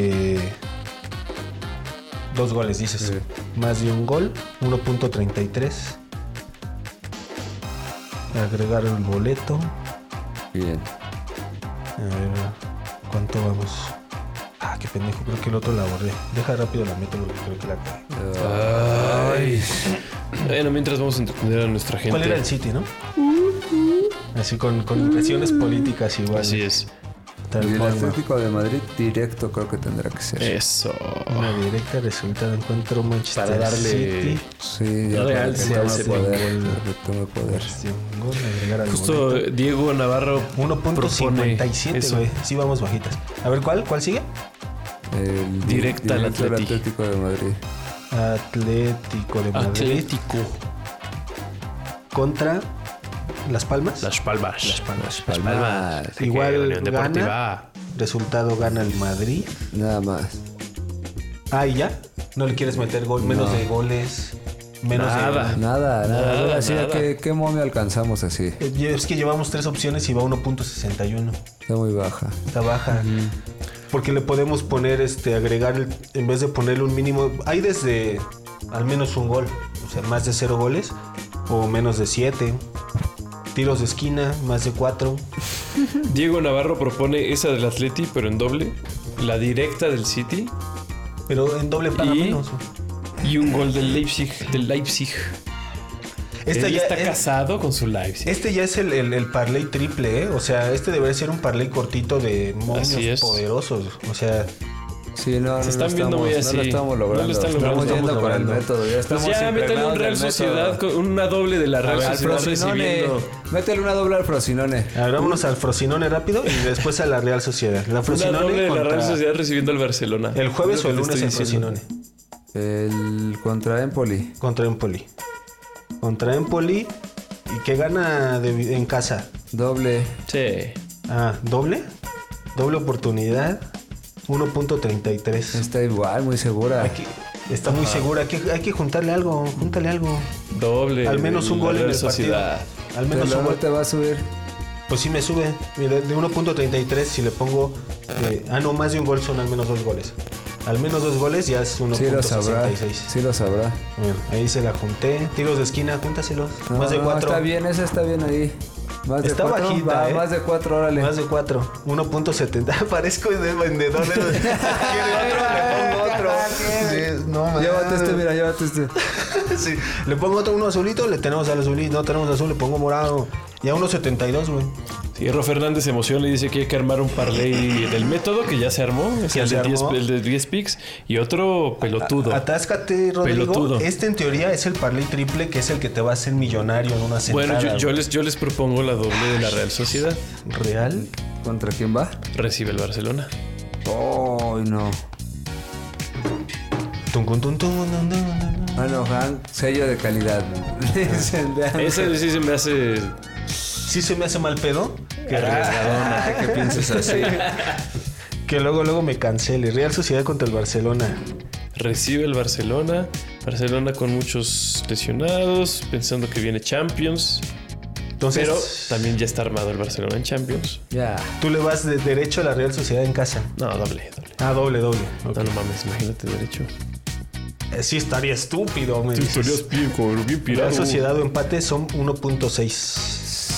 2 goles, dices. Sí. Más de un gol, 1.33. Agregar el boleto. Bien. A ver, ¿cuánto vamos? qué pendejo, creo que el otro la borré. Deja rápido la meto porque creo que la... Ay. Bueno, mientras vamos a entender a nuestra gente. ¿Cuál era el City, no? Así con impresiones políticas igual. Así es. Y el Atlético de Madrid directo creo que tendrá que ser. Eso. Una directa resultado de encuentro Manchester Para darle... City. Sí, ya Real, tome poder. Justo Diego Navarro 1.57, güey. Sí, vamos bajitas. A ver, ¿cuál sigue? El Directa al Atlético de Madrid. Atlético de Madrid. Atlético. Contra Las Palmas. Las Palmas. Igual Unión gana. Deportiva. Resultado gana el Madrid. Nada más. ¿Y ya? ¿No le quieres meter gol? Menos de goles. Menos Nada. Nada. Así ¿qué momio alcanzamos así? Es que llevamos 3 opciones y va 1.61. Está muy baja. Está baja. Porque le podemos poner, agregar, en vez de ponerle un mínimo, hay desde al menos un gol. O sea, más de 0 goles o menos de 7. Tiros de esquina, más de 4. Diego Navarro propone esa del Atleti, pero en doble. La directa del City. Pero en doble paga menos. Y un gol del Leipzig. Él Ya está casado con su Leipzig. Este ya es el parlay triple, ¿eh? O sea, debería ser un parlay cortito de momios poderosos. O sea... Sí, no, se están viendo muy así. No lo estamos logrando. No lo estamos yendo con el método. Ya estamos métele un Real Sociedad, una doble de la Real Sociedad recibiendo. Métele una doble al Frosinone. A ver, vámonos al Frosinone rápido y después a la Real Sociedad. La Frosinone una doble de la Real Sociedad recibiendo al Barcelona. ¿El jueves o el lunes el Frosinone? El contra Empoli. Contra Empoli. ¿Y qué gana en casa? Doble. Sí. ¿Doble? Doble oportunidad. 1.33. Está igual, muy segura. Está muy segura. Hay que juntarle algo. Júntale algo. Doble. Al menos un gol en el Sociedad. Partido. Al menos un gol. ¿Te va a subir? Pues sí me sube. Mira, de 1.33 si le pongo... no, más de un gol son al menos 2 goles. Al menos 2 goles ya es 1.66. Sí lo sabrá. Bueno, ahí se la junté. Tiros de esquina, júntaselos. Más de 4. Está bien, esa está bien ahí. Más de está 4, bajita, más de 4, órale. Más de 4. 1.70. Parezco de vendedor de los... ¿Quiere otro? Le pongo otro. Sí, no, llévate este. Sí. Le pongo otro, uno azulito, le tenemos al azulito. No tenemos azul, le pongo morado. Y a 1.72, güey. Hierro Fernández se emociona y dice que hay que armar un parlay del método que ya se armó. Es el de 10 picks. Y otro pelotudo. Atáscate, Rodrigo. Pelotudo. En teoría es el parlay triple, que es el que te va a hacer millonario en una sentada. Bueno, yo les propongo la doble de la Real Sociedad. ¿Real? ¿Contra quién va? Recibe el Barcelona. Oh, no. Bueno, Han, sello de calidad. Ese sí se me hace... ¿Sí se me hace mal pedo? Qué arriesgadona, que pienses así. Que luego me cancele. Real Sociedad contra el Barcelona. Recibe el Barcelona. Barcelona con muchos lesionados, pensando que viene Champions. Entonces, pero también ya está armado el Barcelona en Champions. Ya. ¿Tú le vas de derecho a la Real Sociedad en casa? No, doble. Doble. Okay. No mames, imagínate derecho. Sí estaría estúpido, me dices. Estarías bien pirado. Real Sociedad o empate son 1.6.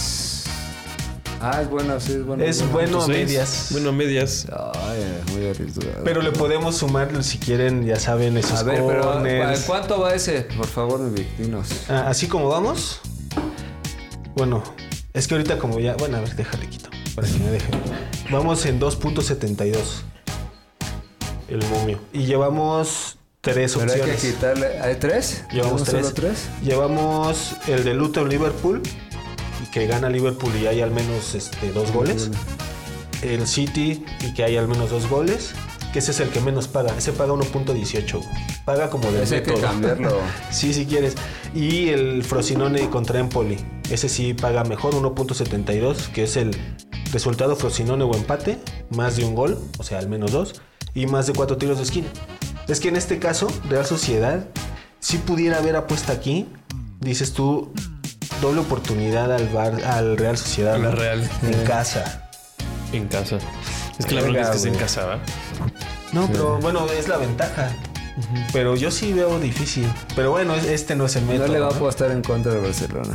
Es bueno, sí, es bueno. Es bueno a medias. Bueno a medias. Ay, muy arriesgado. Pero le podemos sumar, si quieren, ya saben, esos corners. Pero ¿cuánto va ese? Por favor, mi Victinos. ¿Así como vamos? Bueno, es que ahorita como ya... Bueno, a ver, déjale quito, para que me deje. Vamos en 2.72. El momio. Y llevamos 3 opciones. Pero hay que quitarle... ¿Hay 3? Llevamos 3. ¿Solo 3? Llevamos el de Luton Liverpool, que gana Liverpool y hay al menos 2 goles. El City y que hay al menos 2 goles. Que ese es el que menos paga. Ese paga 1.18. Paga como de ese hay que cambiarlo. Sí, si quieres. Y el Frosinone contra Empoli. Ese sí paga mejor, 1.72, que es el resultado Frosinone o empate, más de un gol, o sea, al menos 2, y más de 4 tiros de esquina. Es que en este caso, Real Sociedad, si pudiera haber apuesta aquí, dices tú, doble oportunidad al Real Sociedad. A la Real. En casa. En casa. Es que la verdad es que es en casa, ¿va? No, sí. Pero bueno, es la ventaja. Pero yo sí veo difícil. Pero bueno, este no es el método. No le va a apostar en contra de Barcelona.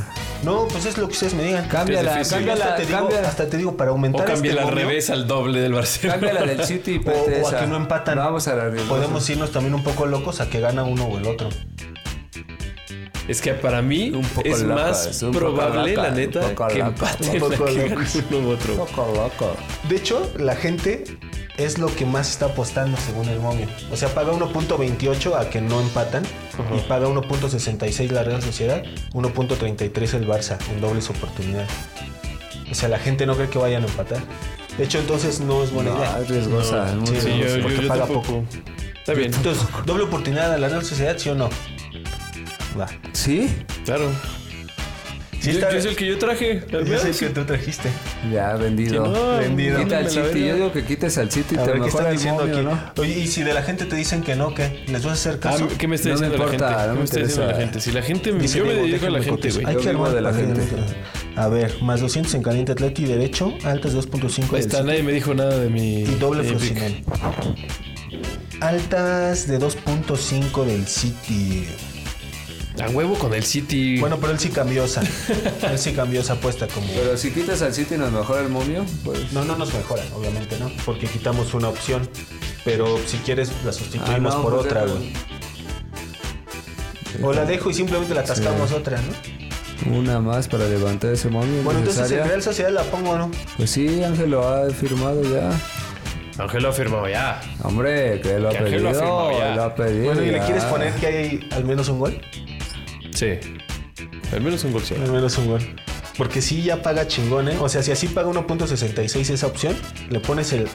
No, pues es lo que ustedes me digan. Cámbiala, Hasta te digo, para aumentar o cámbiala al revés al doble del Barcelona. Cámbiala del City y o a que no empatan. Vamos a la riesgosa. Podemos irnos también un poco locos a que gana uno o el otro. Es que para mí es más probable, la neta, que empaten a que gane uno u otro. Un poco loco. De hecho, la gente es lo que más está apostando según el momio. O sea, paga 1.28 a que no empatan y paga 1.66 la Real Sociedad, 1.33 el Barça en dobles oportunidades. O sea, la gente no cree que vayan a empatar. De hecho, entonces no es buena idea. Es riesgosa. No, sí, porque paga poco. Está bien. Entonces, doble oportunidad a la Real Sociedad, ¿sí o no? Va. ¿Sí? Claro. Sí, es el que yo traje. Es el que tú trajiste. Ya, vendido. no, vendido. Quita al City. Yo digo que quites al City y A te ver, ¿qué mejora están el diciendo momio, aquí? ¿no? Oye, y si de la gente te dicen que no, ¿qué? ¿Les vas a hacer caso? ¿Qué me está No me diciendo importa, la gente? no ¿Qué me me está diciendo la interesa. gente? Si la gente... Dice yo me Diego, dedico a la déjame gente, güey. cotizar. Hay que Yo vivo armar de la página. gente. A ver, más 200 en caliente Atleti derecho, altas 2.5 Ahí del está, City nadie me dijo nada de mi... y doble de mi pick. Frosinone. Altas de 2.5 del City. A huevo con el City. Bueno, pero él sí cambió esa. Él sí cambió esa apuesta como... Pero si quitas al City nos mejora el momio, pues... No nos mejora, obviamente no, porque quitamos una opción. Pero si quieres la sustituimos por pues otra, déjalo. güey. O la dejo y simplemente la atascamos otra, ¿no? Una más para levantar ese momio. Bueno, entonces necesaria. en Real Sociedad la pongo, ¿no? Pues sí, Ángel lo ha firmado ya. Ángel lo ha firmado ya. Hombre, que lo ha Que Ángel pedido. lo ha firmado ya. Lo ha pedido. Bueno, ¿y le ya. quieres poner que hay al menos un gol? Sí. Al menos un gol sí. Al menos un gol. Porque sí ya paga chingón, ¿eh? O sea, si así paga 1.66 esa opción, le pones el...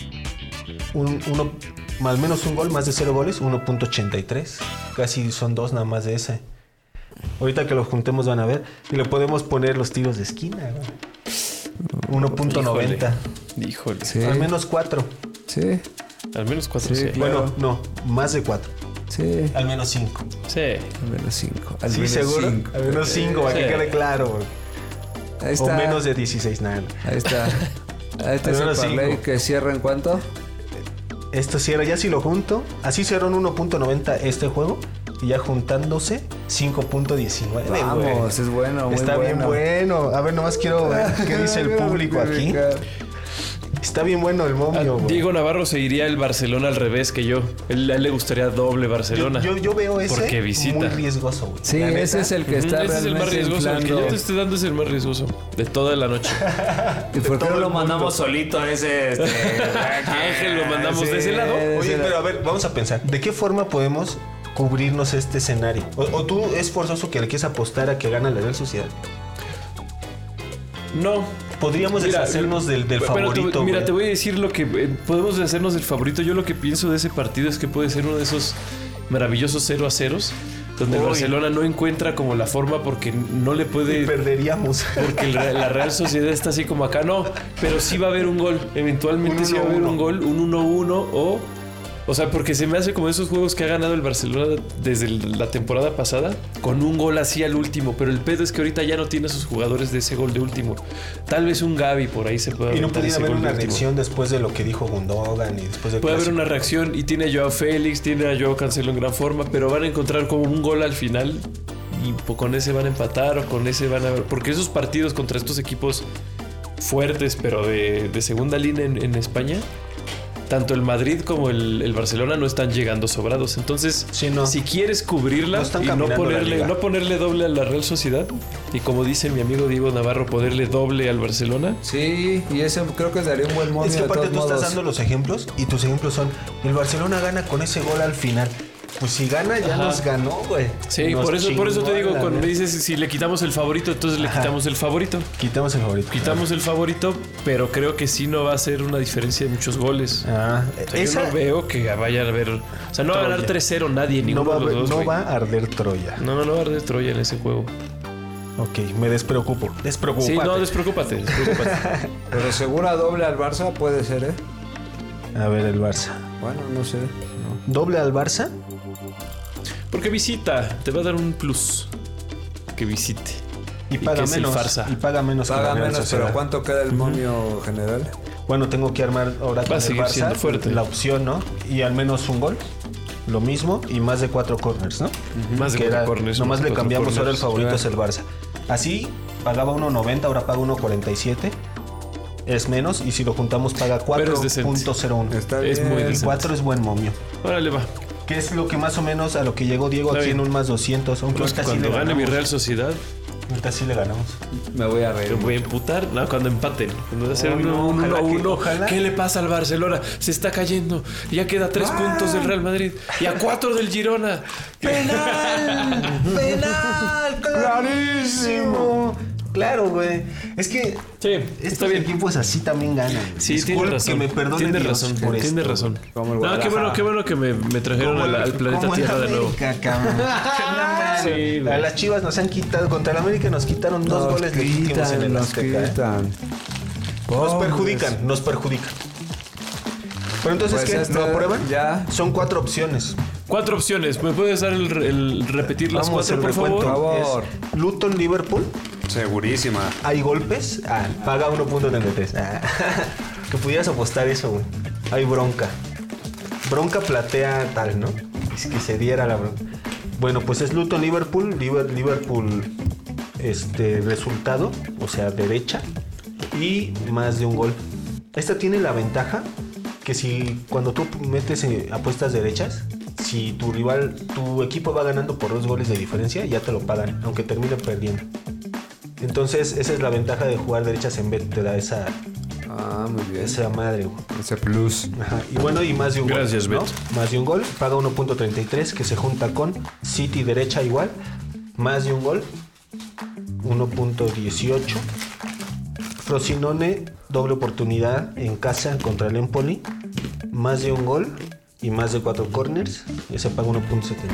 al menos un gol, más de 0 goles, 1.83. Casi son 2 nada más de ese. Ahorita que lo juntemos van a ver. Y le podemos poner los tiros de esquina, güey. 1.90. Híjole. Sí. Al menos 4. Sí, Al menos 4 Sí, sí. claro. Bueno, no, más de 4. sí. Al menos 5. Sí. Al menos 5. ¿Sí, seguro? Al menos 5, para que Sí. quede claro, güey. Ahí O está. menos de 16, nada. Ahí está. Ahí está Al ese menos parlay 5. que cierra en cuánto. Esto cierra, ya si lo junto, así cerró en 1.90 este juego y ya juntándose 5.19. Vamos, es bueno, muy Está bien bueno. A ver, nomás quiero ver qué dice el público aquí. Está bien bueno el momio, güey. Diego Navarro se iría el Barcelona al revés que yo. A él le gustaría doble Barcelona. Yo veo ese Porque visita. muy riesgoso, güey. Sí, La neta. ese es el que está Ese es el más realmente riesgoso. El que yo inflando. te estoy dando es el más riesgoso. De toda la noche. ¿Y por qué todo no lo el mandamos mundo. solito a ese? Ángel, lo mandamos de ese lado. Oye, pero a ver, vamos a pensar. ¿De qué forma podemos cubrirnos este escenario? ¿O tú es forzoso que le quieres apostar a que gana la Real Sociedad? No. Podríamos deshacernos del Pero favorito. mira, güey. te voy a decir lo que podemos deshacernos del favorito. Yo lo que pienso de ese partido es que puede ser uno de esos maravillosos 0-0 donde el Uy. Barcelona no encuentra como la forma porque no le Y puede... perderíamos. Porque la Real Sociedad está así como acá. No, pero sí va a haber un gol. Eventualmente Un sí va a haber 1-1. un gol, un 1-1 o sea, porque se me hace como esos juegos que ha ganado el Barcelona desde la temporada pasada, con un gol así al último. Pero el pedo es que ahorita ya no tiene a sus jugadores de ese gol de último. Tal vez un Gavi por ahí se pueda Y no aventar pudiera ese haber gol de una último. reacción después de lo que dijo Gundogan y después de... Puede haber una reacción y tiene a Joao Félix, tiene a Joao Cancelo en gran forma, pero van a encontrar como un gol al final y con ese van a empatar o con ese van a... Porque esos partidos contra estos equipos fuertes, pero de segunda línea en España, tanto el Madrid como el Barcelona no están llegando sobrados. Entonces, Sí, no. si quieres cubrirla No están y no caminando la liga. ponerle doble a la Real Sociedad, y como dice mi amigo Diego Navarro, ponerle doble al Barcelona, Sí, y ese creo que daría un buen momio. Es que de aparte todos tú estás modos. dando los ejemplos y tus ejemplos son el Barcelona gana con ese gol al final. Pues si gana ya Ajá. nos ganó, güey. sí, Nos por eso te digo, chingó, cuando la me neta. dices si le quitamos el favorito, entonces le Ajá. quitamos el favorito. Quitamos el favorito. Quitamos el favorito, pero creo que sí no va a ser una diferencia de muchos goles. Ah, O sea, esa yo no veo que vaya a haber... O sea, no va a ganar Troya. 3-0 nadie, no, ninguno va, a de los haber- dos, no güey. va a arder Troya. No va a arder Troya en ese juego. Ok, me despreocupo. Despreocúpate. Sí, no, despreocúpate. Pero segura doble al Barça puede ser, ¿eh? A ver, el Barça. Bueno, no sé. No. ¿Doble al Barça? Porque visita, te va a dar un plus. Que visite. Y que paga es el menos. Farsa. Y paga menos. que la Paga Real menos, Sociedad. pero ¿cuánto queda el momio general? Bueno, tengo que armar ahora con Va a el seguir Barça siendo fuerte. la opción, ¿no? Y al menos un gol. Lo mismo y más de 4 corners, ¿no? Más de Que 4 era- corners. Nomás más de le 4 cambiamos ahora el corners. favorito Ah. es el Barça. Así pagaba 1.90, ahora paga 1.47. Es menos, y si lo juntamos paga 4.01. Es muy decente. 4 es buen momio. Órale, va. Que es lo que más o menos a lo que llegó Diego aquí en un más 200. Aunque Pues cuando gane mi Real Sociedad, ahorita sí le ganamos. Me voy a reír. me voy a emputar. No, cuando empaten. Cuando va a ser Ojalá 1-1. ¿Qué le pasa al Barcelona? Se está cayendo. Ya queda 3 puntos del Real Madrid. Y a 4 del Girona. ¡Penal! ¡Penal! ¡Clarísimo! Claro, güey. Es que estos equipos así también ganan. Sí, tienes razón. Que me perdone Tienes Dios razón. por Tienes esto. razón. No, qué bueno que me trajeron al planeta Tierra de nuevo. Sí, a las Chivas nos han quitado. Contra el América nos quitaron 2 goles legítimos en el Azteca. Nos perjudican. Pero entonces, Pues ¿qué? ¿Lo aprueban? Ya. Son 4 opciones. 4 opciones. ¿Me puedes dar el repetir las 4, por favor? Por favor. Es Luton, Liverpool. Segurísima. ¿Hay golpes? Paga 1.33. Que pudieras apostar eso, güey. Hay bronca. Bronca platea tal, ¿no? Es que se diera la bronca. Bueno, pues es Luton, Liverpool. Liverpool, resultado, o sea, derecha. Y más de un gol. Esta tiene la ventaja que si cuando tú metes apuestas derechas, si tu equipo va ganando por 2 goles de diferencia, ya te lo pagan, aunque termine perdiendo. Entonces, esa es la ventaja de jugar derechas en bet, te da esa... muy bien. Esa madre, güey. Ese plus. Ajá. Y bueno, y más de un Gracias, gol. Bet. ¿No? Más de un gol, paga 1.33, que se junta con City derecha igual. Más de un gol, 1.18. Frosinone, doble oportunidad en casa contra el Empoli. Más de un gol y más de 4 corners. Ese paga 1.72.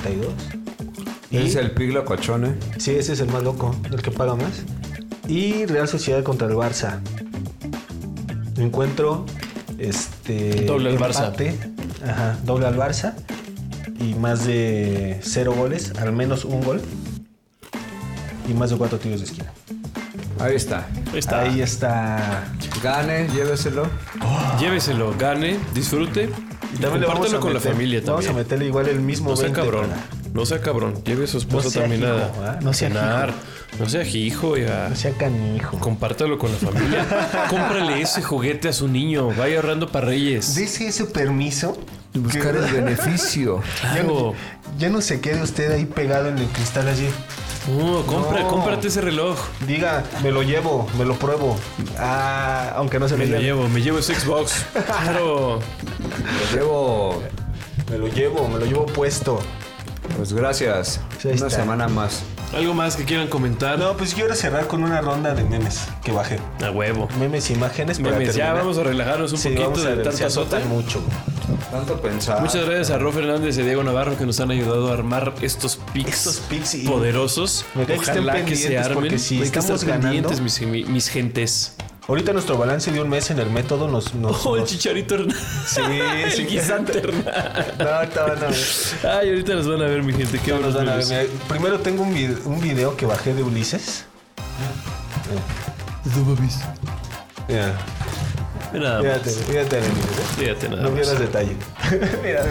Es el Piglo Cochone. Sí, ese es el más loco, el que paga más. Y Real Sociedad contra el Barça. Encuentro doble al empate. Ajá, doble al Barça. Y más de 0 goles, al menos un gol. Y más de 4 tiros de esquina. Ahí está. Ahí está. Gane, lléveselo. Lléveselo, gane, disfrute. Y compártelo con la familia también. Vamos a meterle igual el mismo. No sea 20 cabrón. para... No sea cabrón. Lleve a su esposa también a no sea cenar. No sea hijo. No sea canijo. Compártalo con la familia. Cómprale ese juguete a su niño. Vaya ahorrando para Reyes. Dese ese permiso. Y buscar el beneficio. Claro. Ya no se quede usted ahí pegado en el cristal allí. Cómprate ese reloj. Diga, me lo llevo, me lo pruebo. Aunque no se me llevo ese Xbox. Claro. Me lo llevo puesto. Pues gracias. Sí, una semana más. ¿Algo más que quieran comentar? No, pues quiero cerrar con una ronda de memes que bajé. A huevo. Memes y imágenes. Memes, ya vamos a relajarnos un poquito de tanta sota. Mucho. Tanto pensar. Muchas gracias a Ro Fernández y a Diego Navarro que nos han ayudado a armar estos pics poderosos. Ojalá que se armen. Porque si estamos ganando, mis gentes. Ahorita nuestro balance de un mes en el método nos... el Chicharito Hernández. Sí, el guisante Hernández. No. Ay, ahorita nos van a ver, mi gente. ¿Qué nos van a ver? Mira, primero tengo un video que bajé de Ulises. Mira. Fíjate nada. No pierdas detalle. Mira.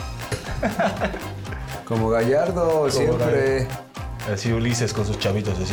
Como Gallardo, siempre. Así Ulises con sus chavitos, así.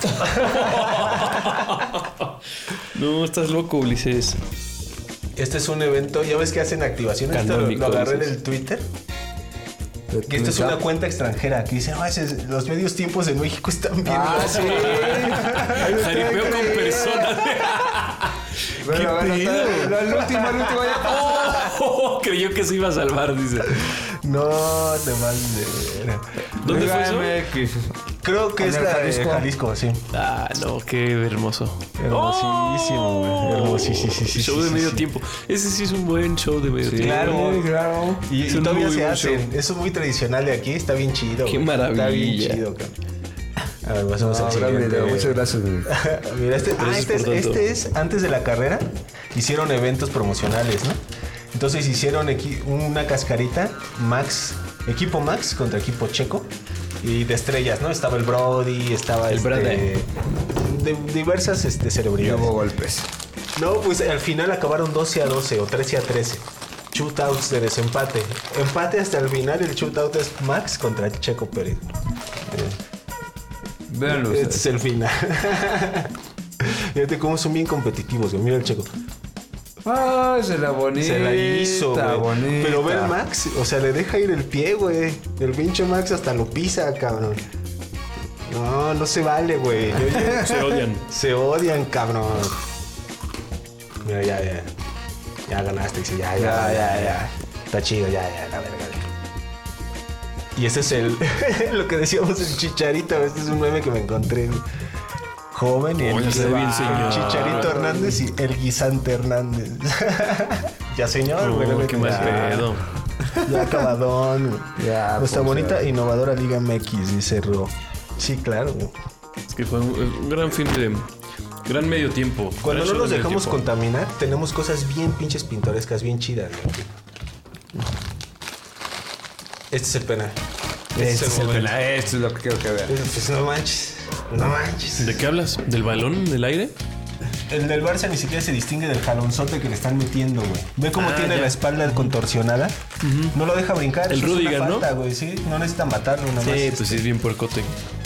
No, estás loco, Ulises. Este es un evento, ya ves que hacen activaciones. Esto lo agarré del Twitter. Que esta es una cuenta extranjera que dice, los medios tiempos de México están bien. Sí. Jaripeo con personas. Bueno, el último ya. Creyó que se iba a salvar, dice. No, te mandes. ¿Dónde fue eso? Creo que es la de Jalisco, sí. No, qué hermoso. Hermosísimo, güey. Hermosísimo. Show de medio tiempo. Ese sí es un buen show de medio tiempo. Claro. Y todavía se hacen. Eso es muy tradicional de aquí. Está bien chido. Qué maravilla. Está bien chido, cabrón. A ver, pasamos al siguiente video. Muchas gracias. Mira, este es antes de la carrera. Hicieron eventos promocionales, ¿no? Entonces hicieron una cascarita equipo Max contra equipo Checo. Y de estrellas, ¿no? Estaba el Brody, estaba el Brody. De diversas celebridades. Hubo golpes. No, pues al final acabaron 12-12 o 13-13. Shootouts de desempate. Empate hasta el final, el shootout es Max contra Checo Pérez. Véanlo. Este es el final. Fíjate cómo son bien competitivos, güey. Mira el Checo. Ah, se la bonita. Se la hizo, güey. Bonita. Pero ve el Max, o sea, le deja ir el pie, güey. El pinche Max hasta lo pisa, cabrón. No se vale, güey. Se odian. Se odian, cabrón. Mira, ya. Ya ganaste, dice, ya. Está chido, ya, la verga. Y ese es lo que decíamos el Chicharito. Este es un meme que me encontré. Joven y el Chicharito Hernández y el Guisante Hernández. Ya, señor, güey. Qué mal pedo. Ya acabadón. Ya, Nuestra pues, bonita innovadora Liga MX, dice Ro. Sí, claro. Es que fue un gran fin de... Gran medio tiempo. Cuando no nos dejamos contaminar, tenemos cosas bien pinches pintorescas, bien chidas, güey. Este es el penal. Este es el penal. Esto es lo que quiero que vean. Pues no manches. ¿De qué hablas? ¿Del balón en el aire? El del Barça ni siquiera se distingue del jalonzote que le están metiendo, güey. Ve cómo tiene la espalda contorsionada. No lo deja brincar. El Rudiger, ¿no? Güey, sí, no necesita matarlo nada más. Sí, pues sí, es bien puercote.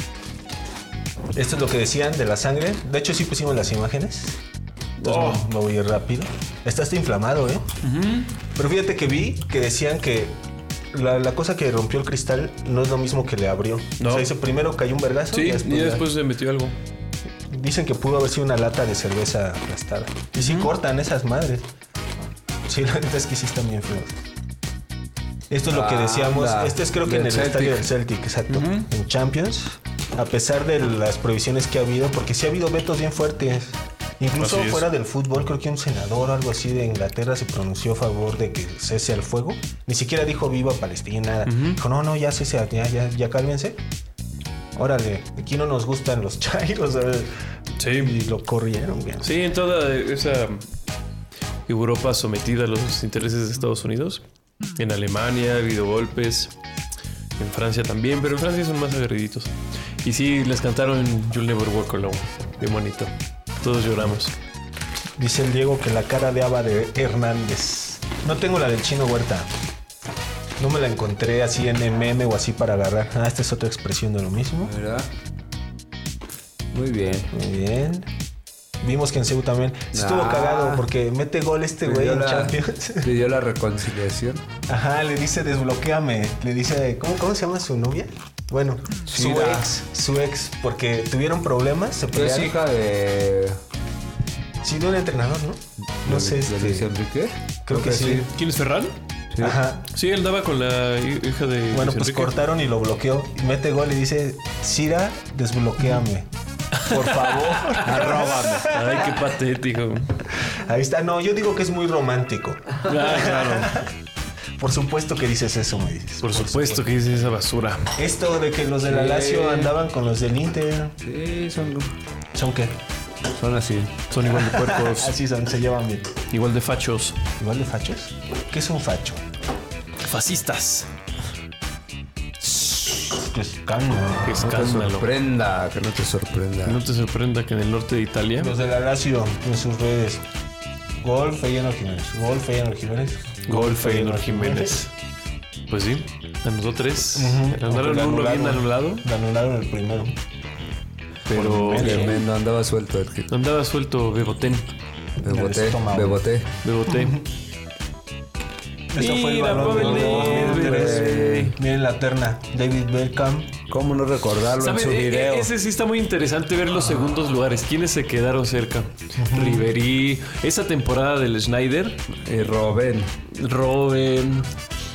Esto es lo que decían de la sangre. De hecho, sí pusimos las imágenes. Entonces me voy a ir rápido. Está hasta inflamado, ¿eh? Pero fíjate que vi que decían que la cosa que rompió el cristal no es lo mismo que le abrió. No. O sea, dice primero cayó un vergazo. Sí, y después se metió algo. Dicen que pudo haber sido una lata de cerveza aplastada. Y sí cortan esas madres. Sí, la neta es que sí están bien feos. Esto es lo que decíamos. Este es creo que en el estadio del Celtic, exacto. En Champions. A pesar de las prohibiciones que ha habido, porque sí ha habido vetos bien fuertes. Incluso fuera del fútbol, creo que un senador o algo así de Inglaterra se pronunció a favor de que cese el fuego. Ni siquiera dijo viva Palestina, nada. Dijo, no, ya cese, ya cálmense. Órale, aquí no nos gustan los chairos. Sí. Y lo corrieron, güey. Sí, en toda esa Europa sometida a los intereses de Estados Unidos. En Alemania ha habido golpes. En Francia también, pero en Francia son más agredidos. Y sí, les cantaron You'll Never Walk Alone. Bien bonito. Todos lloramos. Dice el Diego que la cara de Ava de Hernández. No tengo la del Chino Huerta. No me la encontré así en el meme o así para agarrar. Esta es otra expresión de lo mismo. ¿Verdad? Muy bien. Vimos que en Cebu también estuvo cagado porque mete gol este güey en Champions. Pidió la reconciliación. Ajá, le dice desbloquéame. Le dice, ¿cómo se llama su novia? Bueno, su ex, porque tuvieron problemas, se pelearon. Es hija de... Sí, de un entrenador, ¿no? No sé. ¿De Luis Enrique? Creo que sí. ¿Quién es Ferran? Sí. Ajá. Sí, él daba con la hija de Bueno, Luis pues Enrique. cortaron y lo bloqueó. Mete gol y dice, Cira, desbloquéame. Por favor. Arróbame. Ay, qué patético. Ahí está. No, yo digo que es muy romántico. Claro. Por supuesto que dices eso, me dices. Por supuesto que dice esa basura. Esto de que los de la Lazio andaban con los del Inter. Sí, ¿Son qué? son así. Son igual de puercos. Así son, se llevan bien. Igual de fachos. ¿Igual de fachos? ¿Qué es un facho? Fascistas. ¡Qué escándalo! Qué No te escándalo. sorprenda, que no te sorprenda. No te sorprenda que en el norte de Italia. Los de la Lazio en sus redes. Gol Feyenoord Jiménez. Gol Feyenoord Jiménez. Gol Feyenoord Jiménez. Pues sí, anotó 3. Ujú. Andaron uno bien anulado. Le anularon el primero. Pero Tremendo, andaba suelto el que... andaba suelto Bebotén. Beboté. Beboté. Esto fue el Mira, balón de Pavel oro. Nedved. Miren la terna. David Beckham. ¿Cómo no recordarlo en ¿Sabe? su video? Ese sí está muy interesante ver los segundos lugares. ¿Quiénes se quedaron cerca? Ribery. Esa temporada del Schneider. Y Robben. Robben.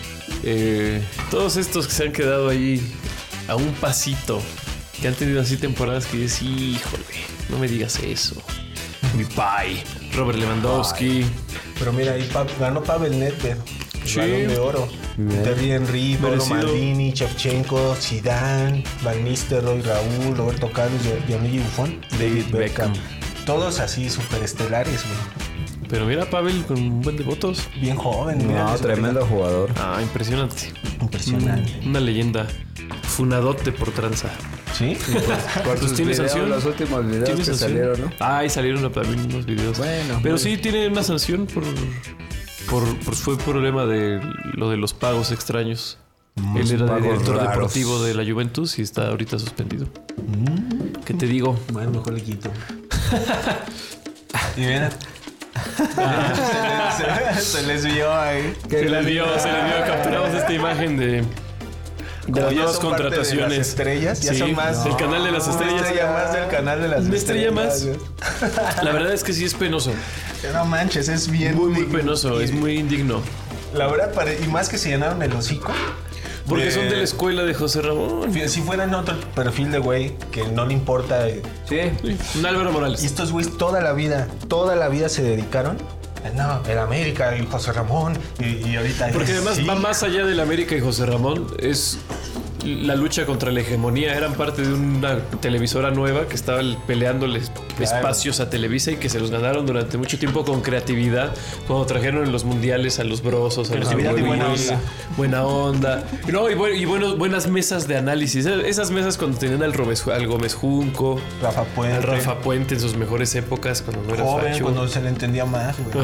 Todos estos que se han quedado ahí a un pasito. Que han tenido así temporadas que dices, híjole, no me digas eso. Mi pai. Robert Lewandowski. Pero mira, ahí ganó Pavel Nedved. El Sí. balón de oro. Bien. Terry Henry, Paolo Merecido. Maldini, Shevchenko, Zidane, Van Nistelrooy, Raúl, Roberto Carlos, Gianluigi Buffon, David Beckham. Todos así superestelares, güey. Pero mira, Pavel con un buen de votos. Bien joven. mira, No, ese tremendo jugador. Ah, impresionante. Impresionante. Una leyenda. Funadote por tranza. ¿Sí? Por sus ¿tiene videos, sanción? los últimos videos ¿Tiene que sanción? salieron, ¿no? Ay, salieron también unos videos. Bueno, pero muy sí tiene una sanción fue problema de lo de los pagos extraños. Él era pagos director raros. deportivo de la Juventus y está ahorita suspendido. ¿Qué te digo? Bueno, mejor le quito. Y mira. Se les vio ahí. Se les vio. Capturamos esta imagen de las nuevas contrataciones. De las estrellas, ya son más. El canal de las estrellas. Una estrella más del canal de las una estrellas. Una estrella más. La verdad es que sí es penoso. No manches, es bien. Muy penoso, es muy indigno. La verdad, y más que se llenaron el hocico. Porque son de la escuela de José Ramón. Si fueran otro perfil de güey que no le importa. Sí. Un Álvaro Morales. Y estos güeyes toda la vida se dedicaron. No, el América y José Ramón. Y ahorita. Porque además va más allá del América y José Ramón. Es la lucha contra la hegemonía. Eran parte de una televisora nueva que estaba peleándoles espacios a Televisa y que se los ganaron durante mucho tiempo con creatividad. Cuando trajeron en los mundiales a los Brosos, a los buena onda. No, y buenas mesas de análisis. Esas mesas cuando tenían al Gómez Junco, al Rafa Puente en sus mejores épocas, cuando no era joven, facho. cuando se le entendía más, güey.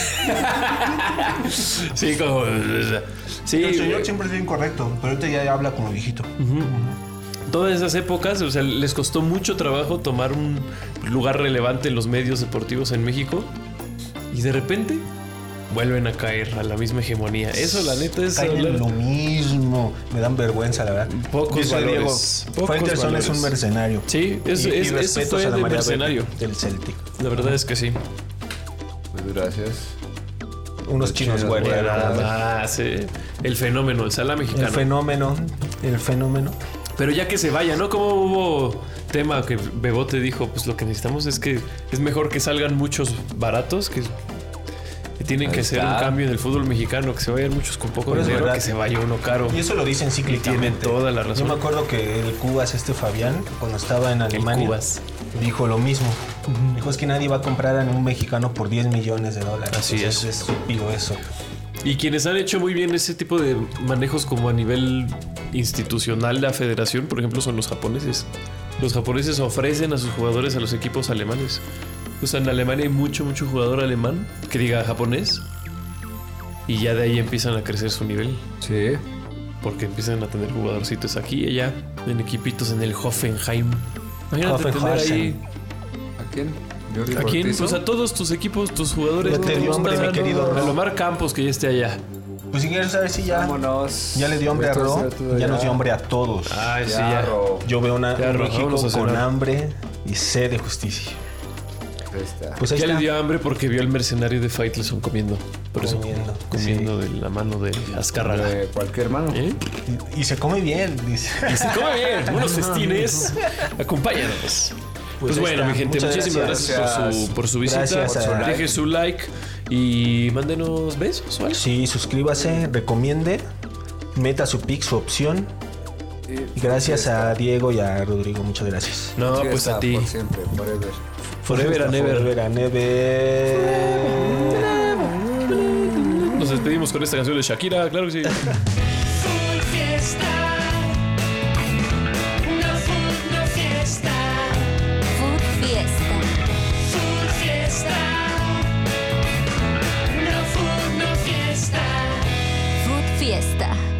Sí, como... Sí, el señor siempre es bien correcto, pero ahorita ya habla como viejito. Todas esas épocas, o sea, les costó mucho trabajo tomar un lugar relevante en los medios deportivos en México y de repente vuelven a caer a la misma hegemonía. Eso, la neta, es lo mismo. Me dan vergüenza, la verdad. Pocos valores. Faitelson es un mercenario. Sí, eso fue de mercenario. Del Celtic. La verdad es que sí. Pues gracias. Unos chinos, güey. Nada más. El fenómeno, el Sala mexicano. El fenómeno. Pero ya que se vaya, ¿no? Como hubo tema que Bebote dijo, pues lo que necesitamos es que es mejor que salgan muchos baratos, que tienen que hacer un cambio en el fútbol mexicano, que se vayan muchos con poco dinero, que se vaya uno caro. Y eso lo dicen cíclicamente. Y tienen toda la razón. Yo me acuerdo que el Cubas, Fabián, cuando estaba en Alemania, dijo lo mismo. Dijo, es que nadie va a comprar a un mexicano por $10 millones. Así es. Es estúpido eso. Y quienes han hecho muy bien ese tipo de manejos como a nivel institucional, la federación, por ejemplo, son los japoneses. Los japoneses ofrecen a sus jugadores a los equipos alemanes. O sea, en Alemania hay mucho jugador alemán que diga japonés. Y ya de ahí empiezan a crecer su nivel. Sí. Porque empiezan a tener jugadorcitos aquí y allá, en equipitos en el Hoffenheim. Imagínate tener ahí... ¿A quién? ¿A quién? Pues a todos tus equipos, tus jugadores. Ya te dio hambre, mi querido. A Lomar Campos, que ya esté allá. Pues si quieres saber si ya... Vámonos. Ya le dio hambre a Ro, ya nos dio hambre a todos. Ay, sí, ya. Yo veo un México con hambre y sed de justicia. Pues ya le dio hambre porque vio al mercenario de Faitelson comiendo. Por eso comiendo de la mano de Azcárraga. De cualquier mano. Y se come bien, dice. Y se come bien. Unos festines. Acompáñanos. Pues bueno, mi gente, muchísimas gracias por su visita. Deje su like y mándenos besos, ¿vale? Sí, suscríbase, recomiende, meta su pick, su opción. Y gracias a Diego y a Rodrigo, muchas gracias. No, pues a ti. Por siempre, forever. Forever and ever. Forever and ever. Nos despedimos con esta canción de Shakira, claro que sí. Food fiesta. No food, no fiesta. Food Fiesta. Food fiesta. No food, no fiesta. Food Fiesta.